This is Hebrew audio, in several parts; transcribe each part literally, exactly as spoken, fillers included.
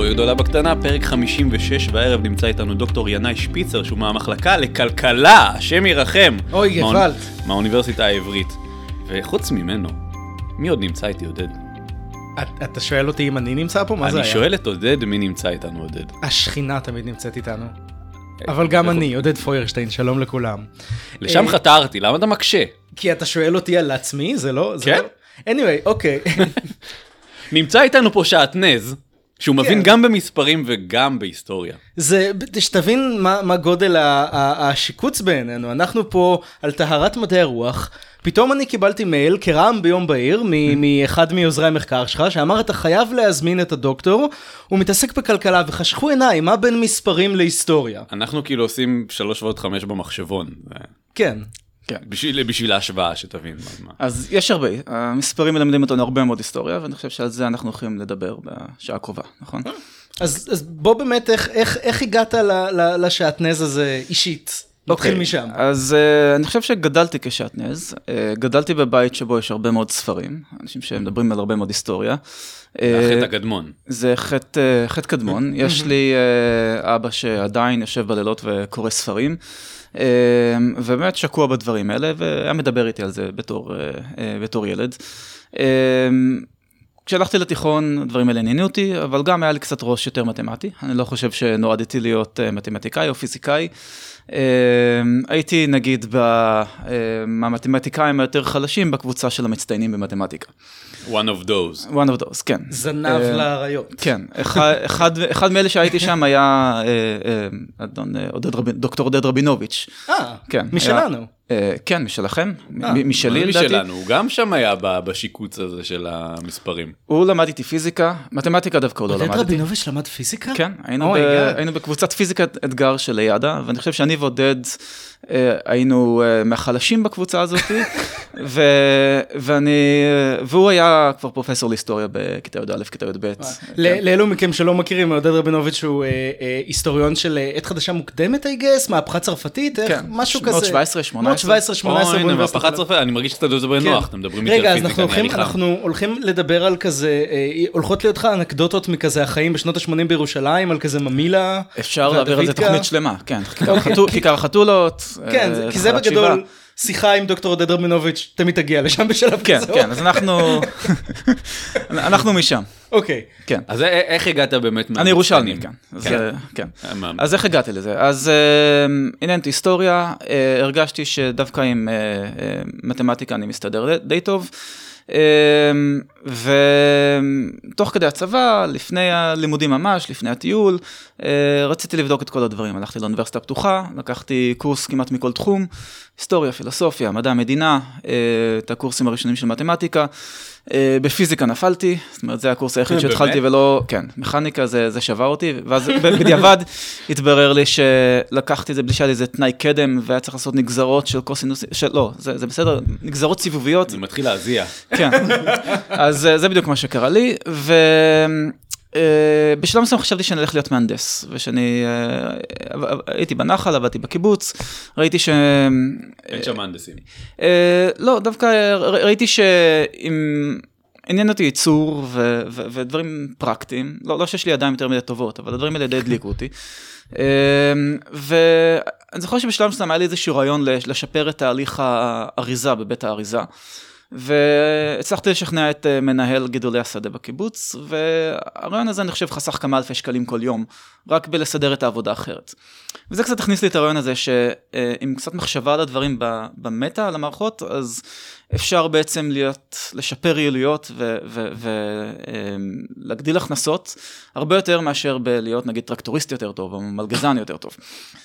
עיר גדולה בקטנה, פרק חמישים ושש, והערב נמצא איתנו דוקטור ינאי שפיצר, שהוא מהמחלקה לכלכלה, השם ירחם. אוי, גפלט. מהאוניברסיטה העברית. וחוץ ממנו, מי עוד נמצא איתי, עודד? אתה שואל אותי אם אני נמצא פה? מה זה היה? אני שואל את עודד, מי נמצא איתנו, עודד? השכינה תמיד נמצאת איתנו. אבל גם אני, עודד פוירשטיין, שלום לכולם. לשם חתרתי, למה אתה מקשה? כי אתה שואל אותי על עצמי, זה לא? כן? anyway, אוקיי. נמצא איתנו פה שעטנז, שהוא מבין גם במספרים וגם בהיסטוריה. זה, שתבין מה, מה גודל השיקוץ בעינינו. אנחנו פה על טהרת מדעי הרוח. פתאום אני קיבלתי מייל כרעם ביום בהיר מאחד מיוזרי המחקר שלך, שאמר אתה חייב להזמין את הדוקטור, הוא מתעסק בכלכלה, וחשכו עיניי, מה בין מספרים להיסטוריה? אנחנו כאילו עושים שלוש ועוד חמש במחשבון. כן. כן. בשביל, בשביל ההשוואה, שתבין מה. אז יש הרבה, המספרים מלמדים אותנו הרבה מאוד היסטוריה, ואני חושב שעל זה אנחנו יכולים לדבר בשעה הקרובה, נכון? אז, אז בוא באמת, איך, איך, איך הגעת ל, ל, לשעטנז הזה אישית? נתחיל okay. משם. אז uh, אני חושב שגדלתי כשעטנז, uh, גדלתי בבית שבו יש הרבה מאוד ספרים, אנשים שמדברים על הרבה מאוד היסטוריה. זה החטא הקדמון. זה חטא, uh, חטא קדמון, יש לי uh, אבא שעדיין יושב בלילות וקורא ספרים, uh, ובאמת שקוע בדברים האלה, והיה מדבר איתי על זה בתור, uh, uh, בתור ילד. Uh, כשהלכתי לתיכון, הדברים האלה עניינו אותי, אבל גם היה לי קצת ראש יותר מתמטי. אני לא חושב שנועדתי להיות מתמטיקאי או פיזיקאי. הייתי נגיד במתמטיקאים היותר חלשים בקבוצה של המצטיינים במתמטיקה. One of those. One of those, כן. זנב לאריות. כן. אחד מאלה שהייתי שם היה דוקטור עודד רבינוביץ'. אה, משלנו. כן, משלכם, משלי לדעתי. משלנו, הוא גם שם היה בשיקוץ הזה של המספרים. הוא למד איתי פיזיקה, מתמטיקה דווקא הוא לא למד איתי. עודד רבינוביץ' למד פיזיקה? כן, היינו בקבוצת פיזיקת אתגר של לידה, ואני חושב שאני ועודד היינו מהחלשים בקבוצה הזאת, והוא היה כבר פרופסור להיסטוריה בכיתה י' א', כיתה י' ב'. לאלו מכם שלא מכירים, עודד רבינוביץ' הוא היסטוריון של עת חדשה מוקדמת, I guess, מהפכה צרפתית, משהו כזה. מאות שבע עשרה שמונה עשרה. מאות שבע עשרה שמונה עשרה. אוי, מהפכה צרפתית, אני מרגיש שאתה מדבר נוח, אתם מדברים איתי על פיזיקה, רגע, אז אנחנו הולכים לדבר על כזה, הולכות להיות לך אנקדוטות מכזה החיים בשנות ה-שמונים בירושלים, על כזה ממילה. אפשר להעביר על זה תוכנית שלמה, כן. כיכר החתולות. כן, כי זה בגדול שיחה עם דוקטור עודד רבינוביץ', תמיד תגיע לשם בשלב כן, כזה. כן, אז אנחנו, אנחנו משם. אוקיי. כן. אז איך הגעת באמת? אני ירושלמי, כן. כן. אז איך הגעתי לזה? אז עניין את היסטוריה, הרגשתי שדווקא עם מתמטיקה אני מסתדר די טוב, ותוך כדי הצבא, לפני הלימודים ממש, לפני הטיול, רציתי לבדוק את כל הדברים. הלכתי לאוניברסיטה הפתוחה, לקחתי קורס כמעט מכל תחום, היסטוריה, פילוסופיה, מדע המדינה, את הקורסים הראשונים של מתמטיקה, בפיזיקה נפלתי, זאת אומרת, זה הקורס היחיד שהתחלתי ולא, כן, מכניקה זה, זה שבר אותי, ואז בדיעבד התברר לי שלקחתי את זה בלי שהיה לי איזה תנאי קדם, והיה צריך לעשות נגזרות של קוסינוס, של, לא, זה, זה בסדר, נגזרות סיבוביות. זה מתחיל להזיע. כן, אז זה בדיוק מה שקרה לי, ו... בשלב מסוים חשבתי שאני הולך להיות מהנדס, ושאני הייתי בנחל, עבדתי בקיבוץ, ראיתי ש... אין שם מהנדסים. לא, דווקא ראיתי שאם עניין אותי ייצור ודברים פרקטיים, לא שיש לי ידיים יותר מדי טובות, אבל הדברים האלה די הדליקו אותי, ואני זוכר שבשלב מסוים היה לי איזשהו רעיון לשפר את תהליך האריזה בבית האריזה, והצלחתי לשכנע את מנהל גידולי השדה בקיבוץ, והרעיון הזה אני חושב חסך כמה אלפי שקלים כל יום, רק בלסדר את העבודה האחרת. וזה קצת הכניס לי את הרעיון הזה, שעם קצת מחשבה על הדברים במטה, על המערכות, אז אפשר בעצם להיות, לשפר יעילויות ולהגדיל הכנסות, הרבה יותר מאשר בלהיות נגיד טרקטוריסט יותר טוב, או מלגזן יותר טוב.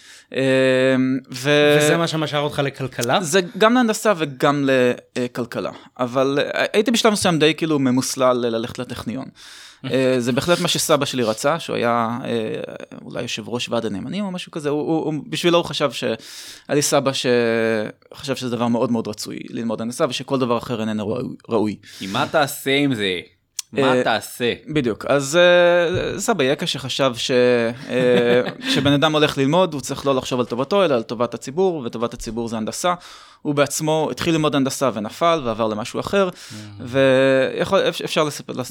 וזה מה שמשאר אותך לכלכלה? זה גם להנדסה וגם לכלכלה, אבל הייתי בשלב מסוים די כאילו ממוסלל ללכת לטכניון. זה בהחלט מה שסבא שלי רצה, שהוא היה אולי יושב ראש ועד הנאמנים או משהו כזה, בשבילו הוא חשב שהיה לי סבא שחשב שזה דבר מאוד מאוד רצוי ללמוד הנדסה, ושכל דבר אחר איננו ראוי. כי מה תעשה עם זה? מה תעשה? בדיוק, אז סבא יקה שחשב שבן אדם הולך ללמוד, הוא צריך לא לחשוב על טובתו, אלא על טובת הציבור, וטובת הציבור זה הנדסה. הוא בעצמו התחיל ללמוד הנדסה ונפל, ועבר למשהו אחר, ואפשר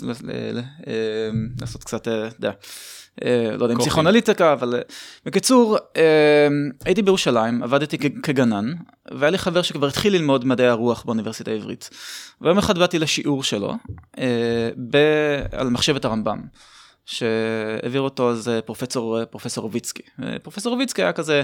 לעשות קצת, לא יודע אם פסיכואנליטיקה, אבל בקיצור, הייתי בירושלים, עבדתי כגנן, והיה לי חבר שכבר התחיל ללמוד מדעי הרוח באוניברסיטה העברית. ויום אחד באתי לשיעור שלו, על מחשבת הרמב"ם, שהעביר אותו אז פרופסור, פרופסור רוביצקי. פרופסור רוביצקי היה כזה,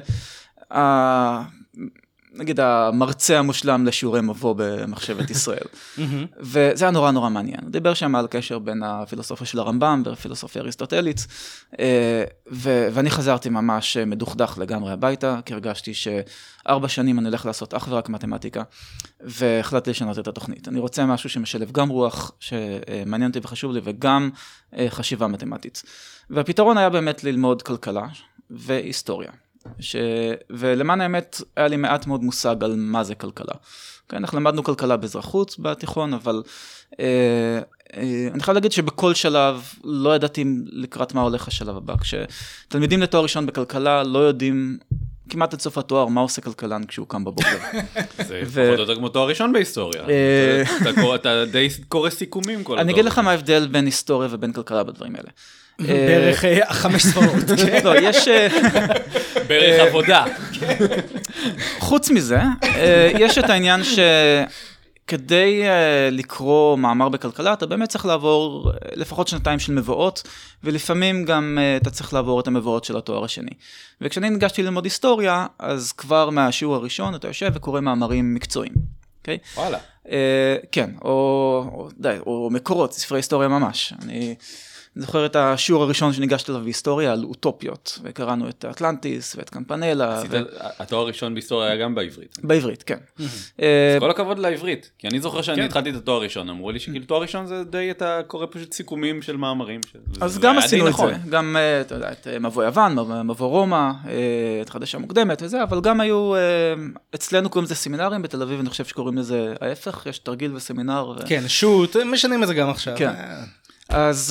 נגיד המרצה המושלם לשיעורי מבוא במחשבת ישראל. וזה היה נורא נורא מעניין. הוא דיבר שם על קשר בין הפילוסופיה של הרמב"ם והפילוסופיה האריסטוטלית, ואני חזרתי ממש מדוכדך לגמרי הביתה, כי הרגשתי שארבע שנים אני הולך לעשות אך ורק מתמטיקה, והחלטתי לשנות את התוכנית. אני רוצה משהו שמשלב גם רוח, שמעניין אותי וחשוב לי, וגם חשיבה מתמטית. והפתרון היה באמת ללמוד כלכלה והיסטוריה. ש... ולמען האמת היה לי מעט מאוד מושג על מה זה כלכלה. כן, אנחנו למדנו כלכלה באזרחות בתיכון, אבל אה, אה, אני חייב להגיד שבכל שלב לא ידעתי לקראת מה הולך השלב הבא. כשתלמידים לתואר ראשון בכלכלה לא יודעים כמעט עד סוף התואר מה עושה כלכלן כשהוא קם בבוקר. זה פחות או יותר כמו תואר ראשון בהיסטוריה. אתה די קורא סיכומים כל התואר. אני אגיד לך מה ההבדל בין היסטוריה ובין כלכלה בדברים האלה. בערך חמש ספרות. לא, יש... בערך עבודה. חוץ מזה, יש את העניין שכדי לקרוא מאמר בכלכלה, אתה באמת צריך לעבור לפחות שנתיים של מבואות, ולפעמים גם אתה צריך לעבור את המבואות של התואר השני. וכשאני ניגשתי ללמוד היסטוריה, אז כבר מהשיעור הראשון אתה יושב וקורא מאמרים מקצועיים. אוקיי? וואלה. כן, או די, או מקורות, ספרי היסטוריה ממש. אני... אני זוכר את השיעור הראשון שניגשתי אליו בהיסטוריה על אוטופיות, וקראנו את אטלנטיס ואת קמפנלה. התואר הראשון בהיסטוריה היה גם בעברית. בעברית, כן. אז כל הכבוד לעברית, כי אני זוכר שאני התחלתי את התואר הראשון, אמרו לי שכאילו תואר ראשון זה די, אתה קורא פשוט סיכומים של מאמרים. אז גם עשינו את זה, גם, אתה יודע, את מבוא יוון, מבוא רומא, את חדשה מוקדמת וזה, אבל גם היו, אצלנו קוראים לזה סמינרים, בתל אביב אני חושב שקוראים לזה ההפך, יש תרגיל וסמינר. כן, שוט, משנים את זה גם עכשיו. כן. אז,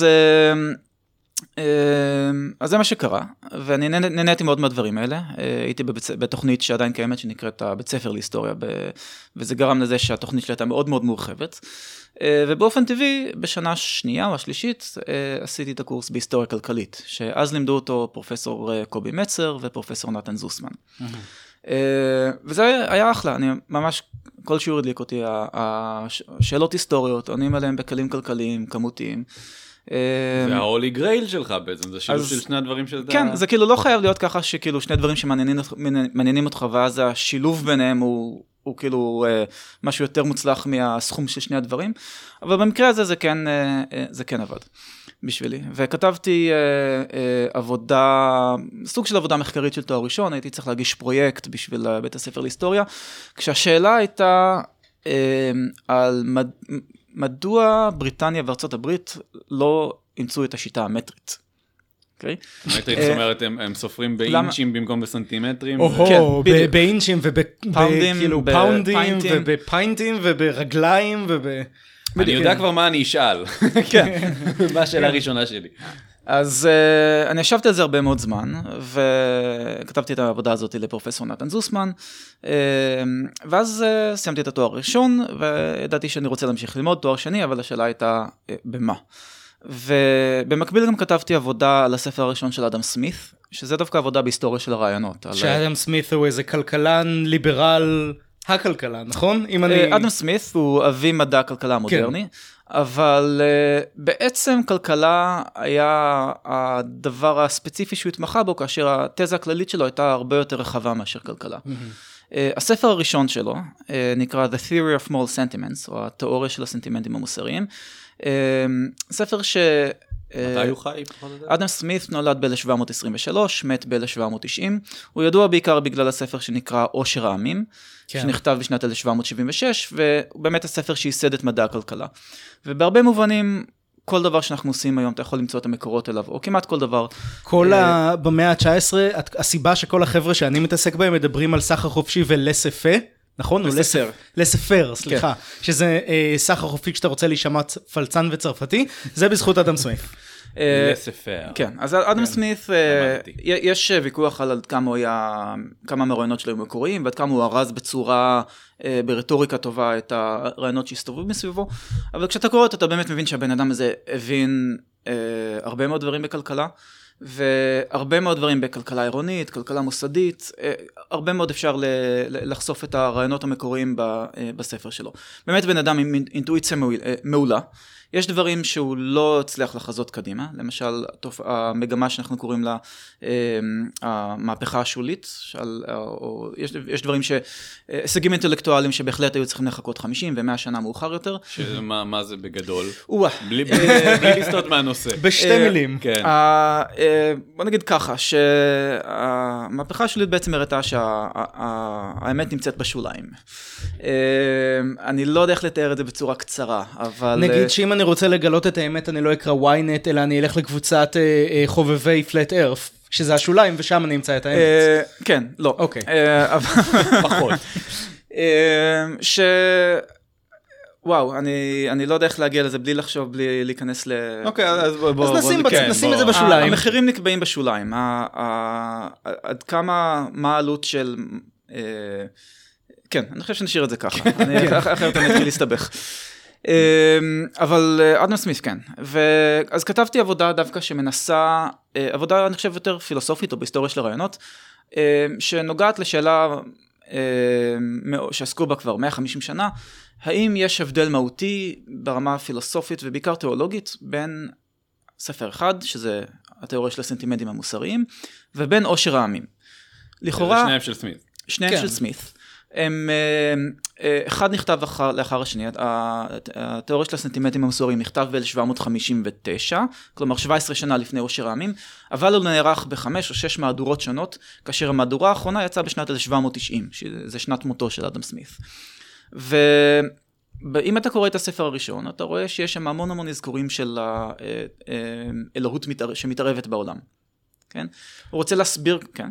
אז זה מה שקרה, ואני נהניתי מאוד מהדברים האלה. הייתי בתוכנית שעדיין קיימת, שנקראת הבית ספר להיסטוריה, וזה גרם לזה שהתוכנית שלי הייתה מאוד מאוד מורחבת. ובאופן טבעי, בשנה השנייה או השלישית, עשיתי את הקורס בהיסטוריה כלכלית, שאז לימדו אותו פרופסור קובי מצר ופרופסור נתן זוסמן. וזה היה אחלה, אני ממש, כל שיעור הדליק אותי, השאלות היסטוריות, עונים עליהם בכלים כלכליים, כמותיים. זה ההולי גרייל שלך בעצם, זה שילוב של שני הדברים של... כן, זה כאילו לא חייב להיות ככה שכאילו שני דברים שמעניינים אותך, ואז השילוב ביניהם הוא... הוא כאילו משהו יותר מוצלח מהסכום של שני הדברים, אבל במקרה הזה זה כן, זה כן עבד בשבילי. וכתבתי עבודה, סוג של עבודה מחקרית של תואר ראשון, הייתי צריך להגיש פרויקט בשביל בית הספר להיסטוריה, כשהשאלה הייתה על מד... מדוע בריטניה וארצות הברית לא אימצו את השיטה המטרית. מטרית, זאת אומרת, הם סופרים באינצ'ים במקום בסנטימטרים. או, באינצ'ים ובפאונדים ובפיינטים וברגליים וב... אני יודע כבר מה אני אשאל. כן. מה השאלה הראשונה שלי. אז אני ישבתי על זה הרבה מאוד זמן, וכתבתי את העבודה הזאת לפרופסור נתן זוסמן, ואז סיימתי את התואר הראשון, וידעתי שאני רוצה להמשיך ללמוד תואר שני, אבל השאלה הייתה במה. ובמקביל גם כתבתי עבודה על הספר הראשון של אדם סמית, שזה דווקא עבודה בהיסטוריה של הרעיונות. שאדם סמית הוא איזה כלכלן ליברל, הכלכלן, נכון? אדם סמית הוא אבי מדע הכלכלה המודרני, אבל בעצם כלכלה היה הדבר הספציפי שהוא התמחה בו, כאשר התזה הכללית שלו הייתה הרבה יותר רחבה מאשר כלכלה. הספר הראשון שלו נקרא The Theory of Moral Sentiments, או התיאוריה של הסנטימנטים המוסריים, ספר ש... מתי הוא חי? אדם סמית נולד ב-אלף שבע מאות עשרים ושלוש, מת ב-אלף שבע מאות תשעים, הוא ידוע בעיקר בגלל הספר שנקרא עושר העמים, שנכתב בשנת אלף שבע מאות שבעים ושש, והוא באמת הספר שייסד את מדע הכלכלה. ובהרבה מובנים, כל דבר שאנחנו עושים היום, אתה יכול למצוא את המקורות אליו, או כמעט כל דבר. כל ה... במאה ה-תשע עשרה, הסיבה שכל החבר'ה שאני מתעסק בהם מדברים על סחר חופשי ולספה, נכון? לספר. לספר, סליחה. שזה סחר חופשי כשאתה רוצה להישמע פלצן וצרפתי, זה בזכות אדם סמית. לספר. כן, אז אדם סמית, יש ויכוח על כמה הוא היה, כמה מהרעיונות שלו מקוריים, ועד כמה הוא ארז בצורה, ברטוריקה טובה את הרעיונות שהסתובבו מסביבו, אבל כשאתה קורא אותו, אתה באמת מבין שהבן אדם הזה הבין הרבה מאוד דברים בכלכלה, והרבה מאוד דברים בכלכלה עירונית, כלכלה מוסדית, הרבה מאוד אפשר לחשוף את הרעיונות המקוריים בספר שלו. באמת בן אדם עם אינטואיציה מעולה. יש דברים שהוא לא הצליח לחזות קדימה, למשל המגמה שאנחנו קוראים לה המהפכה השולית, שעל, או, יש, יש דברים שהישגים אינטלקטואליים שבהחלט היו צריכים לחכות חמישים ומאה שנה מאוחר יותר. שמה, מה זה בגדול? וואה. בלי, בלי, בלי לסטות מהנושא. בשתי מילים. כן. בוא נגיד ככה, שהמהפכה השולית בעצם הראתה שהאמת נמצאת בשוליים. אני לא יודע איך לתאר את זה בצורה קצרה, אבל... נגיד שאם אני רוצה לגלות את האמת, אני לא אקרא וויינט, אלא אני אלך לקבוצת חובבי פלט ארף, שזה השוליים, ושם אני אמצא את האמת. כן, לא. אוקיי. פחות. ש... וואו, אני, אני לא יודע איך להגיע לזה בלי לחשוב, בלי להיכנס ל... אוקיי, אז בוא, בוא, אז נשים, בוא, בצ... כן, נשים בוא. את זה בשוליים. המחירים נקבעים בשוליים. ה... ה... עד כמה, מה העלות של... כן, אני חושב שנשאיר את זה ככה. אני אחרת אני אתחיל להסתבך. אבל אדם סמית, כן. אז כתבתי עבודה דווקא שמנסה, עבודה אני חושב יותר פילוסופית או בהיסטוריה של הרעיונות, שנוגעת לשאלה שעסקו בה כבר מאה וחמישים שנה, האם יש הבדל מהותי ברמה הפילוסופית ובעיקר תיאולוגית בין ספר אחד, שזה התיאוריה של הסנטימנטים המוסריים, ובין עושר העמים. לכאורה... שניהם של סמית. שניהם כן. של סמית. הם, אחד נכתב אחר, לאחר השני, התיאוריה של הסנטימנטים המוסריים נכתב ב-אלף שבע מאות חמישים ותשע, כלומר שבע עשרה שנה לפני עושר העמים, אבל הוא נערך בחמש או שש מהדורות שונות, כאשר המהדורה האחרונה יצאה בשנת אלף שבע מאות תשעים, שזה שנת מותו של אדם סמית. ואם אתה קורא את הספר הראשון, אתה רואה שיש שם המון המון אזכורים של האלוהות שמתערבת בעולם. כן? הוא רוצה להסביר, כן?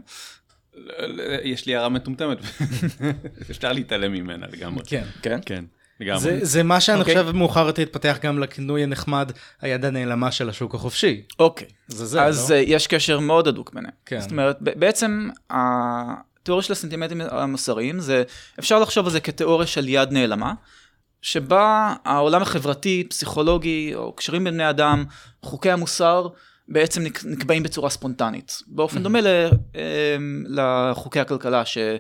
יש לי הערה מטומטמת, אפשר להתעלם ממנה לגמרי. כן. כן? כן, לגמרי. זה, זה מה שאני אוקיי. חושב מאוחר להתפתח גם לכינוי הנחמד, היד הנעלמה של השוק החופשי. אוקיי. זה זה, אז לא? יש קשר מאוד הדוק ביניהם. כן. זאת אומרת, בעצם התיאוריה של הסנטימנטים המוסריים, זה, אפשר לחשוב על זה כתיאוריה של יד נעלמה, שבה העולם החברתי, פסיכולוגי, או קשרים בין בני אדם, חוקי המוסר, בעצם נקבעים בצורה ספונטנית. באופן דומה לחוקי הכלכלה,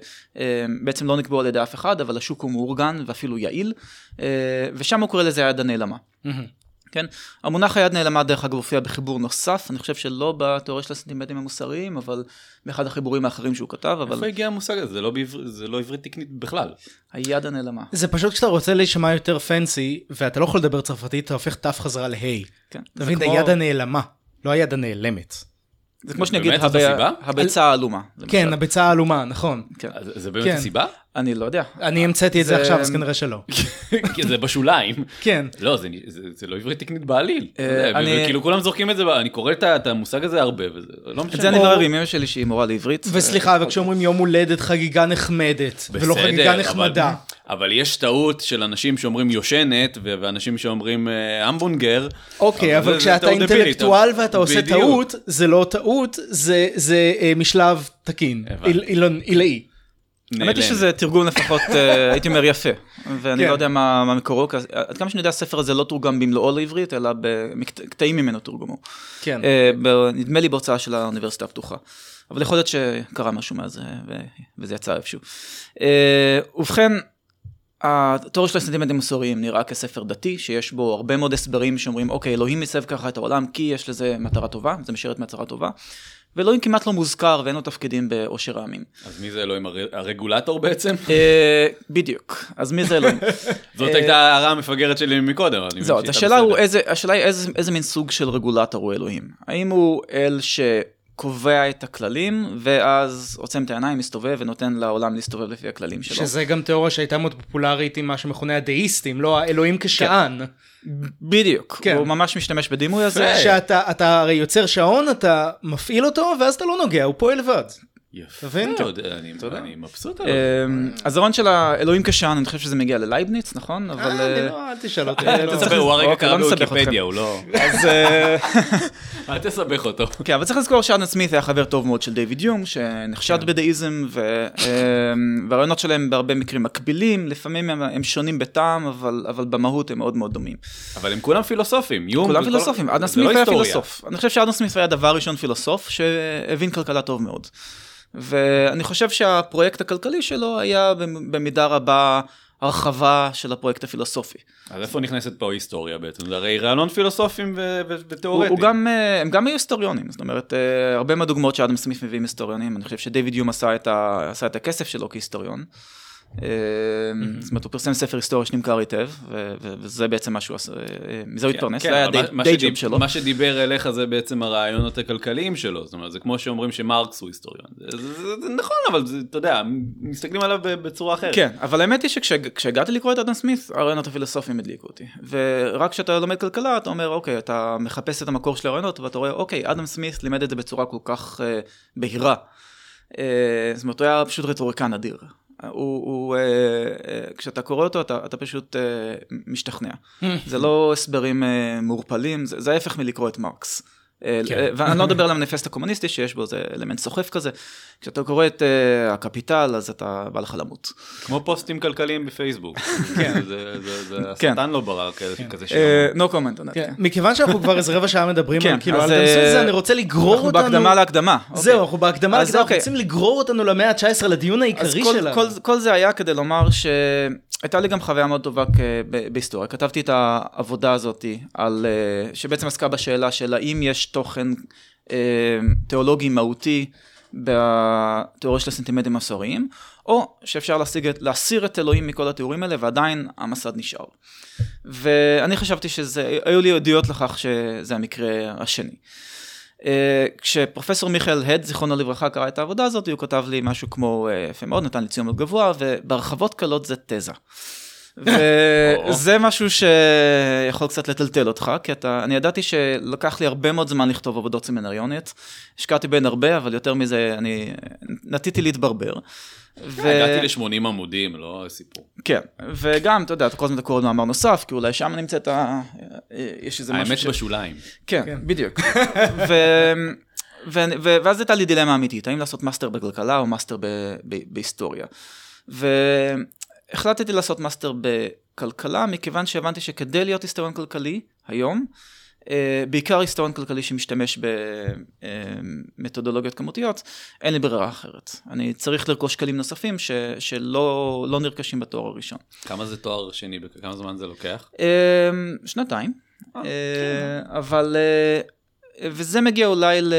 שבעצם לא נקבעו על ידי אף אחד, אבל השוק הוא מאורגן ואפילו יעיל, ושם הוא קורא לזה היד הנעלמה. כן? המונח היד נעלמה דרך אגב הופיע בחיבור נוסף, אני חושב שלא בתיאוריה של הסנטימנטים המוסריים, אבל באחד החיבורים האחרים שהוא כתב, אבל... איפה הגיע המושג הזה? זה לא, בעבר... זה לא עברית תקנית בכלל. היד הנעלמה. זה פשוט כשאתה רוצה להישמע יותר פנסי, ואתה לא יכול לדבר צרפתית, אתה הופך תף חזרה להי. כן. אתה מבין, כמו... היד הנעלמה, לא היד הנעלמת. זה כמו שנגיד, באמת זאת הסיבה? הביצה העלומה. כן, הביצה העלומה, נכון. כן. אז זה באמת הסיבה? אני לא יודע. אני המצאתי את זה עכשיו, אז כנראה שלא. כי זה בשוליים. כן. לא, זה, זה, זה לא עברית תקנית בעליל. אני- כאילו כולם זורקים את זה, אני קורא את ה- את המושג הזה הרבה, וזה לא משנה. את זה אני לא עם אמא שלי שהיא מורה לעברית. וסליחה, וכשאומרים יום הולדת, חגיגה נחמדת, ולא חגיגה בסדר, נחמדה. אבל, אבל יש טעות של אנשים שאומרים יושנת, ו- ואנשים שאומרים אה, המבונגר. אוקיי, אבל זה- זה כשאתה טעות דבילית, אינטלקטואל ואתה עושה בדיוק. טעות, זה לא טעות, זה- זה אה, משלב תקין, הבנתי. איל- אילון- עילאי. האמת היא שזה תרגום לפחות, אה, הייתי אומר יפה, ואני כן. לא יודע מה מה מקורו, כי- עד כמה שאני יודע, הספר הזה לא תורגם במלואו לעברית, אלא בקטעים ממנו תורגמו. כן. אה, ב- נדמה לי בהוצאה של האוניברסיטה הפתוחה. אבל יכול להיות שקרה משהו מאז, ו- וזה יצא איפשהו. אה, ובכן, התיאוריה של הסנטימנטים המוסריים נראה כספר דתי, שיש בו הרבה מאוד הסברים שאומרים, אוקיי, אלוהים מסב ככה את העולם, כי יש לזה מטרה טובה, זה משרת מטרה טובה, ואלוהים כמעט לא מוזכר, ואין לו תפקידים בעושר העמים. אז מי זה אלוהים? הר- הרגולטור בעצם? אה, בדיוק, אז מי זה אלוהים? זאת הייתה ההערה המפגרת שלי מקודם. אני מבין זאת, שהייתה השאלה הוא בסדר. איזה, השאלה היא איזה, איזה מין סוג של רגולטור הוא אלוהים. האם הוא אל שקובע את הכללים, ואז עוצם את העיניים, מסתובב ונותן לעולם להסתובב לפי הכללים שלו? שזה גם תיאוריה שהייתה מאוד פופולרית עם מה שמכונה הדאיסטים, לא האלוהים כשען. בדיוק, כן. הוא ממש משתמש בדימוי הזה. שאתה אתה הרי יוצר שעון, אתה מפעיל אותו, ואז אתה לא נוגע, הוא פועל לבד. יפה, תבין? אני מבסוט עליו. אז הרעיון של האלוהים כשאן, אני חושב שזה מגיע ללייבניץ, נכון? אה, אני לא, אל תשאל אותי. הוא הרגע קרא בוויקיפדיה, הוא לא... אז... אל תסבך אותו. כן, אבל צריך לזכור שאדם סמית היה חבר טוב מאוד של דיוויד יום, שנחשד בדאיזם, והרעיונות שלהם בהרבה מקרים מקבילים, לפעמים הם שונים בטעם, אבל במהות הם מאוד מאוד דומים. אבל הם כולם פילוסופים. כולם פילוסופים, אדם סמית היה פילוסוף. אני חושב שאדם סמית היה דבר ראשון פילוסוף, שהבין כלכלה טוב מאוד. ואני חושב שהפרויקט הכלכלי שלו היה במידה רבה הרחבה של הפרויקט הפילוסופי. אז איפה נכנסת פה ההיסטוריה בעצם? זה הרי רעיונות פילוסופיים ותיאורטיים. הם גם היו היסטוריונים, זאת אומרת, הרבה מהדוגמאות שאדם סמית מביאים היסטוריונים, אני חושב שדיוויד יום עשה את הכסף שלו כהיסטוריון. זאת אומרת, הוא פרסם ספר היסטוריה שנמכר היטב, וזה בעצם משהו, מזה הוא התפרנס, זה היה די ג'וב שלו. מה שדיבר אליך זה בעצם הרעיונות הכלכליים שלו, זאת אומרת, זה כמו שאומרים שמרקס הוא היסטוריון. זה נכון, אבל אתה יודע, מסתכלים עליו בצורה אחרת. כן, אבל האמת היא שכשהגעתי לקרוא את אדם סמית, הרעיונות הפילוסופיים הדליקו אותי. ורק כשאתה לומד כלכלה, אתה אומר, אוקיי, אתה מחפש את המקור של הרעיונות, ואתה רואה, אוקיי, אדם סמית לימד את זה בצורה כל כך בהירה. זאת אומרת, הוא היה פשוט רטוריקן אדיר. הוא, הוא, כשאתה קורא אותו, אתה, אתה פשוט משתכנע. זה לא הסברים מעורפלים, זה, זה ההפך מלקרוא את מרקס. ואני לא מדבר על המניפסט הקומוניסטי, שיש בו איזה אלמנט סוחף כזה. כשאתה קורא את הקפיטל, אז אתה בא לך למות. כמו פוסטים כלכליים בפייסבוק. כן, זה השטן לא ברר כזה שם. No comment on that. מכיוון שאנחנו כבר איזה רבע שעה מדברים על כאילו, על זה, אני רוצה לגרור אותנו... אנחנו בהקדמה להקדמה. זהו, אנחנו בהקדמה להקדמה, אנחנו רוצים לגרור אותנו למאה ה-תשע עשרה, לדיון העיקרי שלנו. אז כל זה היה כדי לומר שהייתה לי גם חוויה מאוד טובה בהיסטוריה. כתבתי את העבודה הזאת, שבעצם עסקה בשאלה של האם יש תוכן תיאולוגי מהותי בתיאוריה של הסנטימטרים הסוריים, או שאפשר להשיג, להסיר את אלוהים מכל התיאורים האלה, ועדיין המסד נשאר. ואני חשבתי שזה, היו לי עדויות לכך שזה המקרה השני. כשפרופסור מיכאל הד, זיכרונו לברכה, קרא את העבודה הזאת, הוא כתב לי משהו כמו, יפה מאוד, נתן לי ציון מאוד גבוה, ובהרחבות קלות זה תזה. וזה משהו שיכול קצת לטלטל אותך, כי אתה, אני ידעתי שלקח לי הרבה מאוד זמן לכתוב עבודות סמינריונית, השקעתי בין הרבה, אבל יותר מזה אני נטיתי להתברבר. הגעתי ל-שמונים עמודים, לא סיפור. כן, וגם, אתה יודע, אתה כל הזמן קורא מאמר נוסף, כי אולי שם נמצאת, יש איזה משהו האמת בשוליים. כן, בדיוק. ואז הייתה לי דילמה אמיתית, האם לעשות מאסטר בכלכלה או מאסטר בהיסטוריה. ו... החלטתי לעשות מאסטר בכלכלה, מכיוון שהבנתי שכדי להיות היסטוריון כלכלי היום, בעיקר היסטוריון כלכלי שמשתמש במתודולוגיות כמותיות, אין לי ברירה אחרת. אני צריך לרכוש כלים נוספים ש, שלא לא נרכשים בתואר הראשון. כמה זה תואר שני? כמה זמן זה לוקח? שנתיים. אבל... וזה מגיע אולי ל...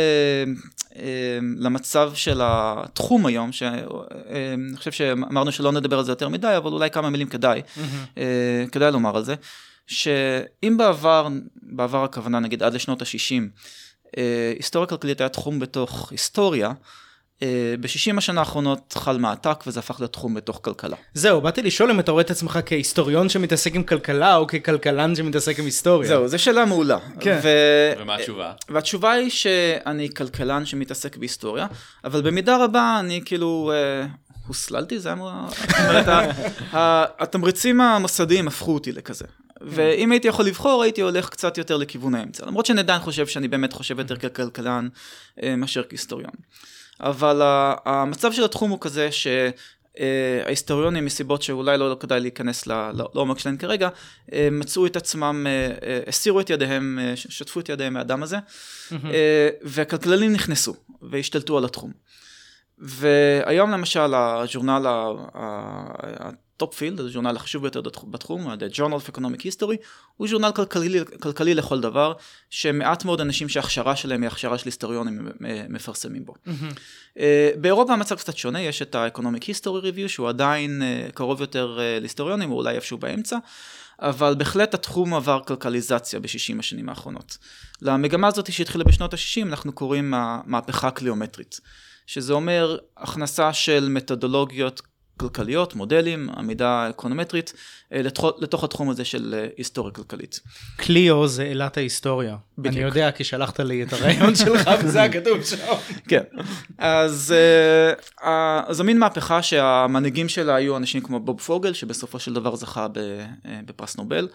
למצב של התחום היום, שאני חושב שאמרנו שלא נדבר על זה יותר מדי, אבל אולי כמה מילים כדאי, כדאי לומר על זה, שאם בעבר, בעבר הכוונה נגיד עד לשנות ה-שישים, היסטוריה כלכלית היה תחום בתוך היסטוריה, ב-שישים השנה האחרונות חל מעתק, וזה הפך לתחום בתוך כלכלה. זהו, באתי לשאול אם אתה רואה את עצמך כהיסטוריון שמתעסק עם כלכלה, או ככלכלן שמתעסק עם היסטוריה. זהו, זו שאלה מעולה. כן. ו... ומה התשובה? והתשובה היא שאני כלכלן שמתעסק בהיסטוריה, אבל במידה רבה אני כאילו... הוסללתי, זה אמרה... זאת אומרת, התמריצים המוסדיים הפכו אותי לכזה. ואם הייתי יכול לבחור, הייתי הולך קצת יותר לכיוון האמצע. למרות שאני עדיין חושב שאני באמת חושב יותר ככלכלן מאשר כהיסטוריון. אבל המצב של התחום הוא כזה שההיסטוריונים מסיבות שאולי לא כדאי להיכנס לעומק שלהם כרגע, מצאו את עצמם, הסירו את ידיהם, שתפו את ידיהם מהאדם הזה, והכלכלנים נכנסו והשתלטו על התחום. והיום למשל הז'ורנל הטופ פילד, הז'ורנל החשוב ביותר בתחום, The Journal of Economic History, הוא ז'ורנל כלכלי, כלכלי לכל דבר, שמעט מאוד אנשים שההכשרה שלהם היא הכשרה של היסטוריונים מפרסמים בו. באירופה המצב קצת שונה, יש את ה-Economic History Review, שהוא עדיין קרוב יותר להיסטוריונים, הוא אולי איפשהו באמצע, אבל בהחלט התחום עבר כלכליזציה ב-שישים השנים האחרונות. למגמה הזאת שהתחילה בשנות ה-שישים, אנחנו קוראים מהפכה קליאומטרית. שזה אומר הכנסה של מתודולוגיות כלכליות, מודלים, עמידה אקונומטרית, לתוך התחום הזה של היסטוריה כלכלית. קליו זה אלת ההיסטוריה. בדיוק. אני יודע, כי שלחת לי את הרעיון שלך, וזה הכתוב שם. כן. אז זו מין מהפכה שהמנהיגים שלה היו אנשים כמו בוב פוגל, שבסופו של דבר זכה בפרס נובל.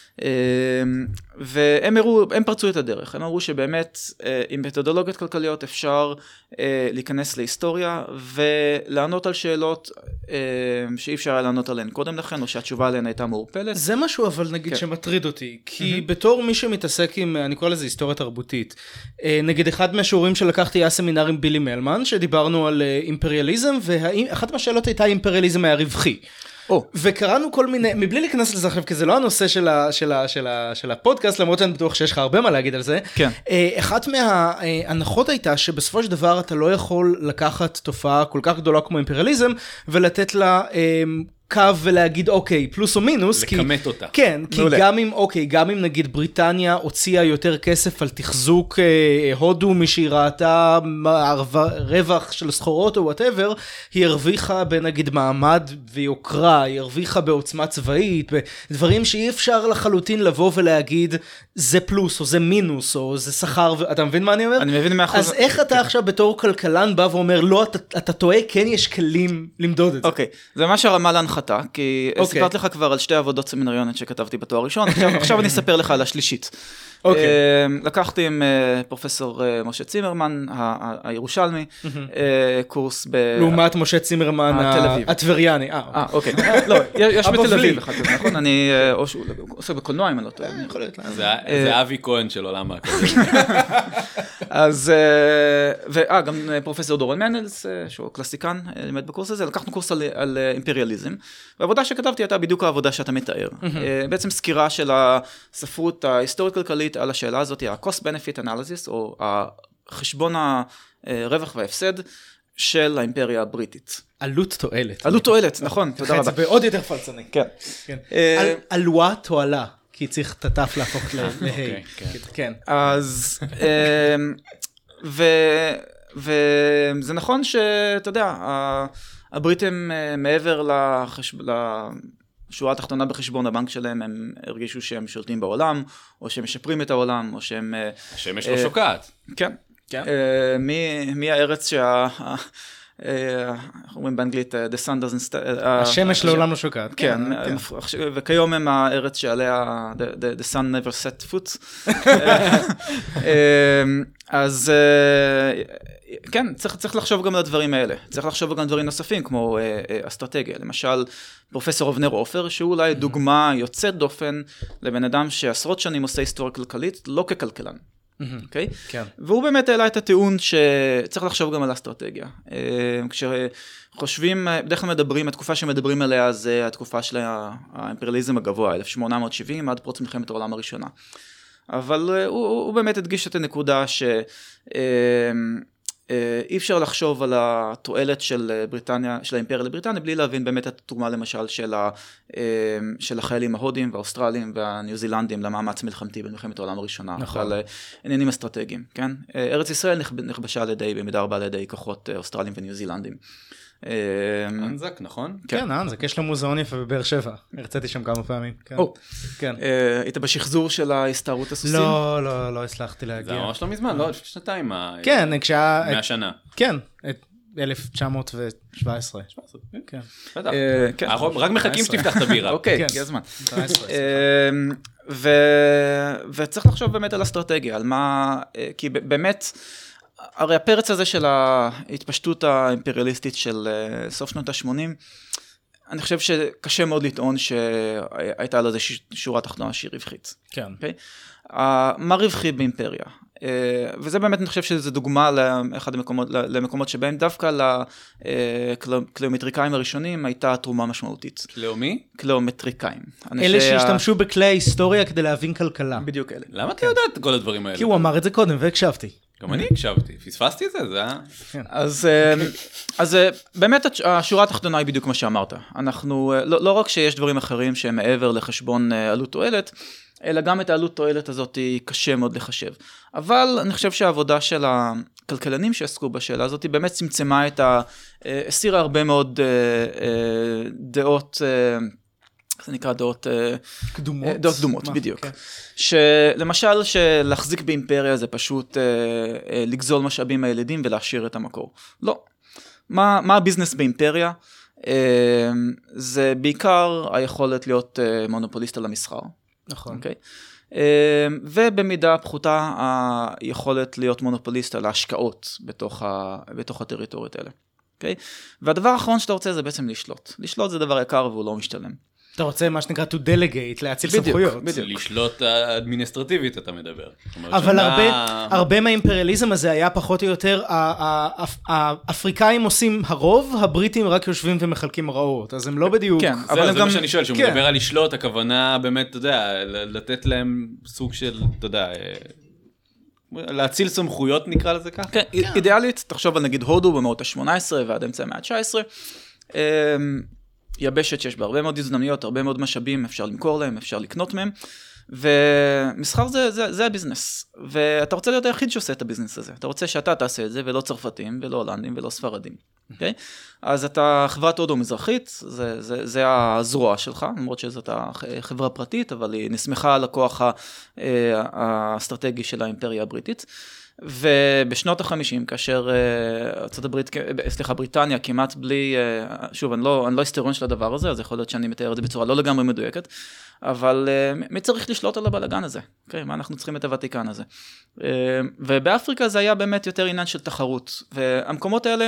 והם הראו, הם פרצו את הדרך, הם אמרו שבאמת עם מתודולוגיות כלכליות אפשר להיכנס להיסטוריה ולענות על שאלות שאי אפשר היה לענות עליהן קודם לכן, או שהתשובה עליהן הייתה מעורפלת. זה משהו אבל נגיד שמטריד אותי, כי בתור מי שמתעסק עם, אני קורא לזה היסטוריה תרבותית, נגיד אחד מהשיעורים שלקחתי היה סמינר עם בילי מלמן, שדיברנו על אימפריאליזם, ואחת מהשאלות הייתה אימפריאליזם היה רווחי. Oh. וקראנו כל מיני, מבלי להיכנס לזה עכשיו, כי זה לא הנושא של, ה, של, ה, של, ה, של הפודקאסט, למרות שאני בטוח שיש לך הרבה מה להגיד על זה. כן. אחת מההנחות הייתה שבסופו של דבר אתה לא יכול לקחת תופעה כל כך גדולה כמו אימפריאליזם, ולתת לה קו ולהגיד אוקיי, פלוס או מינוס. לקמת כי, אותה. כן, כי מעולה. גם אם, אוקיי, גם אם נגיד בריטניה הוציאה יותר כסף על תחזוק אה, הודו, מי שהיא ראתה רווח של סחורות או whatever, היא הרוויחה בנגיד מעמד ויוקרה, היא הרוויחה בעוצמה צבאית, בדברים שאי אפשר לחלוטין לבוא ולהגיד זה פלוס או זה מינוס או זה שכר, אתה מבין מה אני אומר? אני מבין מאחוז... אז איך אתה עכשיו בתור כלכלן בא ואומר לא, אתה, אתה טועה, כן יש כלים למדוד את זה. אוקיי, זה מה שהרמה להנחתה, כי סיפרתי לך כבר על שתי עבודות סמינריונית שכתבתי בתואר ראשון, עכשיו אני אספר לך על השלישית. לקחתי עם פרופסור משה צימרמן, הירושלמי, קורס ב... לעומת משה צימרמן הטבריאני. אה, אוקיי. לא, יש בתל אביב אחד כזה, נכון? אני עושה בקולנוע אם אני לא טועה. זה אבי כהן של עולם האקדמיה. אז, ואה, גם פרופסור דורון מנלס, שהוא קלאסיקן, לימד בקורס הזה, לקחנו קורס על אימפריאליזם, והעבודה שכתבתי הייתה בדיוק העבודה שאתה מתאר. בעצם סקירה של הספרות ההיסטורית כלכלית על השאלה הזאת, ה-cost benefit analysis, או החשבון הרווח וההפסד של האימפריה הבריטית. עלות תועלת. עלות תועלת, נכון, תודה רבה. זה בעוד יותר פלצני. כן. עלוה תועלה, כי צריך את התף להפוך לה. כן. אז, וזה נכון שאתה יודע, הבריטים מעבר לשורה התחתונה בחשבון הבנק שלהם, הם הרגישו שהם שולטים בעולם, או שהם משפרים את העולם, או שהם... השמש לא שוקעת. כן. מי הארץ שה... אנחנו אומרים באנגלית, the sun doesn't... השמש לעולם לא שוקעת. כן, וכיום הם הארץ שעליה the sun never set foot. אז כן, צריך לחשוב גם על הדברים האלה. צריך לחשוב גם על דברים נוספים, כמו אסטרטגיה. למשל, פרופסור אבנר עופר, שהוא אולי דוגמה יוצאת דופן לבן אדם שעשרות שנים עושה היסטוריה כלכלית, לא ככלכלן. אוקיי? כן. והוא באמת העלה את הטיעון שצריך לחשוב גם על האסטרטגיה. כשחושבים, בדרך כלל מדברים, התקופה שמדברים עליה זה התקופה של האימפריאליזם הגבוה, אלף שמונה מאות שבעים עד פרוץ מלחמת העולם הראשונה. אבל הוא, הוא באמת הדגיש את הנקודה ש... אי אפשר לחשוב על התועלת של בריטניה, של האימפריה לבריטניה, בלי להבין באמת את התרומה למשל של, ה, של החיילים ההודים והאוסטרלים והניו זילנדים למאמץ מלחמתי במלחמת העולם הראשונה, נכון. על עניינים אסטרטגיים, כן? ארץ ישראל נכבשה על ידי, במידה רבה על ידי כוחות אוסטרלים וניו זילנדים. אנזק, נכון? כן, אנזק, יש לו מוזיאון יפה בבאר שבע, הרציתי שם כמה פעמים. כן. היית בשחזור של ההסתערות הסוסים? לא, לא, לא הצלחתי להגיע. זה ממש לא מזמן, לא, שנתיים. כן, כשהיה... מהשנה. כן, אלף תשע מאות שבע עשרה. כן. רק מחכים שתפתח את הבירה. אוקיי, הגיע הזמן. וצריך לחשוב באמת על אסטרטגיה, על מה... כי באמת... הרי הפרץ הזה של ההתפשטות האימפריאליסטית של סוף שנות ה-שמונים, אני חושב שקשה מאוד לטעון שהייתה לזה שורה תחתונה שהיא רווחית. כן. מה רווחי באימפריה? וזה באמת אני חושב שזה דוגמה לאחד המקומות, למקומות שבהם דווקא לקליאומטריקאים הראשונים הייתה תרומה משמעותית. קליאומי? קליאומטריקאים. אלה שהשתמשו בכלי ההיסטוריה כדי להבין כלכלה. בדיוק אלה. למה אתה יודע את כל הדברים האלה? כי הוא אמר את זה קודם והקשבתי. גם אני הקשבתי, פספסתי את זה, זה היה... אז, אז באמת השורה התחתונה היא בדיוק מה שאמרת. אנחנו, לא, לא רק שיש דברים אחרים שהם מעבר לחשבון עלות תועלת, אלא גם את העלות תועלת הזאת היא קשה מאוד לחשב. אבל אני חושב שהעבודה של הכלכלנים שעסקו בשאלה הזאת, היא באמת צמצמה את ה... הסירה הרבה מאוד דעות, זה נקרא דעות קדומות. דעות קדומות, בדיוק. שלמשל, שלהחזיק באימפריה זה פשוט לגזול משאבים מהילדים ולהשאיר את המקור. לא. מה, מה הביזנס באימפריה? זה בעיקר היכולת להיות מונופוליסט על המסחר. נכון. אוקיי? ובמידה פחותה היכולת להיות מונופוליסט על ההשקעות בתוך, ה, בתוך הטריטוריות האלה. אוקיי? והדבר האחרון שאתה רוצה זה בעצם לשלוט. לשלוט זה דבר יקר והוא לא משתלם. אתה רוצה מה שנקרא to delegate, להציל סמכויות. בדיוק. לשלוט אדמיניסטרטיבית אתה מדבר. אבל הרבה, הרבה מהאימפריאליזם הזה היה פחות או יותר, האפריקאים עושים הרוב, הבריטים רק יושבים ומחלקים רעות, אז הם לא בדיוק... כן, אבל זה מה שאני שואל, שהוא מדבר על לשלוט, הכוונה באמת, אתה יודע, לתת להם סוג של, אתה יודע... להציל סמכויות נקרא לזה ככה? כן, אידיאלית, תחשוב על נגיד הודו במאות ה-שמונה עשרה ועד אמצע המאה ה-תשע עשרה, יבשת שיש בה הרבה מאוד הזדמנויות, הרבה מאוד משאבים, אפשר למכור להם, אפשר לקנות מהם, ומסחר זה, זה, זה הביזנס, ואתה רוצה להיות היחיד שעושה את הביזנס הזה, אתה רוצה שאתה תעשה את זה, ולא צרפתים, ולא הולנדים, ולא ספרדים, אוקיי? אז אתה חברת הודו מזרחית, זה, זה, זה הזרוע שלך, למרות שזאת החברה פרטית, אבל היא נסמכה על הכוח האסטרטגי של האימפריה הבריטית, ובשנות ה-חמישים, כאשר ארצות הברית, סליחה, בריטניה, כמעט בלי, שוב, אני לא, אני לא היסטוריון של הדבר הזה, אז יכול להיות שאני מתאר את זה בצורה לא לגמרי מדויקת, אבל מי צריך לשלוט על הבלגן הזה? אוקיי, מה אנחנו צריכים את הוותיקן הזה? ובאפריקה זה היה באמת יותר עניין של תחרות, והמקומות האלה,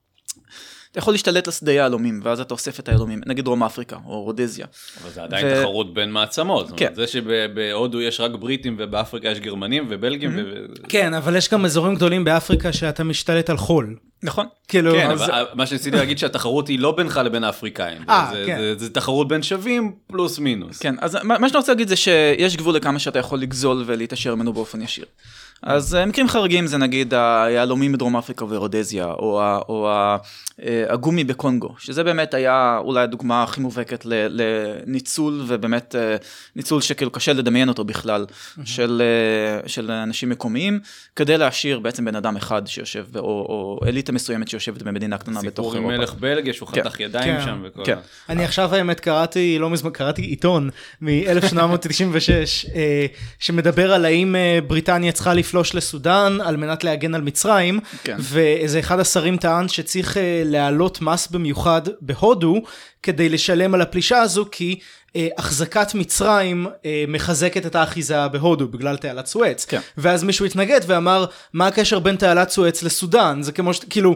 אתה יכול להשתלט על שדה יהלומים, ואז אתה אוסף את היהלומים, נגיד דרום אפריקה, או רודזיה. אבל זה עדיין ו... תחרות בין מעצמות. כן. זה שבהודו יש רק בריטים, ובאפריקה יש גרמנים ובלגים. Mm-hmm. ו... כן, אבל יש גם אזורים גדולים באפריקה שאתה משתלט על חול. נכון. כאילו, כן, אז... אבל מה שניסיתי להגיד שהתחרות היא לא בינך לבין האפריקאים. אה, זה, כן. זה, זה, זה תחרות בין שווים פלוס מינוס. כן, אז מה שאני רוצה להגיד זה שיש גבול לכמה שאתה יכול לגזול ולהתאשר ממנו באופן ישיר. אז מקרים חריגים זה נגיד היהלומים בדרום אפריקה ורודזיה, או, או הגומי בקונגו, שזה באמת היה אולי הדוגמה הכי מובהקת לניצול, ובאמת ניצול שכאילו קשה לדמיין אותו בכלל, של, של אנשים מקומיים, כדי להשאיר בעצם בן אדם אחד שיושב, או, או אליטה מסוימת שיושבת במדינה קטנה בתוך אירופה. סיפור עם מלך בלגיה, שהוא חתך כן. ידיים כן. שם וכל... כן. אני עכשיו האמת קראתי, לא מזמן, קראתי עיתון מ-אלף שמונה מאות תשעים ושש, שמדבר על האם בריטניה צריכה לפלוש לסודן על מנת להגן על מצרים, כן. ואיזה אחד השרים טען שצריך להעלות מס במיוחד בהודו, כדי לשלם על הפלישה הזו, כי החזקת מצרים מחזקת את האחיזה בהודו בגלל תעלת סואץ. כן. ואז מישהו התנגד ואמר, מה הקשר בין תעלת סואץ לסודן? זה כמו ש... כאילו,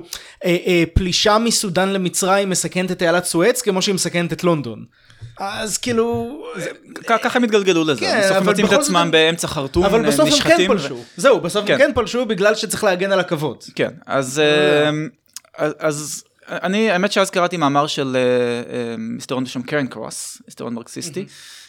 פלישה מסודן למצרים מסכנת את תעלת סואץ, כמו שהיא מסכנת את לונדון. אז כאילו... ככה הם התגלגלו לזה. כן, בסוף הם מוצאים את עצמם הם... באמצע חרטום, אבל בסוף הם כן פלשו. ו... זהו, בסוף כן. הם כן פלשו בגלל שצריך להגן על הכבוד. כן, אז... אז... אני, האמת שאז קראתי מאמר של היסטוריון בשם קרן קרוס, היסטוריון מרקסיסטי,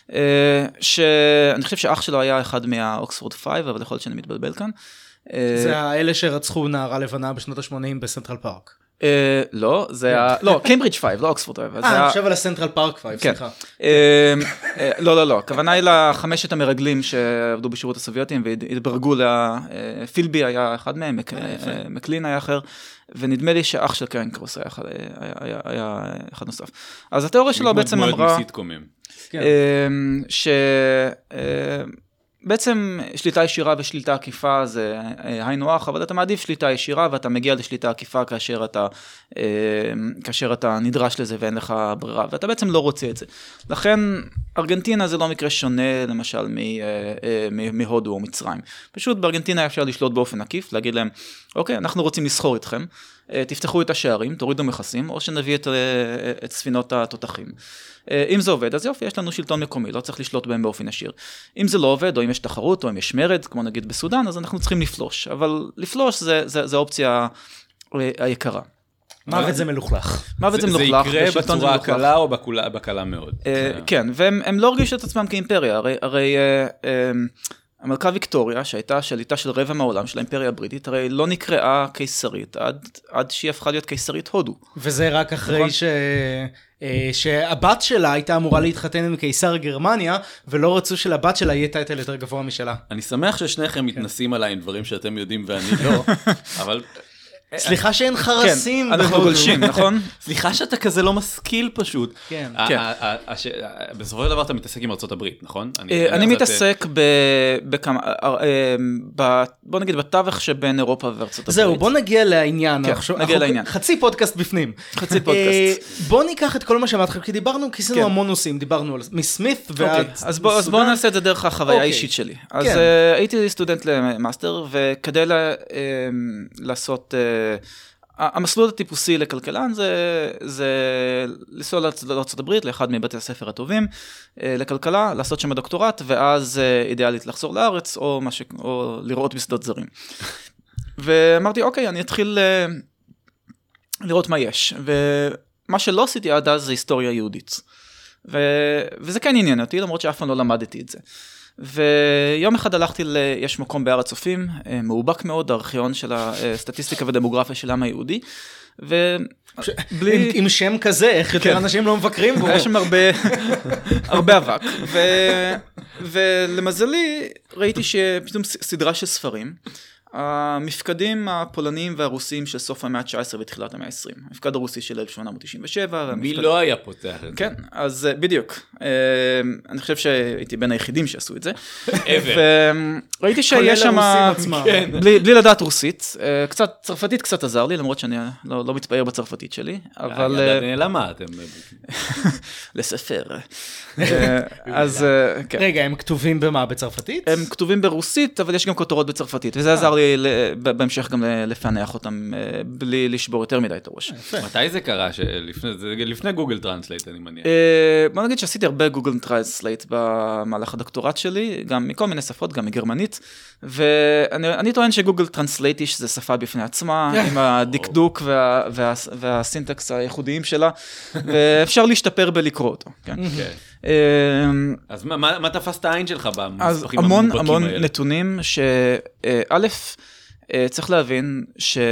שאני חושב שאח שלו היה אחד מהאוקספורד פייב, אבל יכול להיות שאני מתבלבל כאן. זה האלה שרצחו נערה לבנה בשנות ה-שמונים בסנטרל פארק. לא, זה ה... לא, קיימברידג' פייב, לא אוקספורד פייב. אה, אני חושב על הסנטרל פארק פייב, סליחה. לא, לא, לא, הכוונה היא לחמשת המרגלים שעבדו בשירות הסובייטים והתברגו לפילבי היה אחד מהם, מקלין היה אחר, ונדמה לי שאח של קרן קרוס היה אחד נוסף. אז התיאוריה שלו בעצם אמרה... ש... בעצם שליטה ישירה ושליטה עקיפה זה היינו הך, אבל אתה מעדיף שליטה ישירה ואתה מגיע לשליטה עקיפה כאשר אתה, כאשר אתה נדרש לזה ואין לך ברירה, ואתה בעצם לא רוצה את זה. לכן ארגנטינה זה לא מקרה שונה למשל מהודו או מצרים. פשוט בארגנטינה אפשר לשלוט באופן עקיף, להגיד להם, אוקיי, אנחנו רוצים לסחור איתכם, תפתחו את השערים, תורידו מכסים, או שנביא את, את ספינות התותחים. אם זה עובד, אז יופי, יש לנו שלטון מקומי, לא צריך לשלוט בהם באופן ישיר. אם זה לא עובד, או אם יש תחרות, או אם יש מרד, כמו נגיד בסודן, אז אנחנו צריכים לפלוש. אבל לפלוש זה, זה, זה האופציה היקרה. מוות זה מלוכלך. מוות זה מלוכלך. זה יקרה בצורה הקלה או בקלה מאוד. כן, והם לא הרגישו את עצמם כאימפריה, הרי... המלכה ויקטוריה, שהייתה שליטה של רבע מהעולם של האימפריה הבריטית, הרי לא נקראה קיסרית, עד, עד שהיא הפכה להיות קיסרית הודו. וזה רק אחרי נכון? שהבת שלה הייתה אמורה להתחתן עם קיסר גרמניה, ולא רצו שלבת שלה יהיה טייטל יותר גבוה משלה. אני שמח ששניכם מתנסים עליי עם דברים שאתם יודעים ואני לא, אבל... סליחה שאין חרסים. כן, אנחנו גולשים, נכון? סליחה שאתה כזה לא משכיל פשוט. כן. בסופו של דבר אתה מתעסק עם ארצות הברית, נכון? אני מתעסק בכמה, בוא נגיד בתווך שבין אירופה וארצות הברית. זהו, בוא נגיע לעניין. נגיע לעניין. חצי פודקאסט בפנים. חצי פודקאסט. בוא ניקח את כל מה שאמרת, כי דיברנו, כיסינו המון נושאים, דיברנו מסמית ועד... אז בואו נעשה את זה דרך החוויה האישית שלי. אז הייתי סטודנט למאסטר, וכדי לעשות... המסלול הטיפוסי לכלכלן זה, זה לנסוע לארצות הברית, לאחד מבתי הספר הטובים, לכלכלה, לעשות שם דוקטורט, ואז אידיאלית לחזור לארץ, או, ש... או לראות בשדות זרים. ואמרתי, אוקיי, אני אתחיל לראות מה יש. ומה שלא עשיתי עד אז זה היסטוריה יהודית. ו... וזה כן עניין אותי, למרות שאף פעם לא למדתי את זה. ויום אחד הלכתי ל... יש מקום בהר הצופים, מאובק מאוד, הארכיון של הסטטיסטיקה ודמוגרפיה של העם היהודי, ובלי... עם שם כזה, איך יותר אנשים לא מבקרים בו? היה שם הרבה, הרבה אבק, ו... ולמזלי ראיתי שפתאום סדרה של ספרים, המפקדים הפולניים והרוסיים של סוף המאה ה-תשע עשרה ותחילת המאה ה-עשרים. המפקד הרוסי של אלף שמונה מאות תשעים ושבע. מי לא היה פותח את זה? כן, אז בדיוק. אני חושב שהייתי בין היחידים שעשו את זה. ראיתי שיש שם... בלי לדעת רוסית. קצת, צרפתית קצת עזר לי, למרות שאני לא מתפאר בצרפתית שלי. אבל... למה אתם? לספר. אז... רגע, הם כתובים במה? בצרפתית? הם כתובים ברוסית, אבל יש גם כותרות בצרפתית. וזה עזר לי בהמשך גם לפענח אותם בלי לשבור יותר מדי את הראש. מתי זה קרה? לפני גוגל טרנסלייט, אני מניח. בוא נגיד שעשיתי הרבה גוגל טרנסלייט במהלך הדוקטורט שלי, גם מכל מיני שפות, גם מגרמנית, ואני טוען שגוגל טרנסלייטיש זה שפה בפני עצמה, עם הדקדוק והסינטקס הייחודיים שלה, ואפשר להשתפר בלקרוא אותו. אז מה תפס את העין שלך במספרים המובהקים האלה? אז המון המון נתונים שא' צריך להבין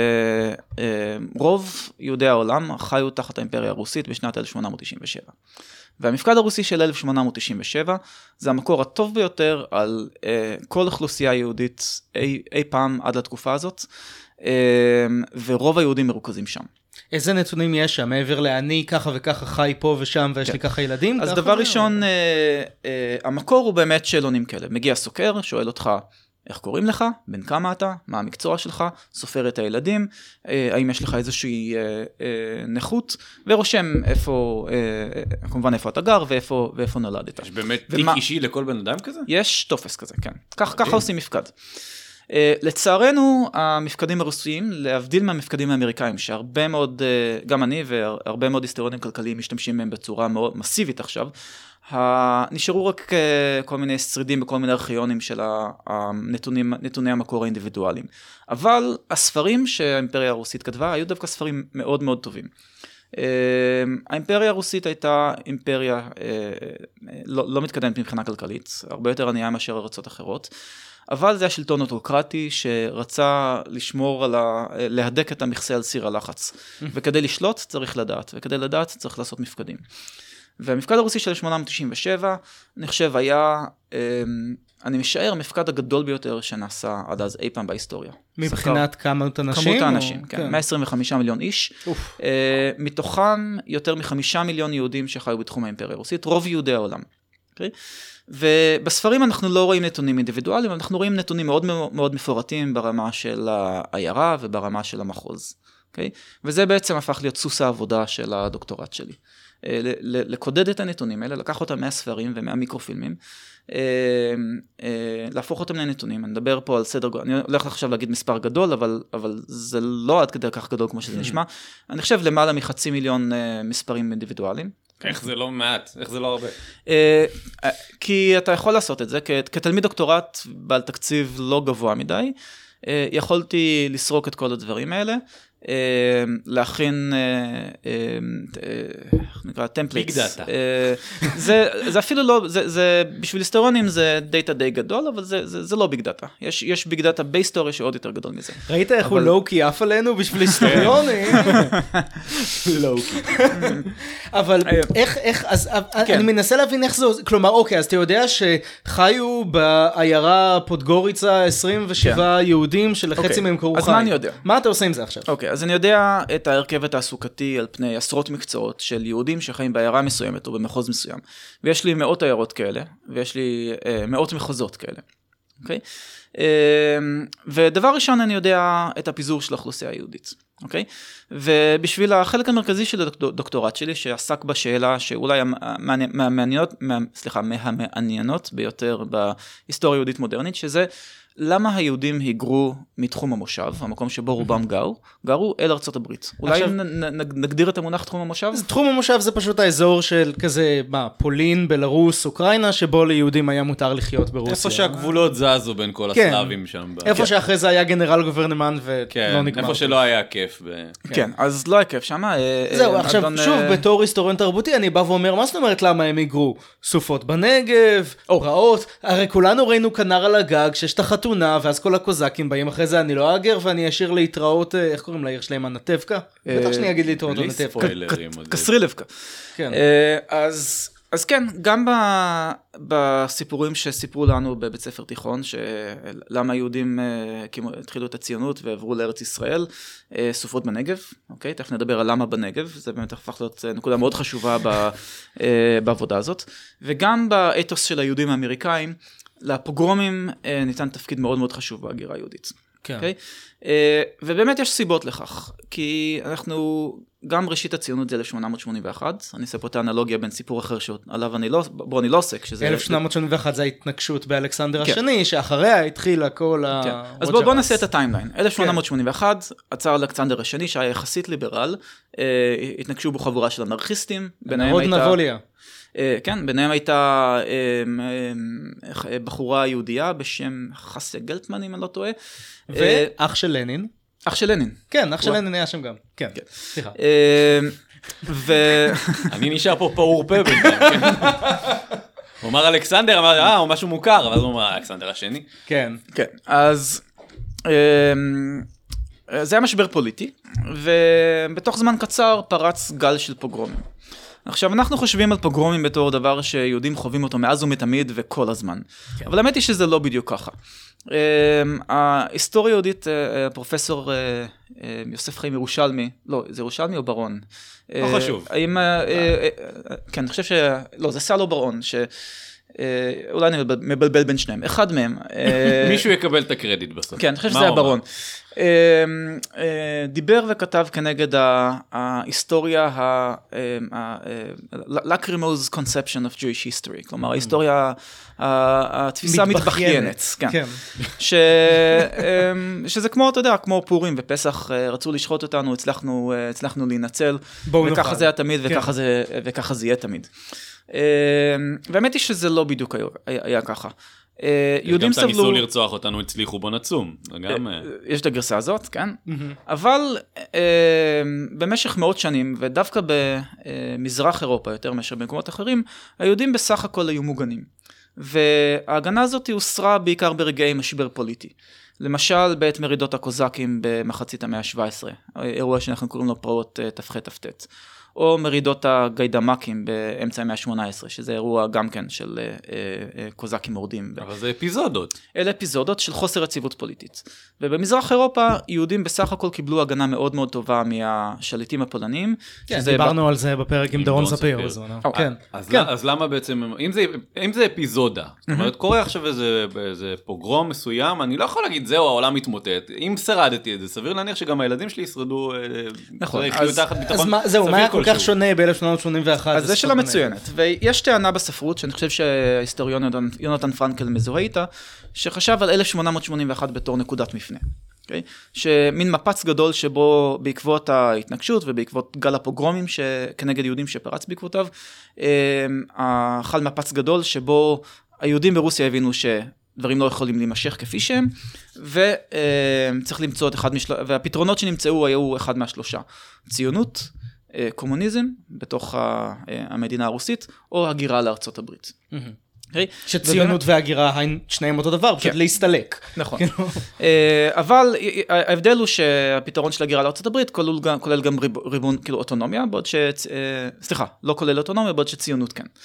שרוב יהודי העולם חיו תחת האימפריה הרוסית בשנת אלף שמונה מאות תשעים ושבע. והמפקד הרוסי של אלף שמונה מאות תשעים ושבע זה המקור הטוב ביותר על כל אוכלוסייה יהודית אי, אי פעם עד לתקופה הזאת, ורוב היהודים מרוכזים שם. איזה נתונים יש שם? מעבר לעני ככה וככה חי פה ושם ויש לי ככה ילדים? אז דבר ראשון, המקור הוא באמת שאלונים כאלה. מגיע סוקר, שואל אותך איך קוראים לך, בין כמה אתה, מה המקצוע שלך, סופר את הילדים, האם יש לך איזושהי נכות, ורושם איפה, כמובן איפה אתה גר ואיפה, ואיפה נולדת. יש באמת תיק אישי לכל בן אדם כזה? יש טופס כזה, כן. כך, ככה עושים מפקד. Uh, לצערנו, המפקדים הרוסיים, להבדיל מהמפקדים האמריקאים, שהרבה מאוד, uh, גם אני והרבה מאוד היסטוריונים כלכליים משתמשים מהם בצורה מאוד מסיבית עכשיו, נשארו רק uh, כל מיני שרידים בכל מיני ארכיונים של הנתונים, נתוני המקור האינדיבידואליים. אבל הספרים שהאימפריה הרוסית כתבה, היו דווקא ספרים מאוד מאוד טובים. Uh, האימפריה הרוסית הייתה אימפריה uh, לא, לא מתקדמת מבחינה כלכלית, הרבה יותר ענייה מאשר ארצות אחרות, אבל זה השלטון אוטוקרטי שרצה לשמור על ה... להדק את המכסה על סיר הלחץ. וכדי לשלוט צריך לדעת, וכדי לדעת צריך לעשות מפקדים. והמפקד הרוסי של אלף שמונה מאות תשעים ושבע, אני חושב היה, אני משער, המפקד הגדול ביותר שנעשה עד אז אי פעם בהיסטוריה. מבחינת כמות אנשים? כמות האנשים, כן. מאה עשרים וחמישה מיליון איש. מתוכם יותר מחמישה מיליון יהודים שחיו בתחום האימפריה הרוסית, רוב יהודי העולם. אוקיי? ובספרים אנחנו לא רואים נתונים אינדיבידואליים, אבל אנחנו רואים נתונים מאוד מאוד מפורטים ברמה של העיירה וברמה של המחוז. Okay? וזה בעצם הפך להיות סוס העבודה של הדוקטורט שלי. לקודד את הנתונים האלה, לקח אותם מהספרים ומהמיקרופילמים, להפוך אותם לנתונים. אני מדבר פה על סדר, אני הולך עכשיו להגיד מספר גדול, אבל, אבל זה לא עד כדי כך גדול כמו שזה נשמע. אני חושב למעלה מחצי מיליון מספרים אינדיבידואליים. איך זה לא מעט? איך זה לא הרבה? כי אתה יכול לעשות את זה, כתלמיד דוקטורט בעל תקציב לא גבוה מדי, יכולתי לסרוק את כל הדברים האלה, להכין, איך נקרא, טמפליטס. ביג דאטה. זה אפילו לא, זה בשביל היסטוריונים זה דאטה די גדול, אבל זה לא ביג דאטה. יש ביג דאטה בהיסטוריה שעוד יותר גדול מזה. ראית איך הוא לואו-קי עף עלינו בשביל היסטוריונים? לואו-קי. אבל איך, איך, אז אני מנסה להבין איך זה, כלומר, אוקיי, אז אתה יודע שחיו בעיירה פודגוריצה עשרים ושבעה יהודים שלחצי מהם קראו חי. אז מה אני יודע? מה אתה עושה עם זה עכשיו? אוקיי, אז אני יודע את ההרכב התעסוקתי על פני עשרות מקצועות של יהודים שחיים בעיירה מסוימת או במחוז מסוים. ויש לי מאות עיירות כאלה, ויש לי אה, מאות מחוזות כאלה. אוקיי? אה, ודבר ראשון אני יודע את הפיזור של האוכלוסייה היהודית. אוקיי? ובשביל החלק המרכזי של הדוקטורט שלי, שעסק בשאלה שאולי מהמעניינות, סליחה, מהמעניינות ביותר בהיסטוריה היהודית מודרנית, שזה למה היהודים היגרו מתחום המושב, המקום שבו רובם גרו, גרו אל ארצות הברית. אולי נגדיר את המונח תחום המושב? תחום המושב זה פשוט האזור של כזה, מה, פולין, בלרוס, אוקראינה, שבו ליהודים היה מותר לחיות ברוסיה. איפה שהגבולות זזו בין כל הסלאבים שם. איפה שאחרי זה היה גנרל גוברנמן ולא נגמר. איפה שלא היה כיף. כן, אז לא היה כיף שם. זהו, עכשיו שוב, בתור היסטוריון תרבותי, אני בא ואומר, מה זאת אומרת למה הם היגרו? סופות בנגב, רעות, הרי כולנו ראינו כנר על הגג, שיש תחת חתונה, ואז כל הקוזקים באים אחרי זה, אני לא אגר, ואני אשאיר להתראות, איך קוראים לעיר שלהם, הנטבקה? בטח שאני אגיד להתראות הנטבקה. קסרילבקה. אז אז כן, גם בסיפורים שסיפרו לנו בבית ספר תיכון, שלמה היהודים התחילו את הציונות ועברו לארץ ישראל, סופות בנגב, אוקיי? תכף נדבר על למה בנגב, זה באמת הפך להיות נקודה מאוד חשובה בעבודה הזאת, וגם באתוס של היהודים האמריקאים, לפוגרומים ניתן תפקיד מאוד מאוד חשוב בהגירה היהודית. כן. Okay? ובאמת יש סיבות לכך, כי אנחנו, גם ראשית הציונות זה אלף שמונה מאות שמונים ואחת, אני אעשה פה את האנלוגיה בין סיפור אחר שעליו אני לא, בוא אני לא עוסק, שזה... אלף שמונה מאות שמונים ואחת זה ההתנגשות באלכסנדר השני, שאחריה התחילה כל ה... אז בואו נעשה את הטיימליין. אלף שמונה מאות שמונים ואחת, עצר אלכסנדר השני, שהיה יחסית ליברל, התנגשו בו חבורה של אנרכיסטים, ביניהם הייתה... נבוליה. כן, ביניהם הייתה בחורה יהודייה בשם חסיה גלטמן, אם אני לא טועה. ואח של לנין. אח של לנין. כן, אח של לנין היה שם גם. כן, סליחה. אני נשאר פה פעור פה בינתיים. הוא אמר אלכסנדר, אמר, אה, הוא משהו מוכר, אבל הוא אמר אלכסנדר השני. כן. כן, אז זה היה משבר פוליטי, ובתוך זמן קצר פרץ גל של פוגרומים. עכשיו, אנחנו חושבים על פוגרומים בתור דבר שיהודים חווים אותו מאז ומתמיד וכל הזמן. כן. אבל האמת היא שזה לא בדיוק ככה. ההיסטוריה היהודית, הפרופסור יוסף חיים ירושלמי, לא, זה ירושלמי או ברון? לא חשוב. האם, כן, אני חושב ש... לא, זה סל או ברון, ש... אולי אני מבלבל בין שניהם. אחד מהם... מישהו יקבל את הקרדיט בסוף. כן, אני חושב שזה היה ברון. דיבר וכתב כנגד ההיסטוריה, ה-lacrimose conception of Jewish history, כלומר, ההיסטוריה, התפיסה מתבחיינת, שזה כמו, אתה יודע, כמו פורים ופסח, רצו לשחוט אותנו, הצלחנו להינצל, וככה זה היה תמיד, וככה זה יהיה תמיד. והאמת היא שזה לא בדיוק היה ככה. יהודים סבלו... גם ניסו לרצוח אותנו, הצליחו בו נצום. יש את הגרסה הזאת, כן? אבל במשך מאות שנים, ודווקא במזרח אירופה, יותר מאשר במקומות אחרים, היהודים בסך הכל היו מוגנים. וההגנה הזאת הוסרה בעיקר ברגעי משבר פוליטי. למשל, בעת מרידות הקוזקים במחצית המאה ה-שבע עשרה, אירוע שאנחנו קוראים לו פרעות תפחי תפטט. או מרידות הגיידמקים באמצע המאה ה-שמונה עשרה, שזה אירוע גם כן של אה, אה, קוזקים מורדים. אבל זה אפיזודות. אלה אפיזודות של חוסר יציבות פוליטית. ובמזרח אירופה, יהודים בסך הכל קיבלו הגנה מאוד מאוד טובה מהשליטים הפולנים. כן, דיברנו ב... על זה בפרק עם דורון ספיר. כן. אז, כן. אז למה בעצם, אם זה, אם זה אפיזודה, זאת אומרת, קורה עכשיו איזה, איזה פוגרום מסוים, אני לא יכול להגיד, זהו, העולם מתמוטט. אם שרדתי את זה, סביר להניח שגם הילדים שלי ישרדו, נכון. אז, אז מה, זהו, מה כל כך שונה ב-אלף שמונה מאות שמונים ואחת. אז זה שאלה מצוינת, ויש טענה בספרות, שאני חושב שההיסטוריון יונתן פרנקל מזוהה איתה, שחשב על אלף שמונה מאות שמונים ואחת בתור נקודת מפנה. Okay? שמין מפץ גדול שבו בעקבות ההתנגשות ובעקבות גל הפוגרומים כנגד יהודים שפרץ בעקבותיו, חל מפץ גדול שבו היהודים ברוסיה הבינו ש... דברים לא יכולים להימשך כפי שהם, וצריך למצוא את אחד משלושה, והפתרונות שנמצאו היו אחד מהשלושה, ציונות, קומוניזם בתוך המדינה הרוסית, או הגירה לארצות הברית. שציונות והגירה שניהם אותו דבר, פשוט להסתלק. נכון. אבל ההבדל הוא שהפתרון של הגירה לארצות הברית כולל גם ריבון, כאילו אוטונומיה, בעוד ש... סליחה, לא כולל אוטונומיה, בעוד שציונות כן.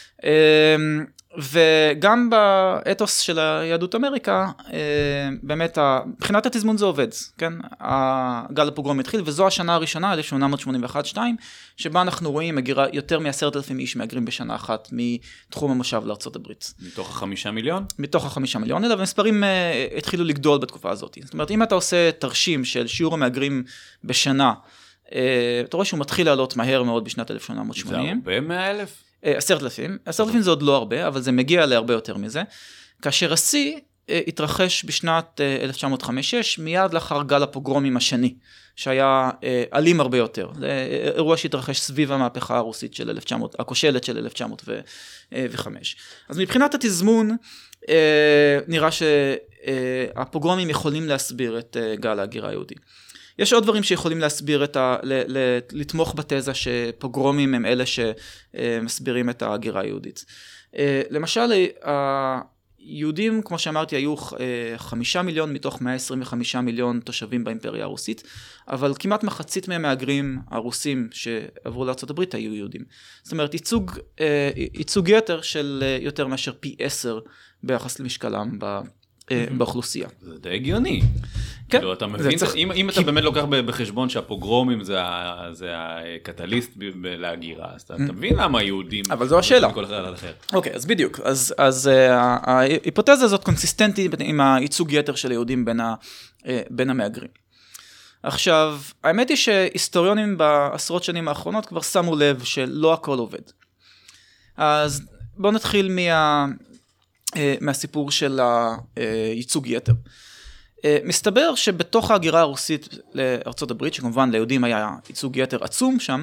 וגם באתוס של היהדות אמריקה, באמת, מבחינת התזמון זה עובד, כן? הגל הפוגרום התחיל, וזו השנה הראשונה, אלף שמונה מאות שמונים ואחת שתיים, שבה אנחנו רואים הגירה יותר מעשרת אלפים איש מהגרים בשנה אחת מתחום המושב לארצות הברית. מתוך החמישה מיליון? מתוך החמישה מיליון, אלא המספרים התחילו לגדול בתקופה הזאת. זאת אומרת, אם אתה עושה תרשים של שיעור המהגרים בשנה, אתה רואה שהוא מתחיל לעלות מהר מאוד בשנת אלף שמונה מאות שמונים. זה הרבה מאה אלף? עשרת אלפים, עשרת אלפים זה עוד לא הרבה, אבל זה מגיע להרבה יותר מזה, כאשר השיא התרחש בשנת אלף תשע מאות חמש שש, מיד לאחר גל הפוגרומים השני, שהיה אלים הרבה יותר, זה אירוע שהתרחש סביב המהפכה הרוסית של אלף תשע מאות, הכושלת של אלף תשע מאות וחמש. אז מבחינת התזמון, נראה שהפוגרומים יכולים להסביר את גל ההגירה היהודי. יש עוד דברים שיכולים להסביר את ה... לתמוך בתזה שפוגרומים הם אלה שמסבירים את ההגירה היהודית. למשל, היהודים, כמו שאמרתי, היו חמישה מיליון מתוך מאה עשרים וחמישה מיליון תושבים באימפריה הרוסית, אבל כמעט מחצית מהמהגרים הרוסים שעברו לארצות הברית היו יהודים. זאת אומרת, ייצוג, ייצוג יתר של יותר מאשר פי עשר ביחס למשקלם ב... באוכלוסייה. זה די הגיוני. כן. אתה מבין, אם אתה באמת לוקח בחשבון שהפוגרומים זה הקטליסט להגירה, אז אתה מבין למה היהודים... אבל זו השאלה. אוקיי, אז בדיוק. אז ההיפותזה הזאת קונסיסטנטית עם הייצוג יתר של היהודים בין המהגרים. עכשיו, האמת היא שהיסטוריונים בעשרות שנים האחרונות כבר שמו לב שלא הכל עובד. אז בואו נתחיל מה... מהסיפור של הייצוג יתר. מסתבר שבתוך ההגירה הרוסית לארצות הברית, שכמובן ליהודים היה ייצוג יתר עצום שם,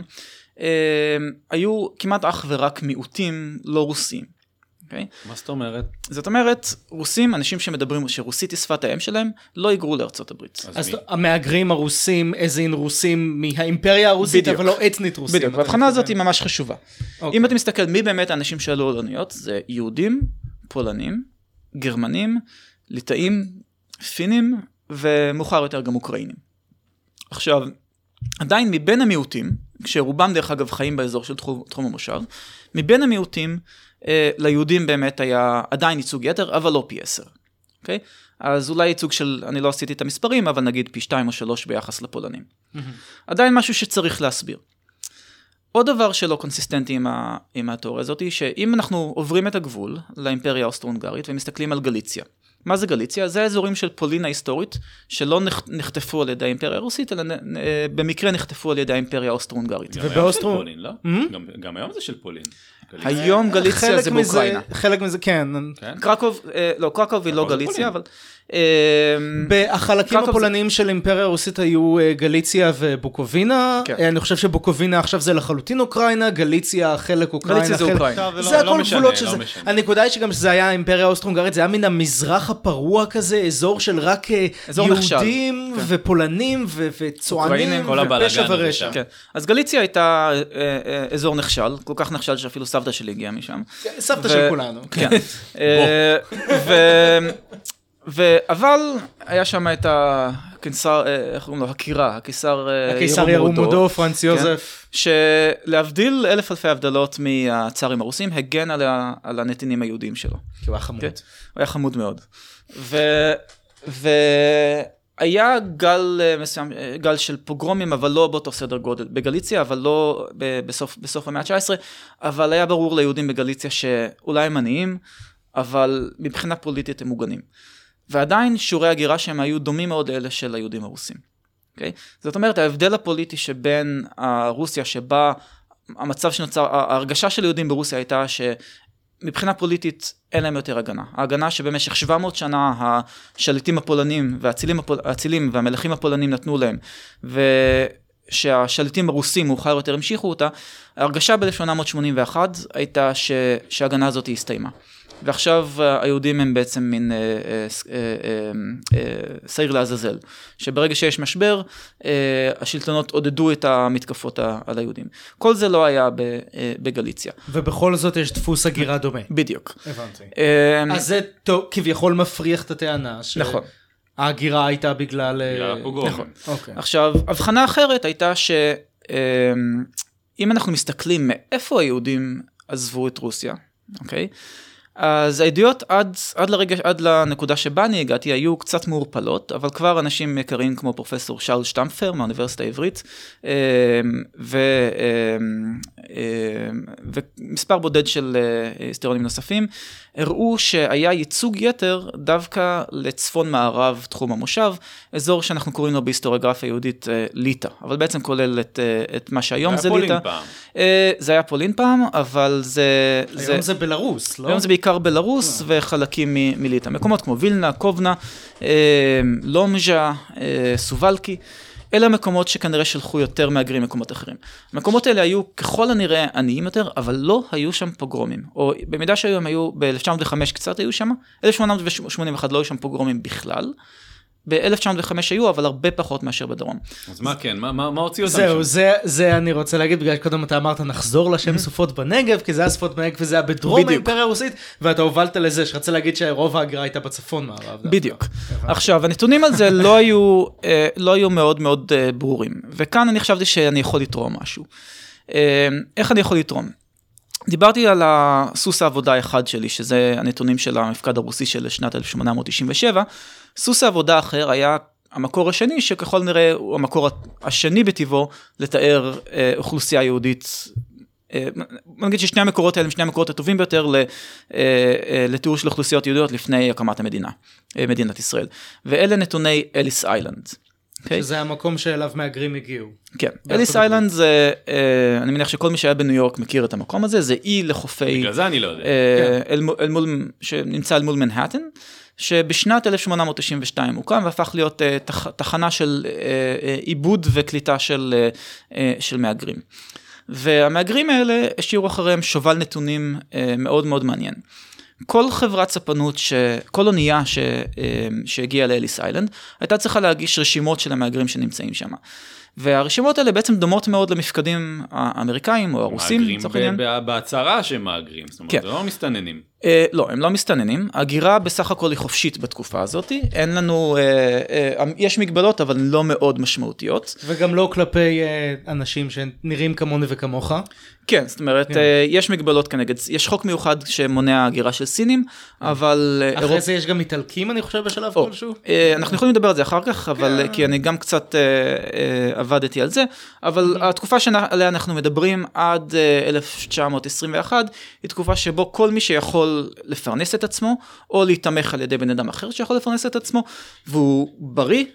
היו כמעט אך ורק מיעוטים לא רוסים. מה זאת אומרת? זאת אומרת, רוסים, אנשים שמדברים, שרוסית היא שפת האם שלהם, לא היגרו לארצות הברית. אז המהגרים הרוסים, איזין רוסים מהאימפריה הרוסית, אבל לא אתנית רוסים. בדיוק, והבחנה הזאת היא ממש חשובה. אם אתה מסתכל מי באמת האנשים שעלו על אוניות, זה יהודים, פולנים, גרמנים, ליטאים, פינים, ומאוחר יותר גם אוקראינים. עכשיו, עדיין מבין המיעוטים, כשרובם דרך אגב חיים באזור של תחום, תחום המושב, מבין המיעוטים, אה, ליהודים באמת היה עדיין ייצוג יתר, אבל לא פי עשר. אוקיי? אז אולי ייצוג של, אני לא עשיתי את המספרים, אבל נגיד פי שתיים או שלוש ביחס לפולנים. Mm-hmm. עדיין משהו שצריך להסביר. עוד דבר שלא קונסיסטנטי עם, ה, עם התיאוריה הזאת, היא שאם אנחנו עוברים את הגבול לאימפריה האוסטרו-הונגרית ומסתכלים על גליציה. מה זה גליציה? זה האזורים של פולין ההיסטורית, שלא נחטפו על ידי האימפריה הרוסית, אלא במקרה נחטפו על ידי האימפריה האוסטרו-הונגרית. גם היום זה של פולין, לא? גם היום זה של פולין. היום גליציה זה באוקראינה. חלק מזה, כן. קרקוב, לא, קרקוב היא לא גליציה, אבל... החלקים הפולניים של האימפריה הרוסית היו גליציה ובוקובינה. אני חושב שבוקובינה עכשיו זה לחלוטין אוקראינה, גליציה חלק אוקראינה. גליציה זה אוקראינה. זה הכל גבולות שזה. הנקודה היא שגם שזה היה האימפריה האוסטרו-הונגרית, זה היה מן המזרח הפרוע כזה, אזור של רק יהודים ופולנים וצוענים ופשע ורשע. אז גליציה הייתה אזור נחשל, כל כך נחשל שאפילו סבתא שלי הגיעה משם. סבתא של כולנו. כן. אבל היה שם את הקיסר, איך קוראים לו, הקירה, הקיסר ירומודו, פרנץ יוזף. שלהבדיל אלף אלפי הבדלות מהצארים הרוסים, הגן על הנתינים היהודיים שלו. כי הוא היה חמוד. הוא היה חמוד מאוד. והיה גל מסוים, גל של פוגרומים, אבל לא באותו סדר גודל בגליציה, אבל לא בסוף המאה ה-תשע עשרה, אבל היה ברור ליהודים בגליציה שאולי הם עניים, אבל מבחינה פוליטית הם מוגנים. ועדיין שיעורי הגירה שהם היו דומים מאוד לאלה של היהודים הרוסים. Okay? זאת אומרת, ההבדל הפוליטי שבין הרוסיה שבה המצב שנוצר, ההרגשה של יהודים ברוסיה הייתה שמבחינה פוליטית אין להם יותר הגנה. ההגנה שבמשך שבע מאות שנה השליטים הפולנים והאצילים והמלכים הפולנים נתנו להם, שהשליטים הרוסים מאוחר יותר המשיכו אותה, ההרגשה ב-אלף שמונה מאות שמונים ואחת הייתה ש, שההגנה הזאת הסתיימה. ועכשיו היהודים הם בעצם מין אה, אה, אה, אה, אה, שעיר לעזאזל, שברגע שיש משבר, אה, השלטונות עודדו את המתקפות על היהודים. כל זה לא היה ב, אה, בגליציה. ובכל זאת יש דפוס הגירה דומה. בדיוק. הבנתי. אה, אז זה טוב, כביכול מפריח את הטענה. ש... נכון. ההגירה הייתה בגלל... בגלל הפוגרומים. נכון. אוקיי. עכשיו, הבחנה אחרת הייתה שאם אנחנו מסתכלים מאיפה היהודים עזבו את רוסיה, אוקיי? אז העדויות עד, עד, לרגע, עד לנקודה שבה אני הגעתי היו קצת מעורפלות, אבל כבר אנשים יקרים כמו פרופסור שאול שטמפפר מהאוניברסיטה העברית, ו, ומספר בודד של היסטוריונים נוספים, הראו שהיה ייצוג יתר דווקא לצפון מערב תחום המושב, אזור שאנחנו קוראים לו בהיסטוריוגרפיה יהודית ליטא, אבל בעצם כולל את, את מה שהיום זה ליטא. זה היה פולין פעם, אבל זה... היום זה בלרוס, לא? היום זה בעיקר בלרוס וחלקים מ- מליטא. מקומות כמו וילנה, קובנה, אה, לומז'ה, אה, סובלקי, אלה מקומות שכנראה שלחו יותר מהגרים מקומות אחרים. המקומות האלה היו ככל הנראה עניים יותר, אבל לא היו שם פוגרומים. או במידה שהיו הם היו ב-אלף תשע מאות וחמש קצת היו שם, אלף שמונה מאות שמונים ואחת לא היו שם פוגרומים בכלל. ב-אלף תשע מאות וחמש היו, אבל הרבה פחות מאשר בדרום. אז מה כן? מה, מה, מה הוציא אותם זהו, שם? זה, זה אני רוצה להגיד, בגלל שקודם אתה אמרת, נחזור לשם סופות בנגב, כי זה היה סופות בנגב וזה היה בדרום האימפריה הרוסית, ואתה הובלת לזה, שרצה להגיד שרוב ההגירה הייתה בצפון מערב. בדיוק. עכשיו, הנתונים על זה לא היו, לא היו מאוד מאוד ברורים, וכאן אני חשבתי שאני יכול לתרום משהו. איך אני יכול לתרום? דיברתי על הסוס העבודה האחד שלי, שזה הנתונים של המפקד הרוסי של שנת אלף שמונה מאות תשעים ושבע, סוס העבודה האחר היה המקור השני, שככל נראה הוא המקור השני בטבעו לתאר אה, אוכלוסייה יהודית. אה, נגיד ששני המקורות האלה הם שני המקורות הטובים ביותר אה, אה, לתיאור של אוכלוסיות יהודיות לפני הקמת המדינה, אה, מדינת ישראל. ואלה נתוני אליס איילנד. Okay. שזה המקום שאליו מהגרים הגיעו. כן, אליס איילנד זה, אה, אני מניח שכל מי שהיה בניו יורק מכיר את המקום הזה, זה אי לחופי, בגלל זה אני לא יודע. אה, אל, אל מול, שנמצא אל מול מנהטן, שבשנת אלף שמונה מאות תשעים ושתיים הוקם והפך להיות אה, תח, תחנה של אה, אה, עיבוד וקליטה של, אה, של מהגרים. והמהגרים האלה השאירו אחריהם שובל נתונים אה, מאוד מאוד מעניין. כל חברת ספנות, ש... כל אונייה ש... שהגיעה לאליס איילנד, הייתה צריכה להגיש רשימות של המהגרים שנמצאים שם. והרשימות האלה בעצם דומות מאוד למפקדים האמריקאים או הרוסים. מהגרים בהצהרה שהם מהגרים, זאת אומרת, כן. זה לא מסתננים. אה, לא, הם לא מסתננים. הגירה בסך הכל היא חופשית בתקופה הזאת. אין לנו, אה, אה, יש מגבלות, אבל לא מאוד משמעותיות. וגם לא כלפי אה, אנשים שנראים כמוני וכמוך. כן, זאת אומרת, yeah. יש מגבלות כנגד, יש חוק מיוחד שמונע הגירה של סינים, אבל... אחרי אירופ... זה יש גם איטלקים, אני חושב, בשלב oh, כלשהו? אנחנו יכולים לדבר על זה אחר כך, אבל yeah. כי אני גם קצת uh, uh, עבדתי על זה, אבל mm-hmm. התקופה שעליה אנחנו מדברים עד uh, אלף תשע מאות עשרים ואחת, היא תקופה שבו כל מי שיכול לפרנס את עצמו, או להתמך על ידי בן אדם אחר שיכול לפרנס את עצמו, והוא בריא,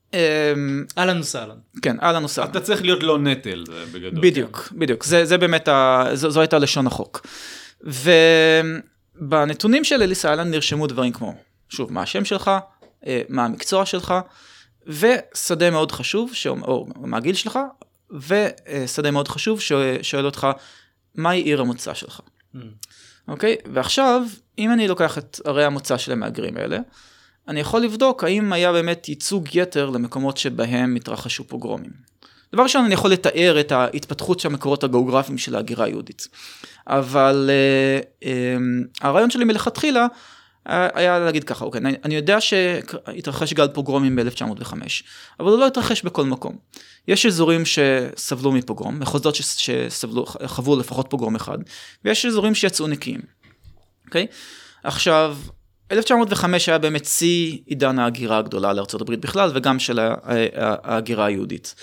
אהלן וסהלן. כן, אהלן וסהלן. אתה צריך להיות לא נטל, זה בגדול. בדיוק, בדיוק. זה, זה באמת, ה, זו, זו הייתה לשון החוק. ובנתונים של אליס איילנד נרשמו דברים כמו, שוב, מה השם שלך, מה המקצוע שלך, ושדה מאוד חשוב, או מה הגיל שלך, ושדה מאוד חשוב ששואל אותך, מהי עיר המוצא שלך. אוקיי? ועכשיו, אם אני לוקח את ערי המוצא של המהגרים האלה, אני יכול לבדוק האם היה באמת ייצוג יתר למקומות שבהם התרחשו פוגרומים. דבר ראשון, אני יכול לתאר את ההתפתחות של המקורות הגיאוגרפיים של ההגירה היהודית. אבל uh, um, הרעיון שלי מלכתחילה uh, היה להגיד ככה, אוקיי, אני, אני יודע שהתרחש גל פוגרומים ב-אלף תשע מאות וחמש, אבל הוא לא התרחש בכל מקום. יש אזורים שסבלו מפוגרום, מחוזות שסבלו, חוו לפחות פוגרום אחד, ויש אזורים שיצאו נקיים. אוקיי? עכשיו, אלף תשע מאות וחמש היה באמת שיא עידן ההגירה הגדולה לארצות הברית בכלל, וגם של ההגירה היהודית.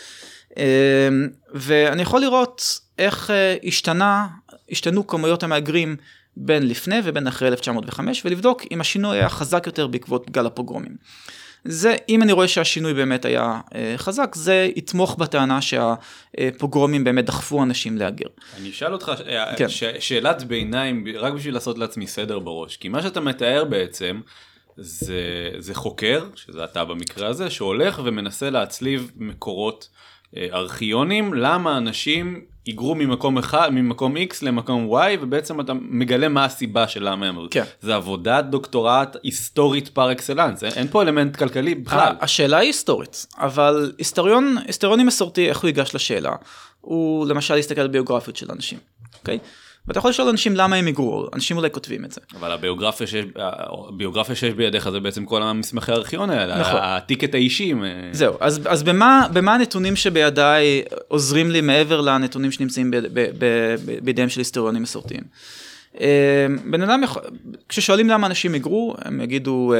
ואני יכול לראות איך השתנה, השתנו כמויות המהגרים בין לפני ובין אחרי אלף תשע מאות וחמש, ולבדוק אם השינוי היה חזק יותר בעקבות גל הפוגרומים. זה, אם אני רואה שהשינוי באמת היה אה, חזק, זה יתמוך בטענה שהפוגרומים באמת דחפו אנשים להגר. אני אשאל אותך כן. ש, שאלת ביניים, רק בשביל לעשות לעצמי סדר בראש, כי מה שאתה מתאר בעצם, זה, זה חוקר, שזה אתה במקרה הזה, שהולך ומנסה להצליב מקורות ארכיונים, למה אנשים היגרו ממקום אחד, ממקום X למקום Y, ובעצם אתה מגלה מה הסיבה של למה הם. כן. זה עבודת דוקטורט היסטורית פר אקסלנס, אין פה אלמנט כלכלי בכלל. השאלה היא היסטורית, אבל היסטוריון, היסטוריוני מסורתי, איך הוא ייגש לשאלה? הוא למשל יסתכל על ביוגרפיות של אנשים, אוקיי? ואתה יכול לשאול אנשים למה הם היגרו, אנשים אולי כותבים את זה. אבל הביוגרפיה שיש, הביוגרפיה שיש בידיך זה בעצם כל המסמכי הארכיון האלה, נכון. הטיקט האישי. זהו, אז, אז במה, במה הנתונים שבידיי עוזרים לי מעבר לנתונים שנמצאים ב, ב, ב, ב, בידיהם של היסטוריונים מסורתיים? בן אדם, כששואלים למה אנשים היגרו, הם יגידו,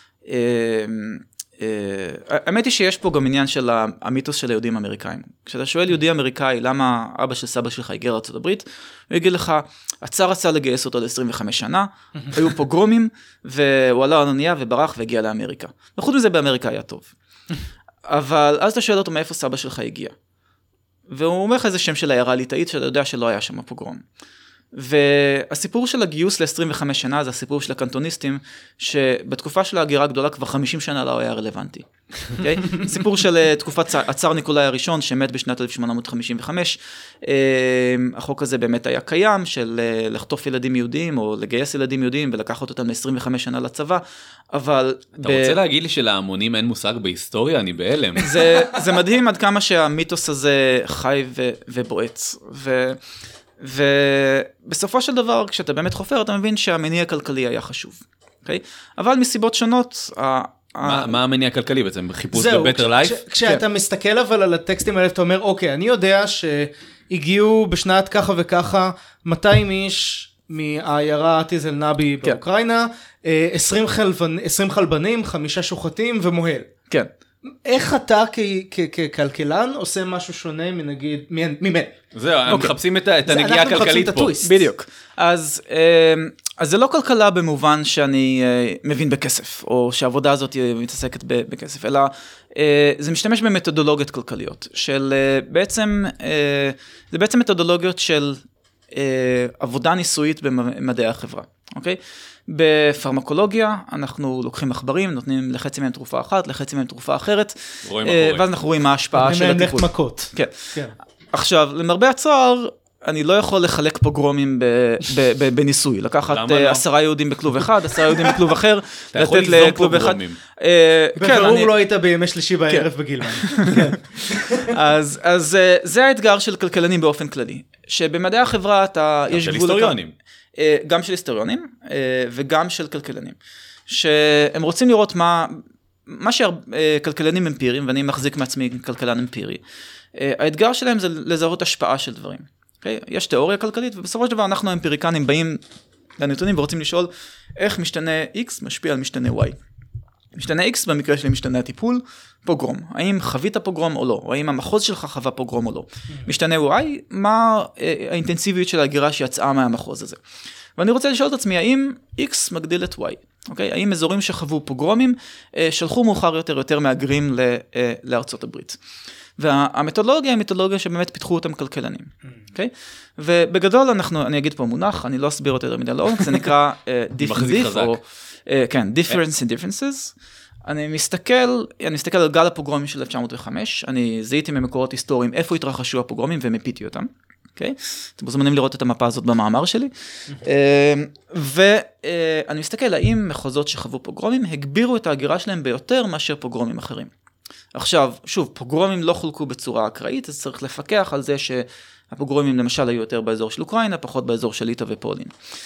האמת היא שיש פה גם עניין של המיתוס של היהודים האמריקאים. כשאתה שואל יהודי אמריקאי למה אבא של סבא שלך היגר לארצות הברית, הוא יגיד לך, הצאר רצה לגייס אותו ל-עשרים וחמש שנה, היו פוגרומים, והוא עלה על אונייה וברח והגיע לאמריקה. וחוץ מזה באמריקה היה טוב. אבל אז אתה שואל אותו מאיפה סבא שלך הגיע. והוא אומר לך איזה שם של העיירה ליטאית, שאתה יודע שלא היה שם פוגרום. והסיפור של הגיוס ל-עשרים וחמש שנה זה הסיפור של הקנטוניסטים, שבתקופה של ההגירה הגדולה כבר חמישים שנה לא היה רלוונטי. סיפור של תקופת הצאר ניקולאי הראשון, שמת בשנת אלף שמונה מאות חמישים וחמש. החוק הזה באמת היה קיים, של לחטוף ילדים יהודים, או לגייס ילדים יהודים, ולקחת אותם ל-עשרים וחמש שנה לצבא, אבל... אתה רוצה להגיד לי שלהמונים אין מושג בהיסטוריה? אני בהלם. זה מדהים עד כמה שהמיתוס הזה חי ובועט. ו... ובסופו של דבר, כשאתה באמת חופר, אתה מבין שהמניע הכלכלי היה חשוב. אוקיי? אבל מסיבות שונות... מה המניע הכלכלי בעצם? חיפוש ב-Better Life? כשאתה מסתכל אבל על הטקסטים האלה, אתה אומר, אוקיי, אני יודע שהגיעו בשנת ככה וככה מאתיים איש מהעיירה טיזל נבי באוקראינה, עשרים חלבנים, חמישה שוחטים ומוהל. כן. איך אתה ככלכלן עושה משהו שונה מנגיד, ממנו? זהו, הם מחפשים את הנגיעה הכלכלית פה. בדיוק. אז זה לא כלכלה במובן שאני מבין בכסף, או שהעבודה הזאת מתעסקת בכסף, אלא זה משתמש במתודולוגיות כלכליות, של בעצם, זה בעצם מתודולוגיות של עבודה ניסויית במדעי החברה, אוקיי? בפרמקולוגיה אנחנו לוקחים מחברים, נותנים לחצי מהם תרופה אחת, לחצי מהם תרופה אחרת, ואז אנחנו רואים מה ההשפעה של הטיפול. מכות. כן. עכשיו, למרבה הצער, אני לא יכול לחלק פוגרומים בניסוי, לקחת עשרה יהודים בכלוב אחד, עשרה יהודים בכלוב אחר, לתת לכלוב אחד. בברור לא היית בימי שלישי בערב בגילמן. אז זה האתגר של כלכלנים באופן כללי, שבמדעי החברה אתה... גם של היסטוריונים. גם של היסטוריונים וגם של כלכלנים, שהם רוצים לראות מה, מה שכלכלנים אמפיריים, ואני מחזיק מעצמי כלכלן אמפירי, האתגר שלהם זה לזהות השפעה של דברים. Okay? יש תיאוריה כלכלית, ובסופו של דבר אנחנו האמפיריקנים באים לנתונים ורוצים לשאול איך משתנה X משפיע על משתנה Y. משתנה X במקרה שלי משתנה הטיפול, פוגרום. האם חווית פוגרום או לא? או האם המחוז שלך חווה פוגרום או לא? משתנה Y, מה האינטנסיביות של ההגירה שיצאה מהמחוז הזה? ואני רוצה לשאול את עצמי, האם X מגדיל את Y? אוקיי? האם אזורים שחוו פוגרומים שלחו מאוחר יותר יותר מהגרים לארצות הברית? והמתודולוגיה היא מתודולוגיה שבאמת פיתחו אותם כלכלנים. אוקיי? ובגדול אנחנו, אני אגיד פה מונח, אני לא אסביר יותר מדי לעומק, זה נקרא difference, או כן, difference in differences. אני מסתכל, אני מסתכל על גל הפוגרומים של אלף תשע מאות וחמש, אני זיהיתי ממקורות היסטוריים איפה התרחשו הפוגרומים ומפיתי אותם. אוקיי? אתם מוזמנים לראות את המפה הזאת במאמר שלי. ואני מסתכל האם מחוזות שחוו פוגרומים הגבירו את ההגירה שלהם ביותר מאשר פוגרומים אחרים. עכשיו, שוב, פוגרומים לא חולקו בצורה אקראית, אז צריך לפקח על זה שהפוגרומים למשל היו יותר באזור של אוקראינה, פחות באזור של ליטא ופולין.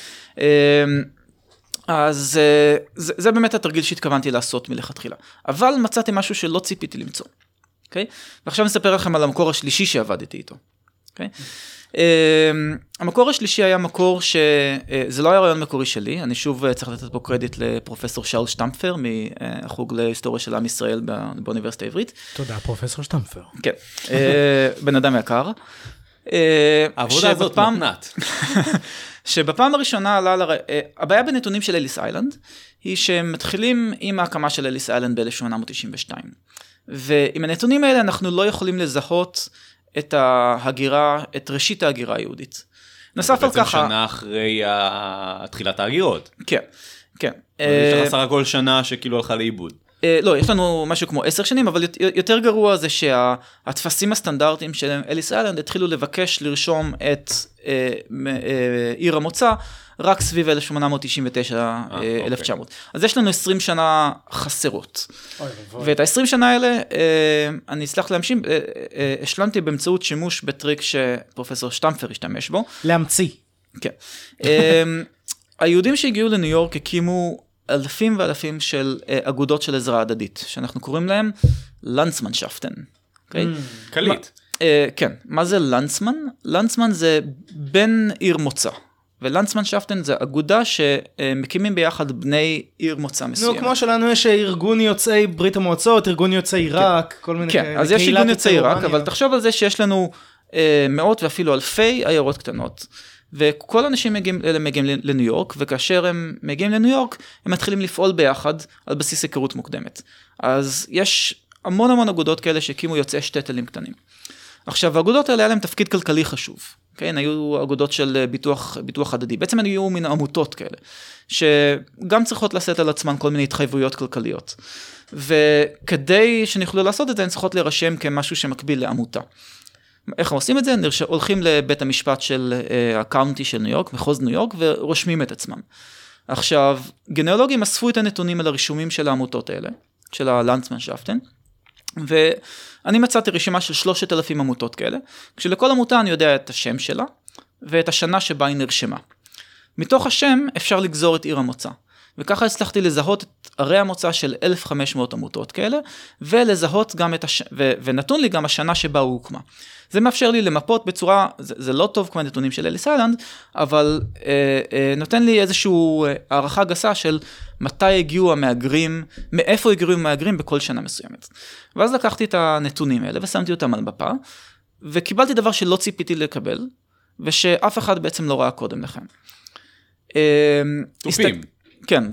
אז זה, זה באמת התרגיל שהתכוונתי לעשות מלכתחילה. אבל מצאתי משהו שלא ציפיתי למצוא. אוקיי? ועכשיו נספר לכם על המקור השלישי שעבדתי איתו. אוקיי? המקור השלישי היה מקור שזה לא היה רעיון מקורי שלי, אני שוב צריך לתת פה קרדיט לפרופסור שאול שטמפפר מהחוג להיסטוריה של עם ישראל באוניברסיטה העברית. תודה פרופסור שטמפפר. כן, בן אדם יקר. העבודה הזאת מתנת. שבפעם הראשונה עלה, הבעיה בנתונים של אליס איילנד היא שהם מתחילים עם ההקמה של אליס איילנד ב-אלף שמונה מאות תשעים ושתיים. ועם הנתונים האלה אנחנו לא יכולים לזהות את ההגירה, את ראשית ההגירה היהודית. נוסף על ככה... בעצם שנה אחרי תחילת ההגירות. כן, כן. יש לך סך הכל שנה שכאילו הלכה לאיבוד. לא, יש לנו משהו כמו עשר שנים, אבל יותר גרוע זה שהתפסים הסטנדרטיים של אליס איילנד התחילו לבקש לרשום את עיר המוצא רק סביב אלף שמונה מאות תשעים ותשע אלף תשע מאות. אז יש לנו עשרים שנה חסרות. ואת ה-עשרים שנה האלה, אני אצלח להמשיך, השלמתי באמצעות שימוש בטריק שפרופסור שטמפר השתמש בו. להמציא. כן. היהודים שהגיעו לניו יורק הקימו אלפים ואלפים של אגודות של עזרה הדדית, שאנחנו קוראים להם לנצמנשפטן. קליט. כן, מה זה לנצמן? לנצמן זה בן עיר מוצא. ולנצמנשפטן זה אגודה שמקימים ביחד בני עיר מוצא מסוים. נו, כמו שלנו יש ארגון יוצאי ברית המועצות, ארגון יוצאי עיראק, כל מיני כאלה. כן, אז יש ארגון יוצאי עיראק, אבל תחשוב על זה שיש לנו מאות ואפילו אלפי עיירות קטנות. וכל האנשים מגיעים, מגיעים לניו יורק, וכאשר הם מגיעים לניו יורק, הם מתחילים לפעול ביחד על בסיס היכרות מוקדמת. אז יש המון המון אגודות כאלה שהקימו יוצאי שטטלים קטנים. עכשיו, האגודות האלה היה להם תפקיד כלכלי חשוב. כן, היו אגודות של ביטוח, ביטוח הדדי. בעצם היו מן עמותות כאלה, שגם צריכות לשאת על עצמן כל מיני התחייבויות כלכליות. וכדי שנוכלו לעשות את זה, הן צריכות להירשם כמשהו שמקביל לעמותה. איך הם עושים את זה? נרש... הולכים לבית המשפט של uh, הקאונטי של ניו יורק, מחוז ניו יורק, ורושמים את עצמם. עכשיו, גנאולוגים אספו את הנתונים על הרישומים של העמותות האלה, של הלנצמנשפטן, ואני מצאתי רשימה של שלושת אלפים עמותות כאלה, כשלכל עמותה אני יודע את השם שלה, ואת השנה שבה היא נרשמה. מתוך השם אפשר לגזור את עיר המוצא. וככה הצלחתי לזהות את ערי המוצא של אלף וחמש מאות עמותות כאלה, ולזהות גם את הש... ו... ונתון לי גם השנה שבה הוא הוקמה. זה מאפשר לי למפות בצורה, זה, זה לא טוב כמו הנתונים של אליס איילנד, אבל אה, אה, נותן לי איזושהי הערכה גסה של מתי הגיעו המאגרים, מאיפה הגיעו המאגרים בכל שנה מסוימת. ואז לקחתי את הנתונים האלה ושמתי אותם על מפה, וקיבלתי דבר שלא ציפיתי לקבל, ושאף אחד בעצם לא ראה קודם לכן. תופים. כן.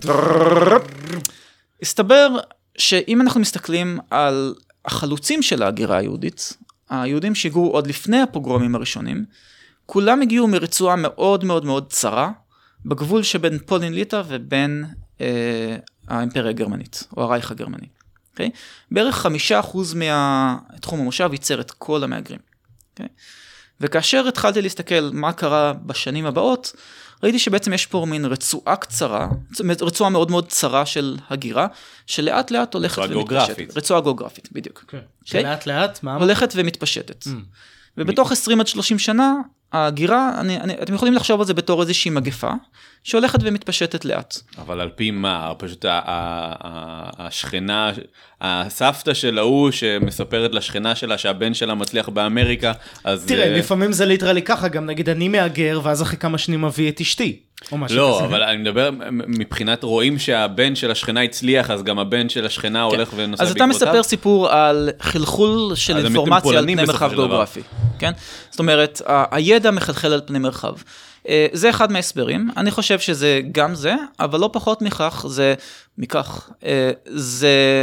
הסתבר שאם אנחנו מסתכלים על החלוצים של ההגירה היהודית, היהודים שהגיעו עוד לפני הפוגרומים הראשונים, כולם הגיעו מרצועה מאוד מאוד מאוד צרה, בגבול שבין פולין ליטא ובין אה, האימפריה הגרמנית, או הרייך הגרמני. Okay? בערך חמישה אחוז מהתחום המושב ייצר את כל המאגרים. Okay? וכאשר התחלתי להסתכל מה קרה בשנים הבאות, ראיתי שבעצם יש פה מין רצועה קצרה, רצועה מאוד מאוד צרה של הגירה, שלאט לאט הולכת ומתפשטת. רצועה גיאוגרפית, בדיוק. Okay. שלאט לאט, מה? הולכת ומתפשטת. Mm. ובתוך עשרים עד שלושים שנה, ההגירה, אני, אני, אתם יכולים לחשוב על זה בתור איזושהי מגפה, שהולכת ומתפשטת לאט. אבל על פי מה? פשוט השכנה, הסבתא של ההוא שמספרת לשכנה שלה שהבן שלה מצליח באמריקה, אז... תראה, לפעמים זה ליטרלי ככה, גם נגיד אני מאגר, ואז אחרי כמה שנים מביא את אשתי. לא, אבל אני מדבר מבחינת רואים שהבן של השכנה הצליח, אז גם הבן של השכנה הולך ונוסע בעקבותיו. אז אתה מספר סיפור על חלחול של אינפורמציה על פני מרחב גיאוגרפי. זאת אומרת, הידע מחלחל על פני מרחב. זה אחד מההסברים. אני חושב שזה גם זה, אבל לא פחות מכך, זה מכך, זה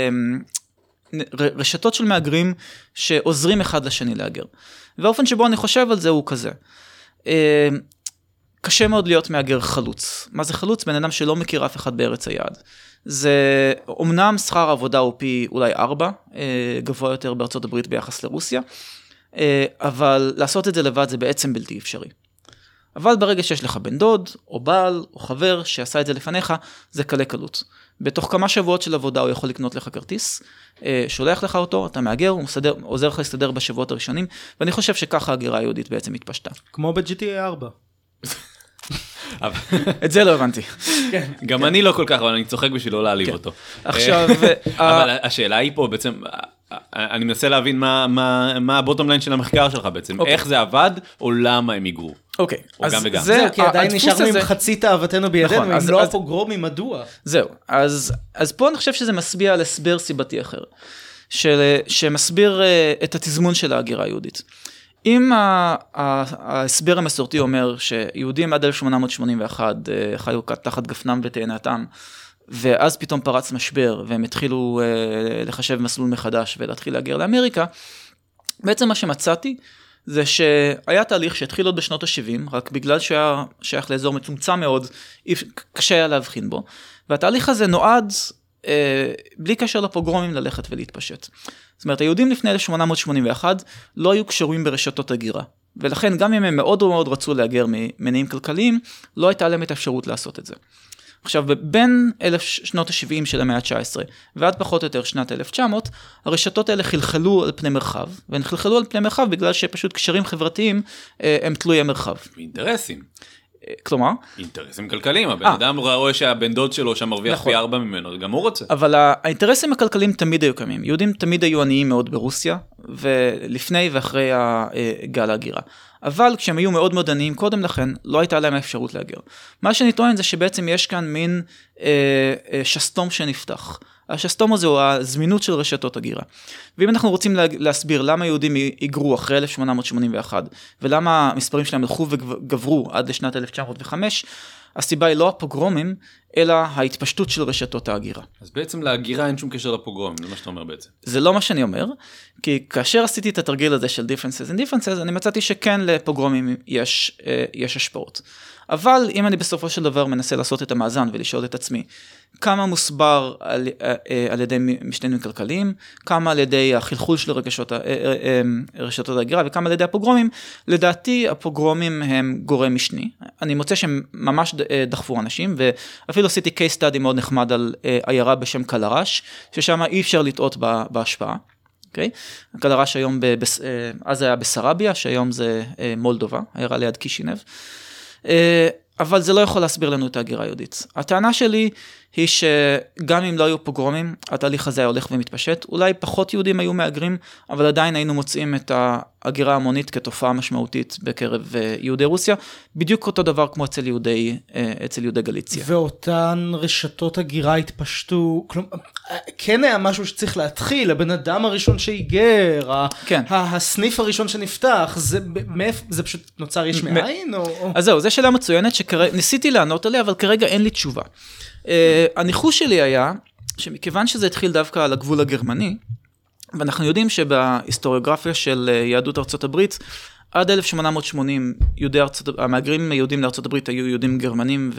רשתות של מאגרים שעוזרים אחד לשני להגר. והאופן שבו אני חושב על זה הוא כזה. קשה מאוד להיות מאגר חלוץ. מה זה חלוץ? בן אדם שלא מכיר אף אחד בארץ היעד. זה, אומנם שכר העבודה הוא פי אולי ארבע, גבוה יותר בארצות הברית ביחס לרוסיה, אבל לעשות את זה לבד זה בעצם בלתי אפשרי. אבל ברגע שיש לך בן דוד, או בעל, או חבר שעשה את זה לפניך, זה קלה קלות. בתוך כמה שבועות של עבודה הוא יכול לקנות לך כרטיס, שולח לך אותו, אתה מאגר, הוא מסדר, עוזר לך להסתדר בשבועות הראשונים, ואני חושב שככה ההגירה היהודית בעצם התפשטה. כמו ב-ג'י טי איי ארבע. את זה לא הבנתי. גם אני לא כל כך, אבל אני צוחק בשביל לא להעליב אותו. עכשיו... אבל השאלה היא פה בעצם, אני מנסה להבין מה הבוטום ליין של המחקר שלך בעצם, איך זה עבד, או למה הם היגרו. אוקיי. או גם וגם. זהו, כי עדיין נשארנו עם חצי תאוותנו בידינו, אם לא הפוגרומים, מדוע? זהו, אז פה אני חושב שזה מסביע על הסבר סיבתי אחר, שמסביר את התזמון של ההגירה היהודית. אם ההסבר המסורתי אומר שיהודים עד אלף שמונה מאות שמונים ואחת חיו תחת גפנם ותאנתם, ואז פתאום פרץ משבר, והם התחילו לחשב מסלול מחדש ולהתחיל להגר לאמריקה, בעצם מה שמצאתי זה שהיה תהליך שהתחיל עוד בשנות ה-שבעים, רק בגלל שהיה שייך לאזור מצומצם מאוד, קשה היה להבחין בו, והתהליך הזה נועד בלי קשר לפוגרומים ללכת ולהתפשט. זאת אומרת, היהודים לפני אלף שמונה מאות שמונים ואחת לא היו קשורים ברשתות הגירה, ולכן גם אם הם מאוד מאוד רצו להגר ממניעים כלכליים, לא הייתה להם את האפשרות לעשות את זה. עכשיו, בין אלף שנות ה-שבעים של המאה ה-תשע עשרה ועד פחות או יותר שנת אלף תשע מאות, הרשתות האלה חלחלו על פני מרחב, והן חלחלו על פני מרחב בגלל שפשוט קשרים חברתיים הם תלויי מרחב. אינטרסים. כלומר? אינטרסים כלכליים, הבן אדם רואה שהבן דוד שלו שם מרוויח פי ארבע ממנו, גם הוא רוצה. אבל האינטרסים הכלכליים תמיד היו קיימים. יהודים תמיד היו עניים מאוד ברוסיה, ולפני ואחרי גל ההגירה. אבל כשהם היו מאוד מאוד עניים קודם לכן, לא הייתה להם האפשרות להגר. מה שאני טוען זה שבעצם יש כאן מין אה, אה, שסתום שנפתח. השסתום הזה הוא הזמינות של רשתות הגירה. ואם אנחנו רוצים להסביר למה יהודים היגרו אחרי אלף שמונה מאות שמונים ואחת, ולמה המספרים שלהם הלכו וגברו עד לשנת אלף תשע מאות וחמש, הסיבה היא לא הפוגרומים, אלא ההתפשטות של רשתות ההגירה. אז בעצם להגירה אין שום קשר לפוגרומים, זה מה שאתה אומר בעצם. זה לא מה שאני אומר, כי כאשר עשיתי את התרגיל הזה של differences and differences, אני מצאתי שכן לפוגרומים יש, יש השפעות. אבל אם אני בסופו של דבר מנסה לעשות את המאזן ולשאול את עצמי, כמה מוסבר על, על ידי משתנים כלכליים, כמה על ידי החלחול של רגשות, רשתות ההגירה, וכמה על ידי הפוגרומים, לדעתי הפוגרומים הם גורם משני. אני מוצא שהם ממש דחפו אנשים, ואפילו עשיתי case study מאוד נחמד על עיירה בשם קלרש, ששם אי אפשר לטעות בהשפעה. אוקיי? קלרש היום, אז היה בסרביה, שהיום זה מולדובה, עיירה ליד קישינב. אבל זה לא יכול להסביר לנו את ההגירה היהודית. הטענה שלי היא שגם אם לא היו פוגרומים, התהליך הזה היה הולך ומתפשט, אולי פחות יהודים היו מאגרים, אבל עדיין היינו מוצאים את ההגירה המונית כתופעה משמעותית בקרב יהודי רוסיה, בדיוק אותו דבר כמו אצל יהודי, אצל יהודי גליציה. ואותן רשתות הגירה התפשטו, כלומר, כן היה משהו שצריך להתחיל, הבן אדם הראשון שהיגר, כן. הסניף הראשון שנפתח, זה, זה פשוט נוצר יש מאין? או... אז זהו, זו שאלה מצוינת שניסיתי לענות עליה, אבל כרגע אין לי תשובה. Uh, הניחוש שלי היה, שמכיוון שזה התחיל דווקא על הגבול הגרמני, ואנחנו יודעים שבהיסטוריוגרפיה של יהדות ארצות הברית, עד אלף שמונה מאות שמונים, יהודי ארצות, המהגרים היהודים לארצות הברית היו יהודים גרמנים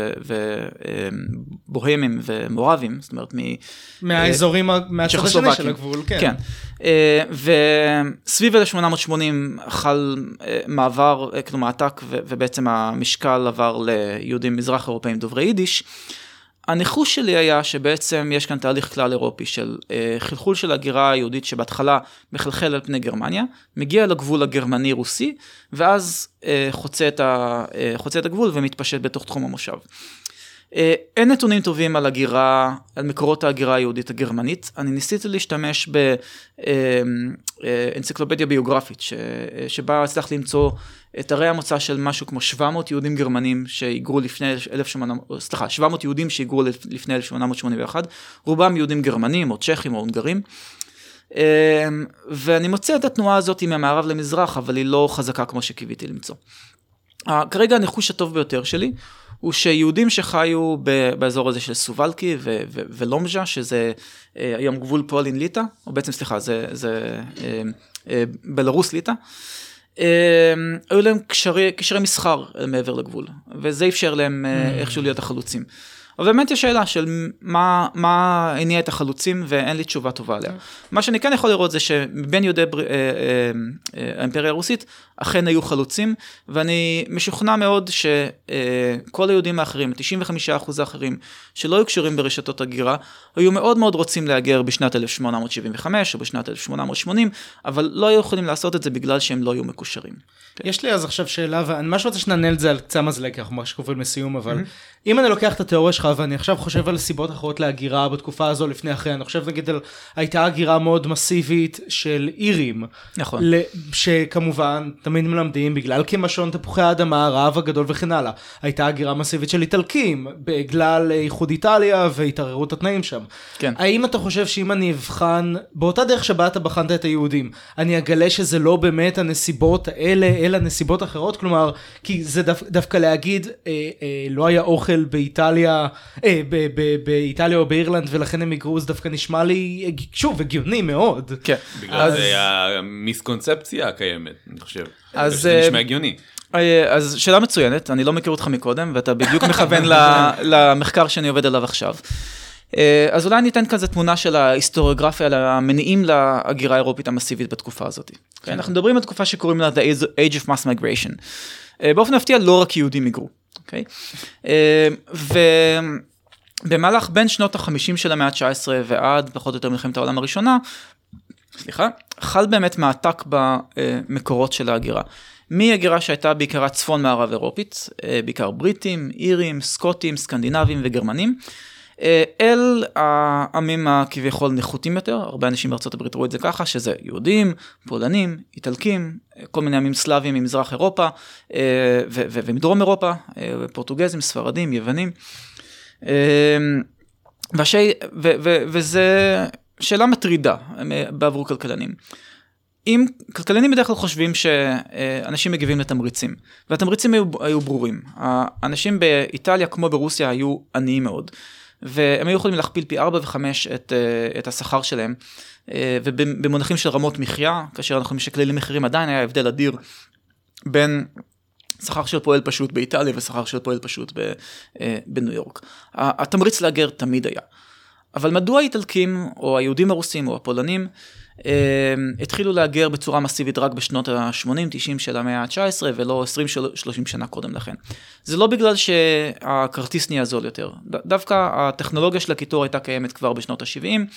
ובוהמים ומורבים, זאת אומרת, מהאזורים, מהצד השני של הגבול, כן. כן. וסביב אלף שמונה מאות שמונים חל מעבר, כלומר, העתק, ובעצם המשקל עבר ליהודים מזרח אירופאים דוברי יידיש. הניחוש שלי היה שבעצם יש כאן תהליך כלל אירופי של אה, חלחול של הגירה היהודית שבהתחלה מחלחל על פני גרמניה, מגיע לגבול הגרמני-רוסי, ואז אה, חוצה, את ה, אה, חוצה את הגבול ומתפשט בתוך תחום המושב. אה, אין נתונים טובים על הגירה, על מקורות ההגירה היהודית הגרמנית. אני ניסיתי להשתמש באנציקלופדיה ביוגרפית, ש, שבה הצלח למצוא את הרי המוצא של משהו כמו שבע מאות יהודים גרמנים שהיגרו לפני אלף שמונה מאות, סליחה, שבע מאות יהודים שהיגרו לפני אלף שמונה מאות שמונים ואחת, רובם יהודים גרמנים או צ'כים או הונגרים, ואני מוצא את התנועה הזאת מהמערב למזרח, אבל היא לא חזקה כמו שקיוויתי למצוא. כרגע הניחוש הטוב ביותר שלי, הוא שיהודים שחיו באזור הזה של סובלקי ו- ו- ולומז'ה, שזה היום גבול פולין ליטא, או בעצם סליחה, זה, זה בלרוס ליטא, היו להם קשרי, קשרי מסחר מעבר לגבול, וזה אפשר להם איכשהו להיות החלוצים. אבל באמת יש שאלה של מה, מה הניע את החלוצים, ואין לי תשובה טובה עליה. מה שאני כן יכול לראות זה שבין יהודי האימפריה הרוסית, אכן היו חלוצים, ואני משוכנע מאוד שכל היהודים האחרים, תשעים וחמישה אחוז האחרים, שלא היו קשורים ברשתות הגירה, היו מאוד מאוד רוצים להגר בשנת אלף שמונה מאות שבעים וחמש, או בשנת אלף שמונה מאות שמונים, אבל לא היו יכולים לעשות את זה בגלל שהם לא היו מקושרים. יש לי אז עכשיו שאלה, ואני ממש רוצה שנענה את זה על קצה מזלג, כי אנחנו ממש קרובים לסיום, אבל אם אני לוקח את התיאוריה שלך, ואני עכשיו חושב על סיבות אחרות להגירה בתקופה הזו לפני אחרי, אני חושב נגיד על, הייתה הגירה מאוד מסיבית של אירים. נכון. שכמובן, תמיד מלמדים, בגלל כמשון תפוחי האדמה, הרעב הגדול וכן הלאה. הייתה הגירה מסיבית של איטלקים, בגלל איחוד איטליה והתערערות התנאים שם. כן. האם אתה חושב שאם אני אבחן, באותה דרך שבה אתה בחנת את היהודים, אני אגלה שזה לא באמת הנסיבות האלה, אלא נסיבות אחרות? כלומר, כי זה דו, דווקא להגיד, אה, אה, לא היה אוכל באיטליה, אה, ב, ב, באיטליה או באירלנד, ולכן הם יגרו, זה דווקא נשמע לי, שוב, הגיוני מאוד. כן. בגלל אז... זה המיסקונספציה הקיימת, אני חושב. אז זה נשמע הגיוני. אז שאלה מצוינת, אני לא מכיר אותך מקודם, ואתה בדיוק מכוון למחקר שאני עובד עליו עכשיו. אז אולי ניתן כזה תמונה של ההיסטוריוגרפיה, על המניעים להגירה האירופית המסיבית בתקופה הזאת. אנחנו מדברים על תקופה שקוראים לה The Age of Mass Migration. באופן מפתיע, לא רק יהודים היגרו. ובמהלך בין שנות ה-חמישים של המאה ה-תשע עשרה ועד פחות או יותר מלחמת העולם הראשונה, סליחה, חל באמת מעתק במקורות של ההגירה. מהגירה שהייתה בעיקרה צפון מערב אירופית, בעיקר בריטים, אירים, סקוטים, סקנדינבים וגרמנים, אל העמים הכביכול נחותים יותר, הרבה אנשים בארצות הברית ראו את זה ככה, שזה יהודים, פולנים, איטלקים, כל מיני עמים סלאבים ממזרח אירופה, ומדרום אירופה, פורטוגזים, ספרדים, יוונים, וזה שאלה מטרידה בעבור כלכלנים. אם כלכלנים בדרך כלל חושבים שאנשים מגיבים לתמריצים, והתמריצים היו, היו ברורים. האנשים באיטליה כמו ברוסיה היו עניים מאוד, והם היו יכולים להכפיל פי ארבע וחמש את, את השכר שלהם, ובמונחים של רמות מחיה, כאשר אנחנו משקללים מחירים, עדיין היה הבדל אדיר בין שכר של פועל פשוט באיטליה ושכר של פועל פשוט בניו יורק. התמריץ להגר תמיד היה. אבל מדוע האיטלקים, או היהודים הרוסים, או הפולנים, התחילו להגר בצורה מסיבית רק בשנות ה-שמונים תשעים של המאה ה-תשע עשרה, ולא עשרים שלושים שנה קודם לכן. זה לא בגלל שהכרטיס נהיה זול יותר. דווקא הטכנולוגיה של הקיטור הייתה קיימת כבר בשנות ה-שבעים,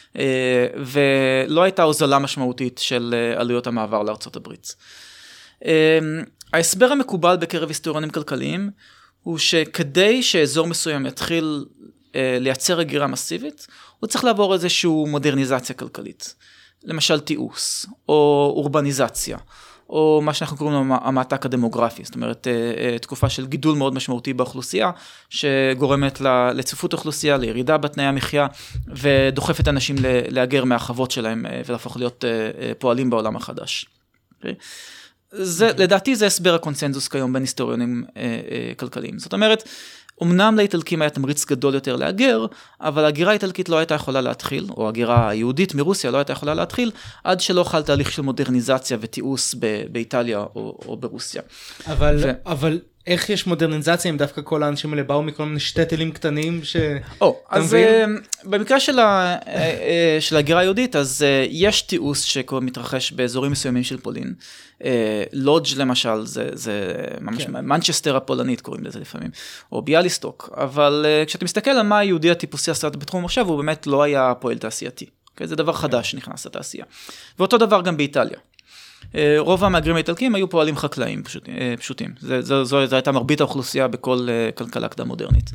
ולא הייתה הוזלה משמעותית של עלויות המעבר לארצות הברית. ההסבר המקובל בקרב היסטוריונים כלכליים, הוא שכדי שאזור מסוים יתחיל לייצר הגירה מסיבית, הוא צריך לעבור איזושהי מודרניזציה כלכלית. למשל תיעוש, או אורבניזציה, או מה שאנחנו קוראים לו המעתק הדמוגרפי, זאת אומרת, תקופה של גידול מאוד משמעותי באוכלוסייה, שגורמת לצפיפות אוכלוסייה, לירידה בתנאי המחיה, ודוחפת אנשים להגר מהחוות שלהם, ולהפוך להיות פועלים בעולם החדש. זה, לדעתי זה הסבר הקונצנזוס כיום בין היסטוריונים כלכליים. זאת אומרת, אמנם לאיטלקים היה תמריץ גדול יותר להגר, אבל הגירה האיטלקית לא הייתה יכולה להתחיל, או הגירה היהודית מרוסיה לא הייתה יכולה להתחיל, עד שלא חל תהליך של מודרניזציה ותיעוש באיטליה או, או ברוסיה. אבל, ו... אבל איך יש מודרניזציה אם דווקא כל האנשים האלה באו מכל מיני שטטלים קטנים ש... או, אז uh, במקרה של, ה, uh, uh, של הגירה היהודית, אז uh, יש תיעוש שמתרחש באזורים מסוימים של פולין. Uh, לודג' למשל, זה, זה ממש כן. מנצ'סטר הפולנית קוראים לזה לפעמים, או ביאליסטוק. אבל uh, כשאתה מסתכל על מה היהודי הטיפוסי עשה בתחום המושב, הוא באמת לא היה פועל תעשייתי. Okay? זה דבר חדש שנכנס לתעשייה. ואותו דבר גם באיטליה. רוב המהגרים האיטלקים היו פועלים חקלאים פשוטים. פשוטים. זה, זו, זו, זו הייתה מרבית האוכלוסייה בכל כלכלה קדם מודרנית.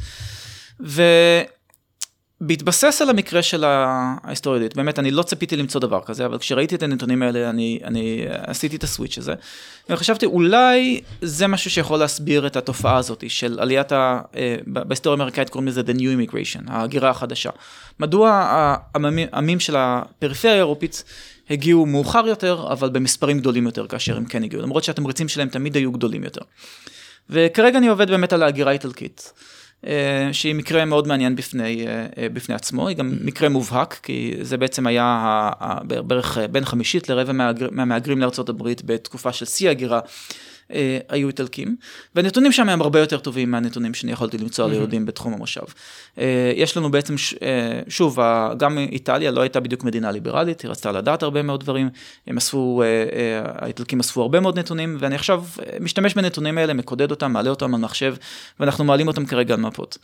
ובהתבסס על המקרה של ההיסטוריודית, באמת אני לא צפיתי למצוא דבר כזה, אבל כשראיתי את הנתונים האלה, אני, אני עשיתי את הסוויץ' הזה, וחשבתי אולי זה משהו שיכול להסביר את התופעה הזאת של עליית, ה, בהיסטוריה האמריקאית קוראים לזה the new immigration, ההגירה החדשה. מדוע העמים של הפריפריה האירופית הגיעו מאוחר יותר, אבל במספרים גדולים יותר כאשר הם כן הגיעו, למרות שהתמריצים שלהם תמיד היו גדולים יותר. וכרגע אני עובד באמת על ההגירה האיטלקית, שהיא מקרה מאוד מעניין בפני, בפני עצמו, היא גם מקרה מובהק, כי זה בעצם היה בערך בין חמישית לרבע מהמהגרים לארצות הברית בתקופה של שיא הגירה, היו איטלקים, והנתונים שם הם הרבה יותר טובים מהנתונים שאני יכולתי למצוא על יהודים בתחום המושב. יש לנו בעצם, שוב, גם איטליה לא הייתה בדיוק מדינה ליברלית, היא רצתה לדעת הרבה מאוד דברים, הם אספו, האיטלקים אספו הרבה מאוד נתונים, ואני עכשיו משתמש בנתונים האלה, מקודד אותם, מעלה אותם על מחשב, ואנחנו מעלים אותם כרגע על מפות.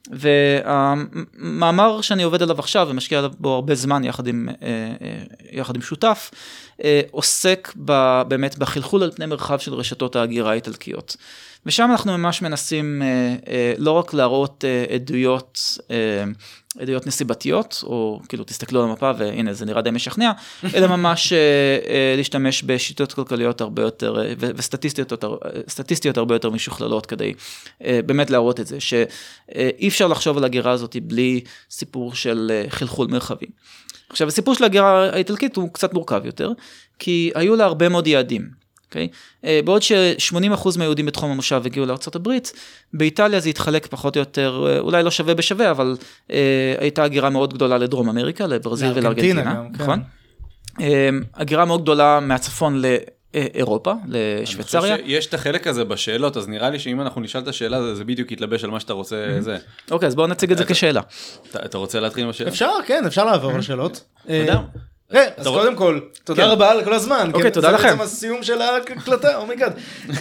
והמאמר שאני עובד עליו עכשיו, ומשקיע בו הרבה זמן יחד עם, יחד עם שותף, עוסק באמת בחלחול על פני מרחב של רשתות ההגירה האיטלקיות. ושם אנחנו ממש מנסים לא רק להראות עדויות, עדויות נסיבתיות, או כאילו תסתכלו על המפה והנה זה נראה די משכנע, אלא ממש להשתמש בשיטות כלכליות הרבה יותר, וסטטיסטיות הרבה יותר משוכללות, כדי באמת להראות את זה, שאי אפשר לחשוב על הגירה הזאת בלי סיפור של חלחול מרחבי. עכשיו, הסיפור של הגירה האיטלקית הוא קצת מורכב יותר, כי היו לה הרבה מאוד יעדים. Okay? בעוד ש-שמונים אחוז מהיהודים בתחום המושב הגיעו לארצות הברית, באיטליה זה התחלק פחות או יותר, אולי לא שווה בשווה, אבל אה, הייתה הגירה מאוד גדולה לדרום אמריקה, לברזיל ולארגנטינה, גם, נכון? כן. אה, הגירה מאוד גדולה מהצפון לאירופה, לשוויצריה. אני חושב שיש את החלק הזה בשאלות, אז נראה לי שאם אנחנו נשאל את השאלה, זה בדיוק יתלבש על מה שאתה רוצה, זה. אוקיי, אז בואו נציג את זה כשאלה. אתה רוצה להתחיל עם השאלה? אפשר, כן, אפשר לעבור לשאלות. תודה. אז קודם כל, תודה רבה על כל הזמן. אוקיי, תודה לכם. זה בעצם הסיום של ההקלטה, אומייגאד.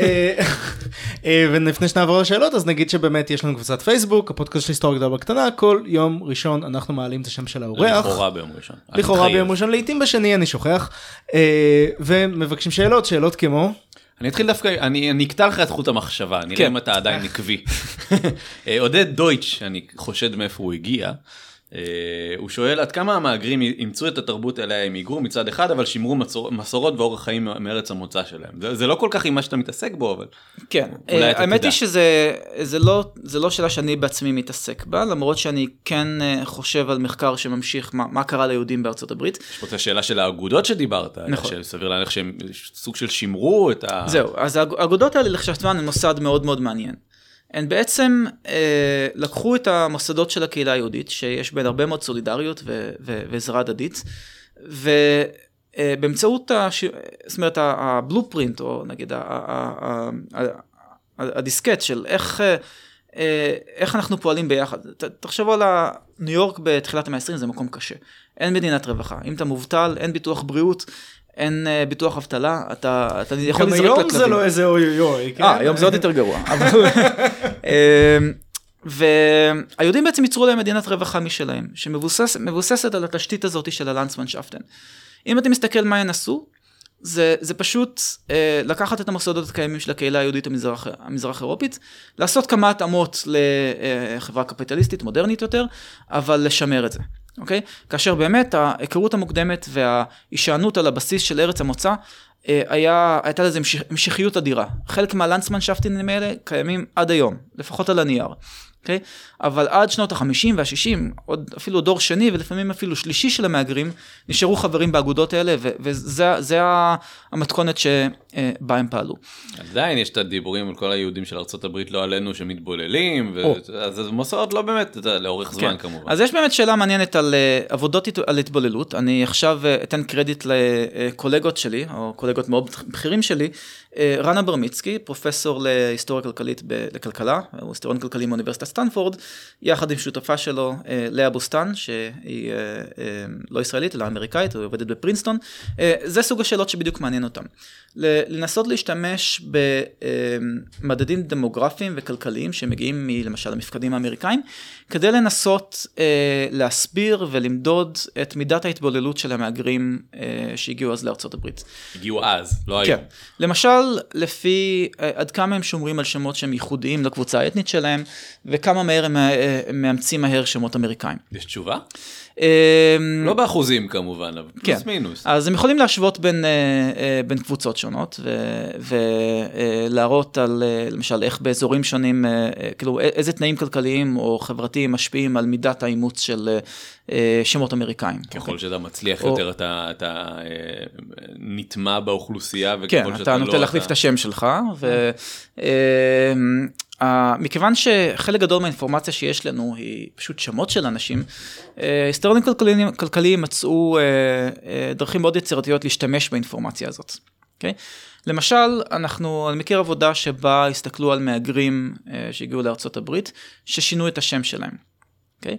ולפני שנעבור לשאלות, אז נגיד שבאמת יש לנו קבוצת פייסבוק, הפודקאסט של היסטוריה גדולה בקטנה, כל יום ראשון אנחנו מעלים את השם של האורח. לכאורה ביום ראשון. לכאורה ביום ראשון, לעתים בשני אני שוכח. ומבקשים שאלות, שאלות כמו... אני אתחיל דווקא, אני אקטע לך את חוט המחשבה, נראה אם אתה עדיין נקבי. עודד דויטש, אני חושד מאיפה הוא הגיע, הוא שואל עד כמה המהגרים אימצו את התרבות אליה הם היגרו מצד אחד, אבל שימרו מסורות ואורח חיים מארץ המוצא שלהם. זה, זה לא כל כך עם מה שאתה מתעסק בו, אבל... כן, האמת היא שזה זה לא, זה לא שאלה שאני בעצמי מתעסק בה, למרות שאני כן חושב על מחקר שממשיך מה, מה קרה ליהודים בארצות הברית. יש פה את השאלה של האגודות שדיברת, נכון. שסביר להניח שהם סוג של שימרו את ה... זהו, אז האגודות האלה לכשעצמן הן מוסד מאוד מאוד מעניין. הן בעצם אה, לקחו את המוסדות של הקהילה היהודית, שיש בין הרבה מאוד סולידריות ו- ו- ועזרה הדדית, ובאמצעות, הש... זאת אומרת, הבלופרינט, או נגיד, ה- ה- ה- ה- הדיסקט של איך, אה, איך אנחנו פועלים ביחד. ת, תחשבו על ניו יורק בתחילת המאה ה-עשרים, זה מקום קשה. אין מדינת רווחה. אם אתה מובטל, אין ביטוח בריאות, אין uh, ביטוח אבטלה, אתה, אתה יכול לזרוק לכלבים. גם היום זה לא איזה אוי אוי אוי, כן? אה, היום זה עוד יותר גרוע. והיהודים בעצם ייצרו להם מדינת רווחה משלהם, שמבוססת על התשתית הזאת של הלנדסמנשאפטן. אם אתם מסתכל מה הן עשו, זה, זה פשוט uh, לקחת את המוסדות הקיימים של הקהילה היהודית המזרח, המזרח אירופית, לעשות כמה התאמות לחברה קפיטליסטית, מודרנית יותר, אבל לשמר את זה. אוקיי? כאשר באמת ההיכרות המוקדמת וההישענות על הבסיס של ארץ המוצא, היה, הייתה לזה המשכיות אדירה. חלק מהלנדסמנשאפטנים האלה קיימים עד היום, לפחות על הנייר. Okay? אבל עד שנות ה-חמישים וה-שישים, עוד אפילו דור שני ולפעמים אפילו שלישי של המהגרים, נשארו חברים באגודות האלה, ו- וזה זה המתכונת שבה הם פעלו. עדיין יש את הדיבורים על כל היהודים של ארצות הברית, לא עלינו שמתבוללים, ו- אז זה מוסעות לא באמת לאורך זמן כן. כמובן. אז יש באמת שאלה מעניינת על עבודות על התבוללות, אני עכשיו אתן קרדיט לקולגות שלי, או קולגות מאוד בכירים שלי, רנה ברמיצקי, פרופסור להיסטוריה כלכלית לכלכלה, הוא היסטוריון כלכלי מאוניברסיטת סטנפורד, יחד עם שותפה שלו, לאה בוסטן, שהיא לא ישראלית, אלא אמריקאית, היא עובדת בפרינסטון. זה סוג השאלות שבדיוק מעניין אותם. לנסות להשתמש במדדים דמוגרפיים וכלכליים, שמגיעים למשל המפקדים האמריקאים, כדי לנסות להסביר ולמדוד את מידת ההתבוללות של המהגרים שהגיעו אז לארצות הברית. הגיעו אז, לא היום. כן. למשל, לפי עד כמה הם שומרים על שמות שהם ייחודיים לקבוצה האתנית שלהם, וכמה מהר הם מאמצים מהר שמות אמריקאים. יש תשובה? לא באחוזים כמובן, אבל פלוס מינוס. אז הם יכולים להשוות בין, בין קבוצות שונות, ולהראות על, למשל, איך באזורים שונים, כאילו, איזה תנאים כלכליים או חברתיים משפיעים על מידת האימוץ של שמות אמריקאים. ככל שאתה מצליח יותר, אתה נטמע באוכלוסייה, כן, אתה נוטה להחליף את השם שלך, ו... מכיוון שחלק גדול מהאינפורמציה שיש לנו היא פשוט שמות של אנשים, היסטוריונים כלכליים, כלכליים מצאו דרכים מאוד יצירתיות להשתמש באינפורמציה הזאת. Okay? למשל, אנחנו, אני מכיר עבודה שבה הסתכלו על מהגרים שהגיעו לארצות הברית, ששינו את השם שלהם. Okay?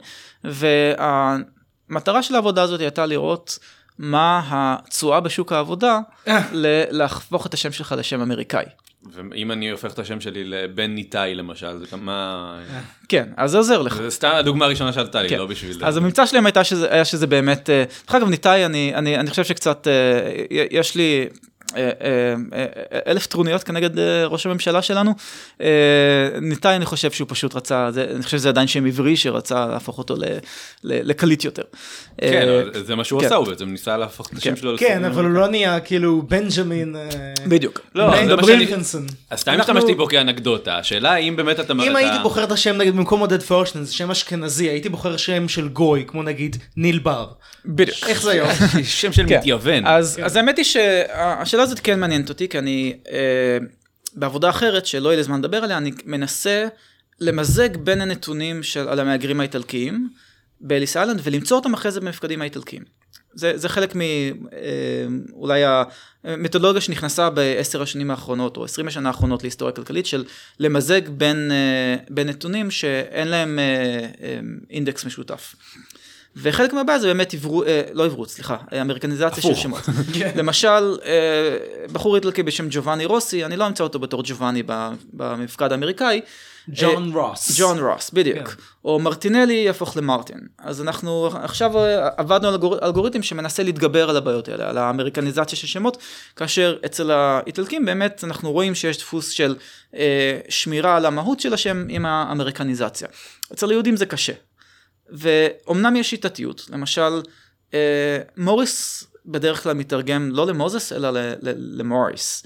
והמטרה של העבודה הזאת הייתה לראות מה התשואה בשוק העבודה להפוך את השם שלך לשם אמריקאי. ואם אני הופך את השם שלי לבן ניטאי למשל, זה כמה... כן, אז זה עוזר לך. זה סתם הדוגמה הראשונה שעלתה לי, לא בשביל... אז הממצא שלהם הייתה היה שזה באמת... דרך אגב, ניטאי, אני חושב שקצת... יש לי... אלף טרוניות כנגד ראש הממשלה שלנו. ניתאי אני חושב שהוא פשוט רצה, אני חושב שזה עדיין שם עברי שרצה להפוך אותו לקליט יותר. כן, זה מה שהוא עשה, הוא בעצם ניסה להפוך את השם שלו. כן, אבל הוא לא נהיה כאילו בנג'מין. בדיוק. אז סתם השתמשתי בו כאנקדוטה, השאלה האם באמת אתה... אם הייתי בוחר את השם נגיד במקום עודד פורשטיין, זה שם אשכנזי, הייתי בוחר שם של גוי, כמו נגיד ניל בר. בדיוק. איך זה היום? שם של מתייוון. אז האמת היא שהשאלה הזאת כן מעניינת אותי, כי אני, אה, בעבודה אחרת, שלא יהיה לזמן לדבר עליה, אני מנסה למזג בין הנתונים של, על המהגרים האיטלקיים, באליס איילנד, ולמצוא אותם אחרי זה במפקדים האיטלקיים. זה, זה חלק מאולי המתודולוגיה שנכנסה בעשר השנים האחרונות, או עשרים השנה האחרונות להיסטוריה כלכלית, של למזג בין, בין נתונים שאין להם אינדקס משותף. וחלק מהבעיה זה באמת עברו, לא עברות, סליחה, אמריקניזציה של שמות. למשל, בחור איטלקי בשם ג'ובאני רוסי, אני לא אמצא אותו בתור ג'ובאני במפקד האמריקאי, ג'ון רוס. ג'ון רוס, בדיוק. או מרטינלי יהפוך למרטין. אז אנחנו עכשיו עבדנו על אלגוריתם שמנסה להתגבר על הבעיות האלה, על האמריקניזציה של שמות, כאשר אצל האיטלקים באמת אנחנו רואים שיש דפוס של שמירה על המהות של השם עם האמריקניזציה. אצל היהודים זה קשה. ואומנם יש שיטתיות, למשל, מוריס בדרך כלל מתרגם לא למוזס, אלא למוריס.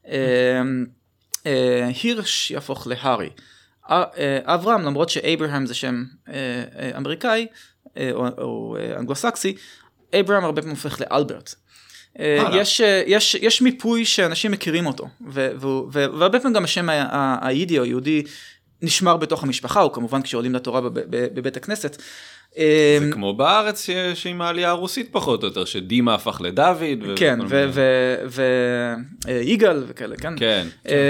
הירש יהפוך להרי. אברהם, למרות שאברהם זה שם אמריקאי, או אנגלוסקסי, אברהם הרבה פעמים הופך לאלברט. יש, יש, יש מיפוי שאנשים מכירים אותו, והרבה פעמים גם השם היידי או יהודי נשמר בתוך המשפחה, או כמובן כשעולים לתורה בבית הכנסת. זה כמו בארץ שעם העלייה הרוסית פחות או יותר, שדימה הפך לדוד. כן, ויגאל וכאלה, כן. כן.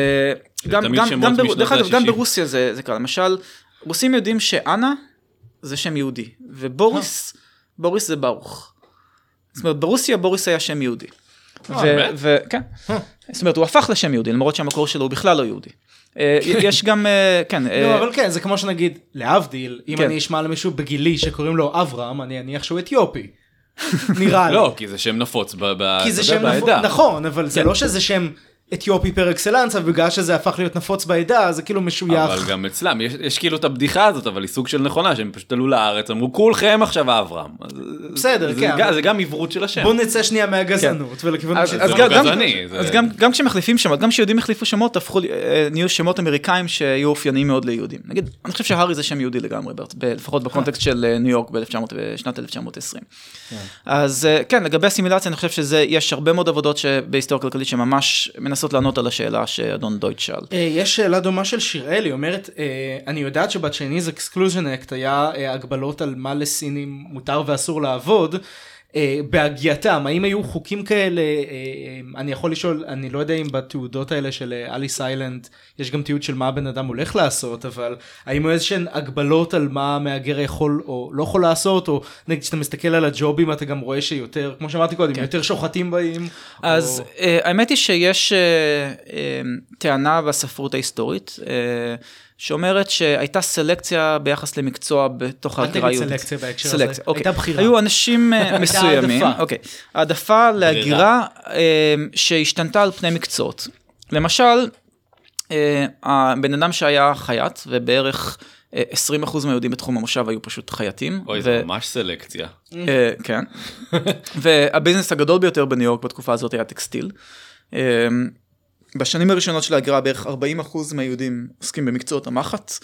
דרך אגב, גם ברוסיה זה קרה. למשל, רוסים יודעים שאנה זה שם יהודי, ובוריס, בוריס זה ברוך. זאת אומרת, ברוסיה בוריס היה שם יהודי. כן. זאת אומרת, הוא הפך לשם יהודי, למרות שהמקור שלו הוא בכלל לא יהודי. יש גם, כן. לא, אבל כן, זה כמו שנגיד, להבדיל, אם אני אשמע למישהו בגילי שקוראים לו אברהם, אני אניח שהוא אתיופי. נראה לי. לא, כי זה שם נפוץ בעדה. נכון, אבל זה לא שזה שם אתיופי פר אקסלנס, אבל בגלל שזה הפך להיות נפוץ בעדה, זה כאילו משוייך. אבל גם אצלם, יש, יש כאילו את הבדיחה הזאת, אבל היא סוג של נכונה, שהם פשוט עלו לארץ, אמרו, כולכם עכשיו אברהם. בסדר, זה, כן. זה, זה גם עברות של השם. בוא נצא שנייה מהגזענות, כן. ולכיוון אז, אז, גם, גזעני, זה... אז גם, גם כשמחליפים שמות, גם כשיהודים החליפו שמות, הפכו, נהיו שמות אמריקאים שיהיו אופייניים מאוד ליהודים. נגיד, אני חושב שהארי זה שם יהודי לגמרי, לפחות בקונטקסט של ניו יורק בשנת אלף תשע מאות עשרים. אז כן, לגבי הסימילציה, אני חושב שזה, יש הרבה מאוד עבודות שבהיסטוריה כלכלית שממש מנסות לענות על השאלה שאדון דויטש שאל. יש שאלה דומה של שיראל, היא אומרת, אני יודעת שבצ'ייניז אקסקלוז'ן אקט היה הגבלות על מה לסינים מותר ואסור לעבוד, בהגייתם, האם היו חוקים כאלה, אני יכול לשאול, אני לא יודע אם בתעודות האלה של אליס איילנד, יש גם תיעוד של מה הבן אדם הולך לעשות, אבל האם היו איזשהן הגבלות על מה המהגר יכול או לא יכול לעשות, או נגיד שאתה מסתכל על הג'ובים, אתה גם רואה שיותר, כמו שאמרתי קודם, יותר שוחטים באים. אז האמת היא שיש טענה בספרות ההיסטורית, שאומרת שהייתה סלקציה ביחס למקצוע בתוך ההגירה היהודית. אל תגיד סלקציה בהקשר הזה, הייתה בחירה. היו אנשים מסוימים, אוקיי, העדפה להגירה שהשתנתה על פני מקצועות. למשל, הבן אדם שהיה חייט, ובערך עשרים אחוז מהיהודים בתחום המושב היו פשוט חייטים. אוי, זה ממש סלקציה. כן. והביזנס הגדול ביותר בניו יורק בתקופה הזאת היה טקסטיל. בשנים הראשונות של ההגירה, בערך ארבעים אחוז מהיהודים עוסקים במקצועות המחט,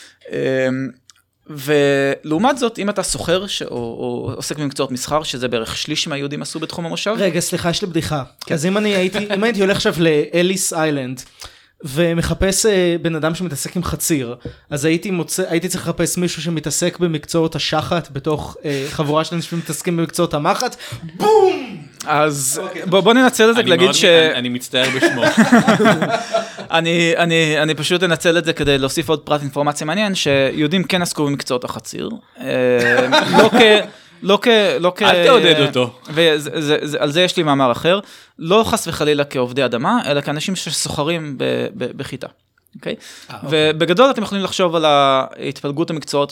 ולעומת זאת, אם אתה סוחר או, או עוסק במקצועות מסחר, שזה בערך שליש מהיהודים עשו בתחום המושב. רגע, סליחה, יש לי בדיחה. כן. אז אם אני הייתי, אם הייתי הולך עכשיו לאליס איילנד, ומחפש בן אדם שמתעסק עם חציר, אז הייתי מוצא, הייתי צריך לחפש מישהו שמתעסק במקצועות השחת, בתוך אה, חבורה של אנשים שמתעסקים במקצועות המחט, בום! אז בוא, בוא ננצל את זה להגיד ש... אני, אני מצטער בשמו. אני, אני, אני פשוט אנצל את זה כדי להוסיף עוד פרט אינפורמציה מעניין, שיהודים כן עסקו במקצועות החציר, לא כ... לא כ... לא כ... אל תעודד אותו. ועל זה יש לי מאמר אחר, לא חס וחלילה כעובדי אדמה, אלא כאנשים שסוחרים בחיטה. אוקיי? ובגדול אתם יכולים לחשוב על ההתפלגות המקצועות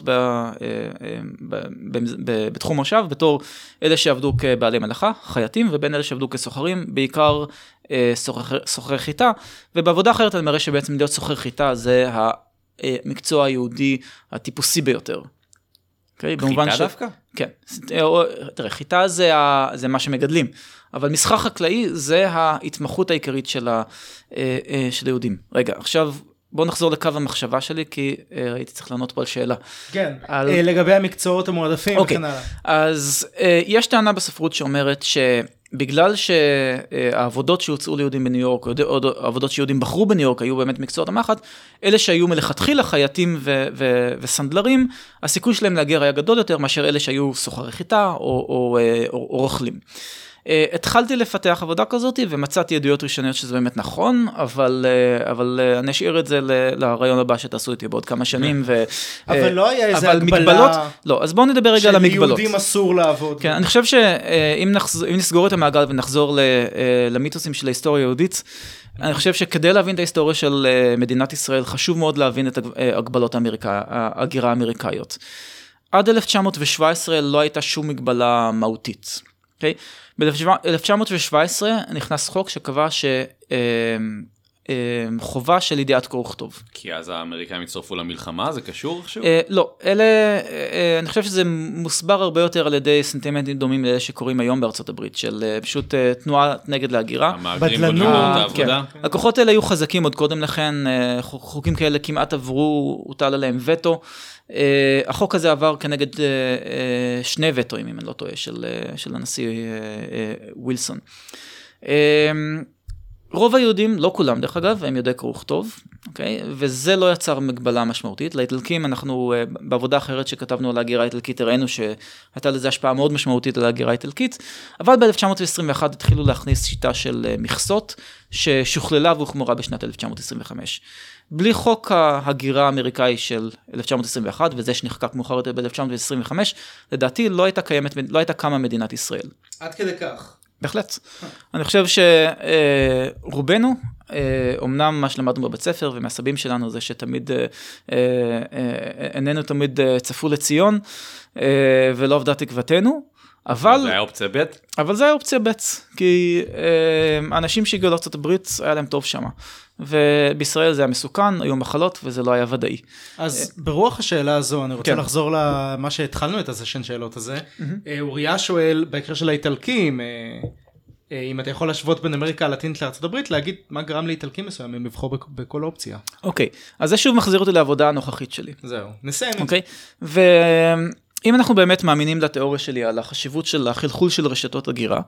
בתחום מושב, בתור אלה שעבדו כבעלי מלאכה, חייטים, ובין אלה שעבדו כסוחרים, בעיקר סוחרי חיטה, ובעבודה אחרת אני מראה שבעצם להיות סוחר חיטה זה המקצוע היהודי הטיפוסי ביותר. חיטה דווקא? כן. תראה, חיטה זה מה שמגדלים, אבל מסחר חקלאי זה ההתמחות העיקרית של היהודים. רגע, עכשיו בואו נחזור לקו המחשבה שלי, כי הייתי צריך לענות פה על שאלה. כן, לגבי המקצועות המועדפים וכן הלאה. אז יש טענה בספרות שאומרת בגלל שהעבודות שהוצאו ליהודים בניו יורק, או העבודות שיהודים בחרו בניו יורק, היו באמת מקצועות המחט, אלה שהיו מלכתחילה חייטים ו- ו- וסנדלרים, הסיכוי שלהם להגיע היה גדול יותר, מאשר אלה שהיו סוחרי חיטה או, או, או, או רוכלים. התחלתי לפתח עבודה כזאת, ומצאתי עדויות ראשוניות שזה באמת נכון, אבל, אבל אני אשאיר את זה לרעיון הבא שתעשו איתי בעוד כמה שנים. ו... אבל לא היה איזה הגבלה... מגבלות, לא, אז בואו נדבר רגע על המגבלות. שליהודים אסור לעבוד. כן, אני חושב שאם נחזור, אם נסגור את המעגל ונחזור למיתוסים של ההיסטוריה היהודית, אני חושב שכדי להבין את ההיסטוריה של מדינת ישראל, חשוב מאוד להבין את הגבלות ההגירה האמריקאיות. עד אלף תשע מאות שבע עשרה לא הייתה שום מגבלה מהותית. אוקיי? ב-אלף תשע מאות שבע עשרה נכנס חוק שקבע שחובה של ידיעת קרוא וכתוב. כי אז האמריקאים הצטרפו למלחמה, זה קשור עכשיו? לא, אלה, אני חושב שזה מוסבר הרבה יותר על ידי סנטימנטים דומים לאלה שקוראים היום בארצות הברית, של פשוט תנועה נגד להגירה. המהגרים בודקים את העבודה. הכוחות האלה היו חזקים עוד קודם לכן, חוקים כאלה כמעט עברו, הוטל עליהם וטו. Uh, החוק הזה עבר כנגד uh, uh, שני וטואים, אם אני לא טועה, של, uh, של הנשיא uh, uh, ווילסון. Uh, רוב היהודים, לא כולם דרך אגב, הם יודעי קרוא וכתוב, okay? וזה לא יצר מגבלה משמעותית. לאיטלקים, אנחנו uh, בעבודה אחרת שכתבנו על ההגירה האיטלקית, הראינו שהייתה לזה השפעה מאוד משמעותית על ההגירה האיטלקית, אבל ב-אלף תשע מאות עשרים ואחת התחילו להכניס שיטה של uh, מכסות, ששוכללה והוחמרה בשנת אלף תשע מאות עשרים וחמש. בלי חוק ההגירה האמריקאי של אלף תשע מאות עשרים ואחת, וזה שנחקק מאוחר יותר ב-אלף תשע מאות עשרים וחמש, לדעתי לא הייתה קיימת, לא הייתה קמה מדינת ישראל. עד כדי כך. בהחלט. אני חושב שרובנו, אומנם מה שלמדנו בבית ספר, ומהסבים שלנו זה שתמיד, איננו תמיד צפו לציון, ולא עבדה תקוותנו, אבל... זה היה אופציה ב'? אבל זה היה אופציה ב', כי אנשים שהגיעו לארצות הברית, היה להם טוב שם. ובישראל זה היה מסוכן, היו מחלות, וזה לא היה ודאי. אז ברוח השאלה הזו, אני רוצה לחזור למה שהתחלנו את הסשן שאלות הזה. אוריה שואל, בהקשר של האיטלקים, אם אתה יכול להשוות בין אמריקה הלטינית לארצות הברית, להגיד מה גרם לאיטלקים מסוים, הם יבחרו בכל אופציה. אוקיי, אז זה שוב מחזיר אותי לעבודה הנוכחית שלי. זהו, נסיים. אוקיי, ו... אם אנחנו באמת מאמינים לתיאוריה שלי על החשיבות של החלחול של רשתות הגירה,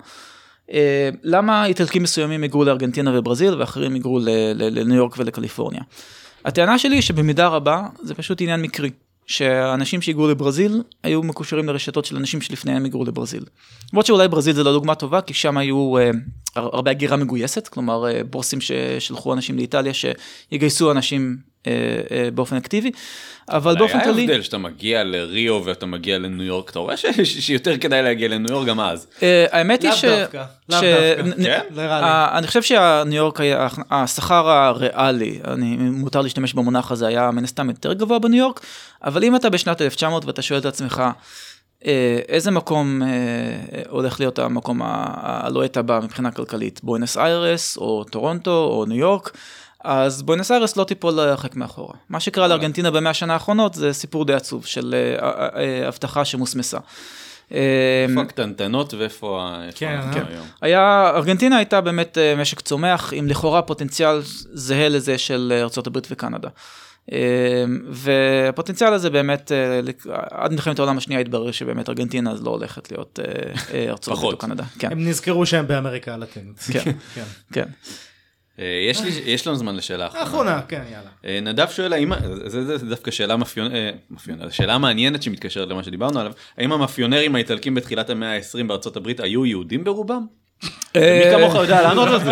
למה איטלקים מסוימים יגרו לארגנטינה וברזיל, ואחרים יגרו לניו יורק ולקליפורניה? הטענה שלי היא שבמידה רבה זה פשוט עניין מקרי, שהאנשים שיגרו לברזיל היו מקושרים לרשתות של אנשים שלפניהם יגרו לברזיל. למרות שאולי ברזיל זה לא דוגמה טובה, כי שם היו הרבה הגירה מגויסת, כלומר בוסים ששלחו אנשים לאיטליה שיגייסו אנשים באופן אקטיבי, אבל באופן כללי... היה הבדל שאתה מגיע לריו ואתה מגיע לניו יורק, אתה רואה שיותר כדאי להגיע לניו יורק גם אז. האמת היא ש... לאו דווקא, לאו דווקא. אני חושב שהניו יורק, השכר הריאלי, מותר להשתמש במונח הזה, היה מן הסתם יותר גבוה בניו יורק, אבל אם אתה בשנת אלף תשע מאות ואתה שואל את עצמך, איזה מקום הולך להיות המקום הלוהט הבא מבחינה כלכלית, בואנוס איירס או טורונטו או ניו יורק, אז בואנוס איירס לא תיפול הרחק מאחורה. מה שקרה לארגנטינה במאה השנה האחרונות זה סיפור די עצוב של הבטחה שמוסמסה. איפה הקטנטנות ואיפה היום? היה, ארגנטינה הייתה באמת משק צומח עם לכאורה פוטנציאל זהה לזה של ארצות הברית וקנדה. והפוטנציאל הזה באמת, עד מלחמת העולם השנייה התברר שבאמת ארגנטינה אז לא הולכת להיות ארצות הברית או קנדה. הם נזכרו שהם באמריקה הלטינית. כן, כן. יש לי, יש לנו זמן לשאלה אחרונה. אחרונה, כן, יאללה. נדב שואל, האם, זה דווקא שאלה מאפיונרית, שאלה מעניינת שמתקשרת למה שדיברנו עליו, האם המאפיונרים האיטלקים בתחילת המאה ה-עשרים בארצות הברית היו יהודים ברובם? מי כמוך יודע לענות על זה?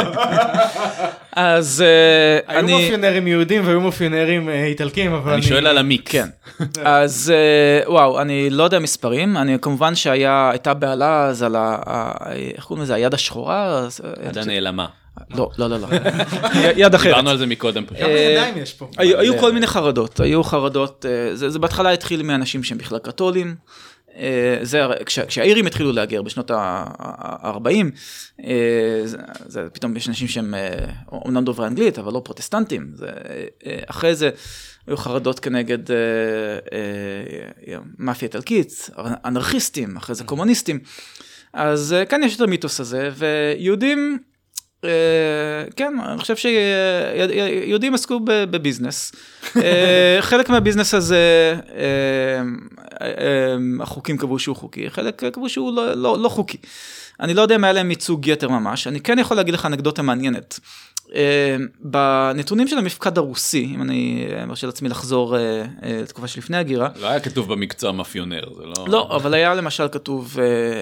אז היו מאפיונרים יהודים והיו מאפיונרים איטלקים, אבל אני שואל על המיקס. כן. אז וואו, אני לא יודע מספרים, אני כמובן שהייתה בעלה אז על ה... איך קוראים לזה? היד השחורה? יד הנעלמה. לא, לא, לא, לא. יד אחרת. דיברנו על זה מקודם. כמה ידיים יש פה? היו כל מיני חרדות, היו חרדות, זה בהתחלה התחיל מאנשים שהם בכלל קתולים, כשהאירים התחילו להגר בשנות ה-ארבעים, זה פתאום יש אנשים שהם אומנם דוברי אנגלית, אבל לא פרוטסטנטים, אחרי זה היו חרדות כנגד מאפיה איטלקית, אנרכיסטים, אחרי זה קומוניסטים, אז כאן יש את המיתוס הזה, ויהודים, כן, אני חושב שיהודים עסקו בביזנס. חלק מהביזנס הזה, החוקים קבעו שהוא חוקי, חלק קבעו שהוא לא חוקי. אני לא יודע מה להם ייצוג יתר ממש, אני כן יכול להגיד לך אנקדוטה מעניינת. בנתונים של המפקד הרוסי, אם אני מרשה לעצמי לחזור לתקופה שלפני הגירה. לא היה כתוב במקצוע מאפיונר, זה לא... לא, אבל היה למשל כתוב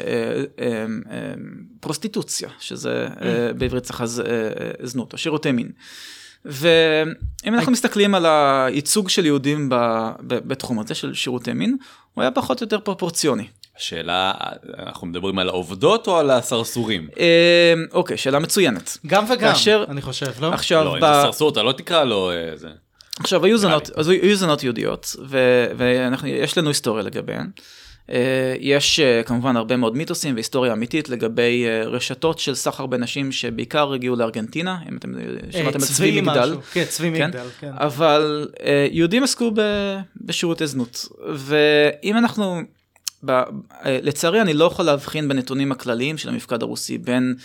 פרוסטיטוציה, שזה בעברית צריך זנות, או שירותי מין. ואם אנחנו מסתכלים על הייצוג של יהודים בתחום הזה של שירותי מין, הוא היה פחות או יותר פרופורציוני. השאלה, אנחנו מדברים על העובדות או על הסרסורים? אוקיי, שאלה מצוינת. גם וגם, אני חושב, לא? עכשיו, לא, אם זה סרסור, אתה לא תקרא לו איזה... עכשיו, היו זונות יהודיות, ויש לנו היסטוריה לגביהן. יש כמובן הרבה מאוד מיתוסים והיסטוריה אמיתית לגבי רשתות של סחר בנשים שבעיקר הגיעו לארגנטינה, אם אתם שמעתם על צבי מגדל. כן, צבי מגדל, כן. אבל יהודים עסקו בשירותי זנות, ואם אנחנו... לצערי אני לא יכול להבחין בנתונים הכלליים של המפקד הרוסי בין,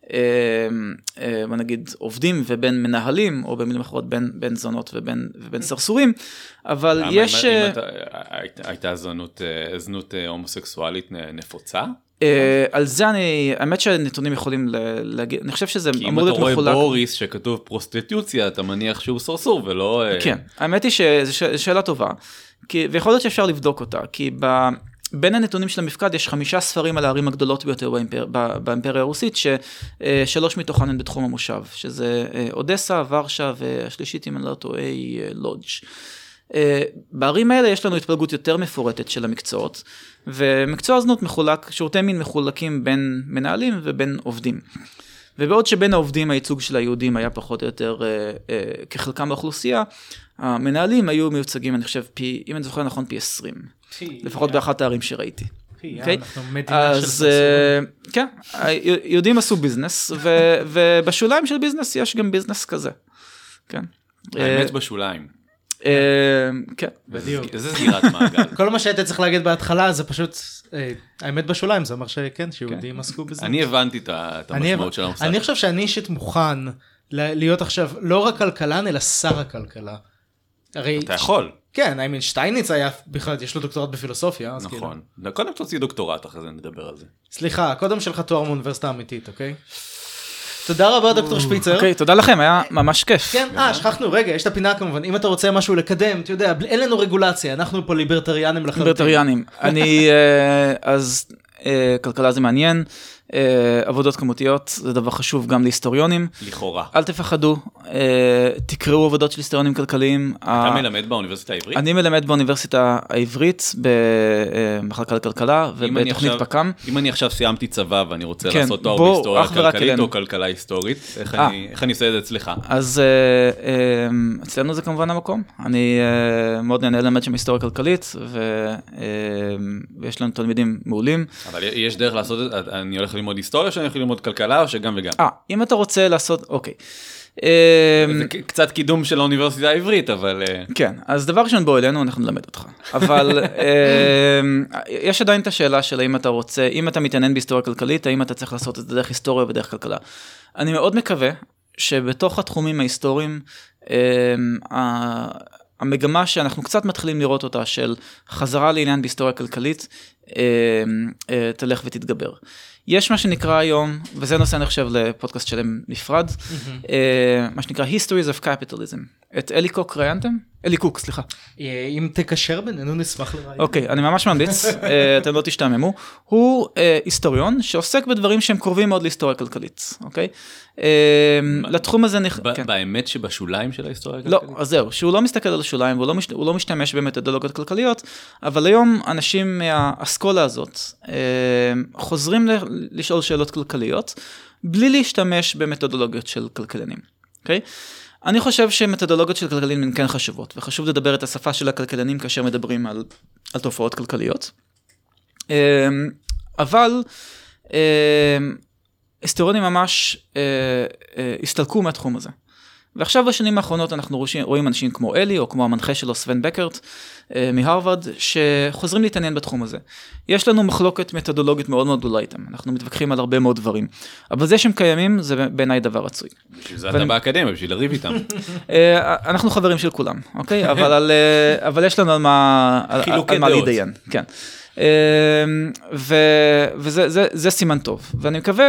מה נגיד, עובדים ובין מנהלים, או במילים אחרות בין זונות ובין סרסורים, אבל יש... הייתה זנות הומוסקסואלית נפוצה? על זה אני, האמת שהנתונים יכולים להגיד, אני חושב שזה אמור להיות מחולק. כי אם אתה רואה בוריס שכתוב פרוסטיטוציה, אתה מניח שהוא סרסור ולא... כן, האמת היא שזו שאלה טובה, ויכול להיות שאפשר לבדוק אותה, כי ב... בין הנתונים של המפקד יש חמישה ספרים על הערים הגדולות ביותר באימפר, באימפריה הרוסית, ששלוש מתוכן הן בתחום המושב, שזה אודסה, ורשה, והשלישית, אם אני לא טועה, לודג'. בערים האלה יש לנו התפלגות יותר מפורטת של המקצועות, ומקצוע הזנות מחולק, שירותי מין מחולקים בין מנהלים ובין עובדים. ובעוד שבין העובדים הייצוג של היהודים היה פחות או יותר כחלקם באוכלוסייה, המנהלים היו מיוצגים, אני חושב, פי, אם אני זוכר נכון, פי עשרים. לפחות באחת הערים שראיתי. אנחנו מדינה של סרסורים. כן, יהודים עשו ביזנס, ובשוליים של ביזנס יש גם ביזנס כזה. כן. האמת בשוליים. כן. בדיוק. איזה סגירת מעגל. כל מה שהיית צריך להגיד בהתחלה זה פשוט, האמת בשוליים, זה אומר שכן, שיהודים עסקו בזה. אני הבנתי את המשמעות של המושג. אני חושב שאני אישית מוכן להיות עכשיו לא רק כלכלן, אלא שר הכלכלה. אתה יכול. כן, I mean, שטייניץ היה, בכלל, יש לו דוקטורט בפילוסופיה. נכון. קודם תוציא דוקטורט, אחרי זה נדבר על זה. סליחה, קודם שלך תואר מאוניברסיטה אמיתית, אוקיי? תודה רבה, דוקטור שפיצר. אוקיי, תודה לכם, היה ממש כיף. כן, אה, שכחנו, רגע, יש את הפינה כמובן, אם אתה רוצה משהו לקדם, אתה יודע, אין לנו רגולציה, אנחנו פה ליברטריאנים לחלוטין. ליברטריאנים. אני, אז, כלכלה זה מעניין. עבודות כמותיות זה דבר חשוב גם להיסטוריונים. לכאורה. אל תפחדו, תקראו עבודות של היסטוריונים כלכליים. אתה מלמד באוניברסיטה העברית? אני מלמד באוניברסיטה העברית, במחלקה לכלכלה ובתוכנית פק"ם. אם אני עכשיו סיימתי צבא ואני רוצה לעשות תואר בהיסטוריה כלכלית או כלכלה היסטורית, איך אני עושה את זה אצלך? אז אצלנו זה כמובן המקום. אני מאוד נהנה ללמד שם היסטוריה כלכלית, ויש לנו תלמידים מעולים. אבל יש דרך לעשות את זה, אני הולך ללמוד היסטוריה, שאני הולך ללמוד כלכלה, או שגם וגם? אה, אם אתה רוצה לעשות, אוקיי. זה קצת קידום של האוניברסיטה העברית, אבל... כן, אז דבר ראשון בוא אלינו, אנחנו נלמד אותך. אבל יש עדיין את השאלה של האם אתה רוצה, אם אתה מתעניין בהיסטוריה כלכלית, האם אתה צריך לעשות את זה דרך היסטוריה ודרך כלכלה. אני מאוד מקווה שבתוך התחומים ההיסטוריים, המגמה שאנחנו קצת מתחילים לראות אותה של חזרה לעניין בהיסטוריה כלכלית, תלך ותתגבר. יש מה שנקרא היום, וזה נושא אני חושב לפודקאסט שלם נפרד, מה שנקרא Histories of Capitalism. את אלי קוק ראיינתם? אלי קוק, סליחה. אם תקשר בינינו נשמח לראיין. אוקיי, אני ממש ממליץ, אתם לא תשתעממו. הוא היסטוריון שעוסק בדברים שהם קרובים מאוד להיסטוריה כלכלית, אוקיי? לתחום הזה... באמת שבשוליים של ההיסטוריה הכלכלית? לא, אז זהו, שהוא לא מסתכל על השוליים, והוא לא משתמש במתודולוגיות כלכליות, אבל היום אנשים מהאסכולה הזאת חוזרים לשאול שאלות כלכליות, בלי להשתמש במתודולוגיות של כלכלנים, אוקיי? אני חושב שמתודולוגיות של כלכלנים הן כן חשובות, וחשוב לדבר את השפה של הכלכלנים כאשר מדברים על, על תופעות כלכליות. אבל היסטוריונים ממש הסתלקו מהתחום הזה. ועכשיו בשנים האחרונות אנחנו רואים אנשים כמו אלי, או כמו המנחה שלו סוון בקרט, מהרווארד, שחוזרים להתעניין בתחום הזה. יש לנו מחלוקת מתודולוגית מאוד מאוד גדולה איתם, אנחנו מתווכחים על הרבה מאוד דברים, אבל זה שהם קיימים, זה בעיניי דבר רצוי. בשביל זה אתה באקדמיה, בשביל לריב איתם. אנחנו חברים של כולם, אוקיי? אבל יש לנו על מה להתדיין, כן. וזה סימן טוב, ואני מקווה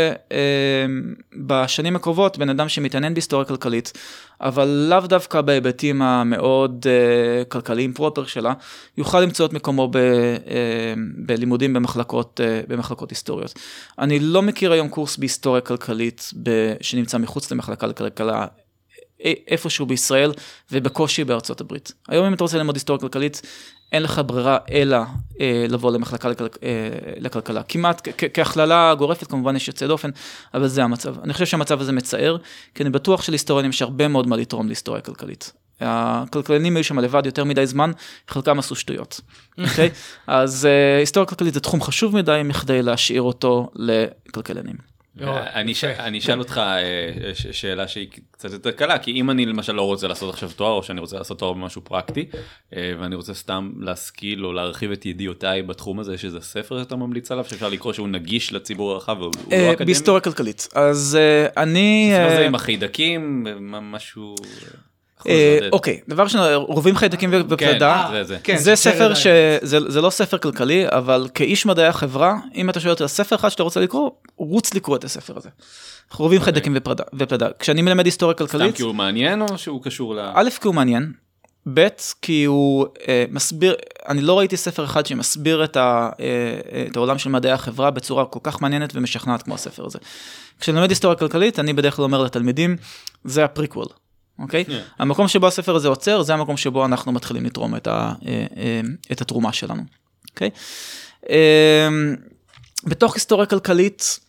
שבשנים הקרובות בן אדם שמתעניין בהיסטוריה כלכלית, אבל לאו דווקא בהיבטים המאוד כלכליים פרופר שלה, יוכל למצוא את מקומו בלימודים במחלקות, במחלקות היסטוריות. אני לא מכיר היום קורס בהיסטוריה כלכלית שנמצא מחוץ למחלקה לכלכלה, איפשהו בישראל ובקושי בארצות הברית. היום אם אתה רוצה ללמוד היסטוריה כלכלית, אין לך ברירה אלא אה, לבוא למחלקה לכל, אה, לכלכלה. כמעט כ- כהכללה גורפת, כמובן יש יוצא דופן, אבל זה המצב. אני חושב שהמצב הזה מצער, כי אני בטוח שלהיסטוריונים יש הרבה מאוד מה לתרום להיסטוריה כלכלית. הכלכלנים היו שם לבד יותר מדי זמן, חלקם עשו שטויות. אוקיי? אז אה, היסטוריה כלכלית זה תחום חשוב מדי, מכדי להשאיר אותו לכלכלנים. אני אשאל אותך שאלה שהיא קצת יותר קלה, כי אם אני למשל לא רוצה לעשות עכשיו תואר, או שאני רוצה לעשות תואר במשהו פרקטי, ואני רוצה סתם להשכיל או להרחיב את ידיעותיי בתחום הזה, שזה ספר שאתה ממליץ עליו, שאפשר לקרוא שהוא נגיש לציבור הרחב, והוא לא אקדמי? בהיסטוריה כלכלית. אז אני... הספר הזה עם החיידקים, משהו... אוקיי, דבר ראשון, רובים חיידקים ופלדה, זה ספר שזה לא ספר כלכלי, אבל כאיש מדעי החברה, אם אתה שואל אותי על ספר אחד שאתה רוצה לקרוא, רוץ לקרוא את הספר הזה. רובים חיידקים ופלדה. כשאני מלמד היסטוריה כלכלית... סתם כי הוא מעניין או שהוא קשור ל... א', כי הוא מעניין, ב', כי הוא מסביר, אני לא ראיתי ספר אחד שמסביר את העולם של מדעי החברה בצורה כל כך מעניינת ומשכנעת כמו הספר הזה. כשאני מלמד היסטוריה כלכלית, אני בדרך כלל אומר לתלמידים, זה הפריקוול. אוקיי? Okay? Yeah. המקום שבו הספר הזה עוצר, זה המקום שבו אנחנו מתחילים לתרום את, ה, את התרומה שלנו. אוקיי? Okay? בתוך היסטוריה כלכלית,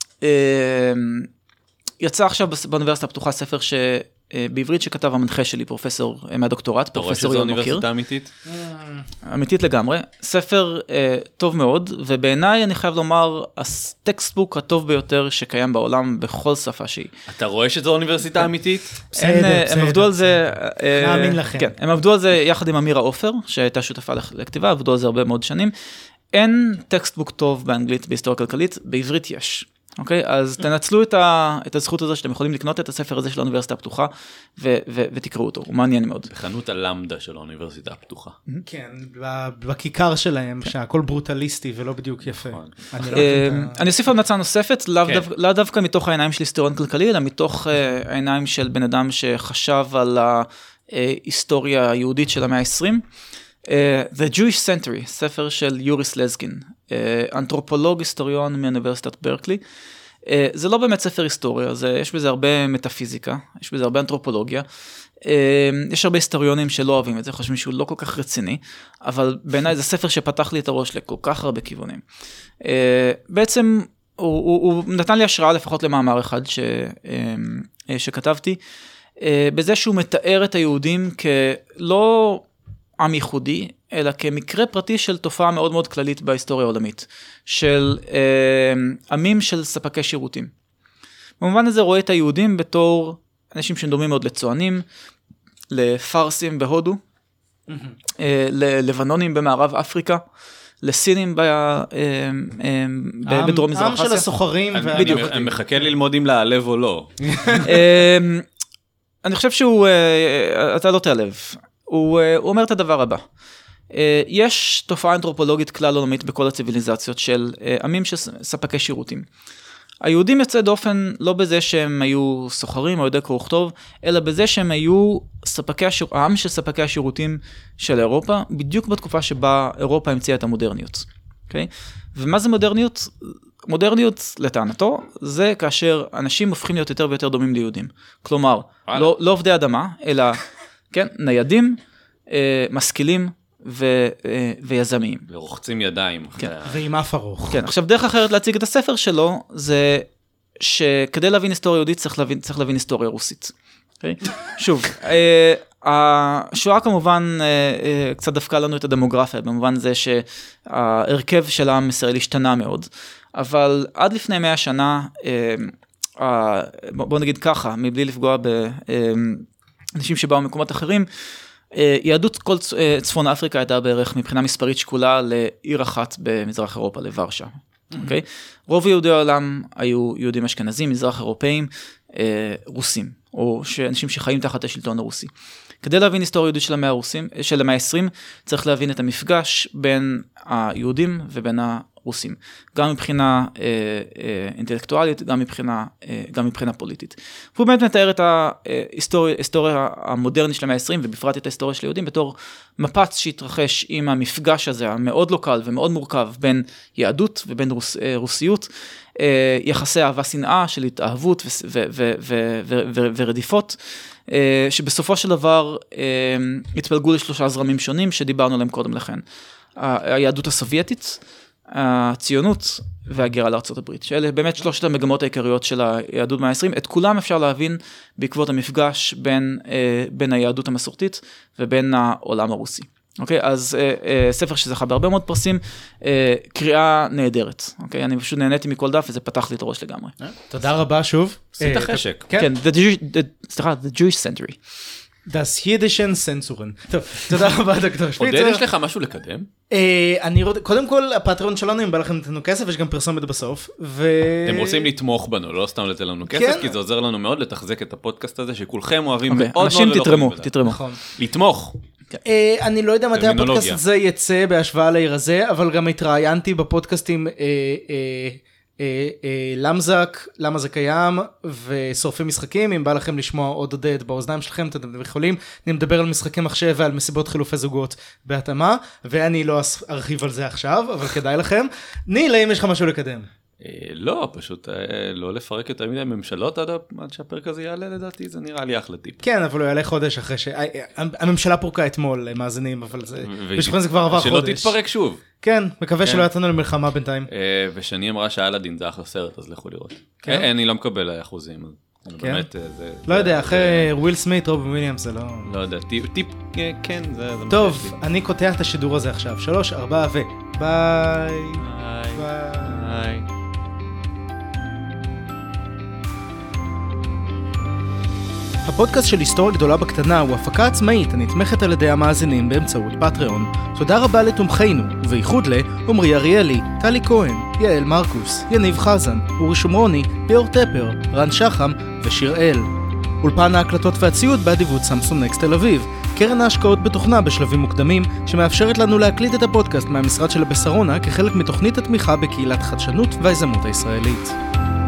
יצא עכשיו באוניברסיטה הפתוחה ספר שבעברית שכתב המנחה שלי, פרופסור מהדוקטורט, פרופסור יום מכיר. אתה רואה שזו אוניברסיטה אמיתית? אמיתית לגמרי. ספר טוב מאוד, ובעיניי אני חייב לומר, הטקסטבוק הטוב ביותר שקיים בעולם בכל שפה שהיא. אתה רואה שזו אוניברסיטה אמיתית? הם עבדו על זה... נאמין לכם. כן, הם עבדו על זה יחד עם אמירה עופר, שהייתה שותפה לכתיבה, עבדו על זה הרבה מאוד שנים. אין טקסטבוק טוב באנגלית בהיסטוריה כלכלית, בעברית יש. אוקיי? אז תנצלו את, ה, את הזכות הזו שאתם יכולים לקנות את הספר הזה של האוניברסיטה הפתוחה ו, ו, ותקראו אותו, הוא מעניין מאוד. בחנות הלמדה של האוניברסיטה הפתוחה. כן, בכיכר שלהם, שהכל ברוטליסטי ולא בדיוק יפה. אני אוסיף המלצה נוספת, לא דווקא מתוך העיניים של היסטוריון כלכלי, אלא מתוך העיניים של בן אדם שחשב על ההיסטוריה היהודית של המאה ה-עשרים. The Jewish Century, ספר של יוריס לזקין, אנתרופולוג היסטוריון מאוניברסיטת ברקלי. זה לא באמת ספר היסטוריה, זה, יש בזה הרבה מטאפיזיקה, יש בזה הרבה אנתרופולוגיה. יש הרבה היסטוריונים שלא אוהבים את זה, חושבים שהוא לא כל כך רציני, אבל בעיניי זה ספר שפתח לי את הראש לכל כך הרבה כיוונים. בעצם הוא, הוא, הוא נתן לי השראה לפחות למאמר אחד ש, שכתבתי, בזה שהוא מתאר את היהודים כלא... עם ייחודי, אלא כמקרה פרטי של תופעה מאוד מאוד כללית בהיסטוריה העולמית, של אה, עמים של ספקי שירותים. במובן הזה רואה את היהודים בתור אנשים שדומים מאוד לצוענים, לפרסים בהודו, mm-hmm. אה, ללבנונים במערב אפריקה, לסינים ב, אה, אה, ב, בדרום מזרח אסיה. עם של הסוחרים. בדיוק. אני מחכה ללמוד אם להעלב או לא. אה, אני חושב שהוא, אה, אתה לא תעלב. הוא, הוא אומר את הדבר הבא, יש תופעה אנתרופולוגית כלל עולמית בכל הציביליזציות של עמים של ספקי שירותים. היהודים יוצא דופן לא בזה שהם היו סוחרים או יודעי קרוא וכתוב, אלא בזה שהם היו ספקי השיר... העם של ספקי השירותים של אירופה, בדיוק בתקופה שבה אירופה המציאה את המודרניות. Okay? ומה זה מודרניות? מודרניות, לטענתו, זה כאשר אנשים הופכים להיות יותר ויותר דומים ליהודים. כלומר, לא, לא עובדי אדמה, אלא... כן, ניידים, אה, משכילים ו, אה, ויזמיים. ורוחצים ידיים. כן. ועם אף ארוך. כן, עכשיו דרך אחרת להציג את הספר שלו, זה שכדי להבין היסטוריה יהודית צריך להבין, צריך להבין היסטוריה רוסית. Okay? שוב, אה, השואה כמובן אה, אה, קצת דפקה לנו את הדמוגרפיה, במובן זה שההרכב של העם ישראל השתנה מאוד, אבל עד לפני מאה שנה, אה, אה, בוא נגיד ככה, מבלי לפגוע ב... אה, אנשים שבאו ממקומות אחרים, יהדות כל צפון אפריקה הייתה בערך מבחינה מספרית שקולה לעיר אחת במזרח אירופה, לוורשה. אוקיי? רוב יהודי העולם היו יהודים אשכנזים, מזרח אירופאים, רוסים, או אנשים שחיים תחת השלטון הרוסי. כדי להבין היסטוריה יהודית של המאה הרוסים, של המאה ה-עשרים, צריך להבין את המפגש בין היהודים ובין הרוסים, גם מבחינה אה, אה, אינטלקטואלית, גם מבחינה, אה, גם מבחינה פוליטית. והוא באמת מתאר את ההיסטוריה, ההיסטוריה המודרנית של המאה ה-עשרים, ובפרט את ההיסטוריה של היהודים, בתור מפץ שהתרחש עם המפגש הזה, המאוד לוקל ומאוד מורכב, בין יהדות ובין רוס, אה, רוסיות, אה, יחסי אהבה שנאה של התאהבות ו- ו- ו- ו- ו- ו- ורדיפות, שבסופו של דבר התפלגו לשלושה זרמים שונים שדיברנו עליהם קודם לכן. היהדות הסובייטית, הציונות והגירה לארצות הברית, שאלה באמת שלושת המגמות העיקריות של היהדות במאה ה-עשרים. את כולם אפשר להבין בעקבות המפגש בין, בין היהדות המסורתית ובין העולם הרוסי. אוקיי, אז אה, אה, ספר שזכה בהרבה מאוד פרסים, אה, קריאה נהדרת. אוקיי, אני פשוט נהניתי מכל דף וזה פתח לי את הראש לגמרי. תודה רבה שוב. עשית חשק. כן, the Jewish, the, סליחה, the Jewish Century. Das Jiddischen Zensuren. טוב, תודה רבה דוקטור שפיצר. עודד, יש לך משהו לקדם? אני רוצה, קודם כל, הפטריון שלנו, אם בא לכם לתנו כסף, יש גם פרסומת בסוף. אתם רוצים לתמוך בנו, לא סתם לתת לנו כסף, כי זה עוזר לנו מאוד לתחזק את הפודקאסט הזה, שכולכם אוהבים מאוד מאוד. אנשים תתרמו, תתרמו. לתמוך. אני לא יודע מתי הפודקאסט הזה יצא בהשוואה לעיר הזה, אבל גם התראיינתי בפודקאסטים למזק, למה זה קיים, ושורפים משחקים. אם בא לכם לשמוע עוד עודד באוזניים שלכם, אתם יכולים. אני מדבר על משחקי מחשב ועל מסיבות חילופי זוגות בהתאמה, ואני לא ארחיב על זה עכשיו, אבל כדאי לכם. ניל, האם יש לך משהו לקדם? לא, פשוט לא לפרק יותר מדי ממשלות עד שהפרק הזה יעלה, לדעתי, זה נראה לי אחלה טיפ. כן, אבל הוא יעלה חודש אחרי ש... הממשלה פורקה אתמול, מאזינים, אבל זה... בשבילכם זה כבר עבר חודש. שלא תתפרק שוב. כן, מקווה שלא יצאנו למלחמה בינתיים. ושאני אמרה שאלאדין זה אחלה סרט, אז לכו לראות. אני לא מקבל אחוזים. לא יודע, אחרי וויל סמית, רובין וויליאמס, זה לא... לא יודע, טיפ, כן, זה... טוב, אני קוטע את השידור הזה עכשיו. שלוש, ארבע ו... ביי. ביי. הפודקאסט של היסטוריה גדולה בקטנה הוא הפקה עצמאית הנתמכת על ידי המאזינים באמצעות פטריון. תודה רבה לתומכינו, ובייחוד לעומרי אריאלי, טלי כהן, יעל מרקוס, יניב חזן, אורי שומרוני, ליאור טפר, רן שחם ושיראל. אולפן ההקלטות והציוד באדיבות סמסונג נקסט תל אביב, קרן ההשקעות בתוכנה בשלבים מוקדמים, שמאפשרת לנו להקליט את הפודקאסט מהמשרד של הבשרונה כחלק מתוכנית התמיכה בקהילת חדשנות והיזמות הישראלית.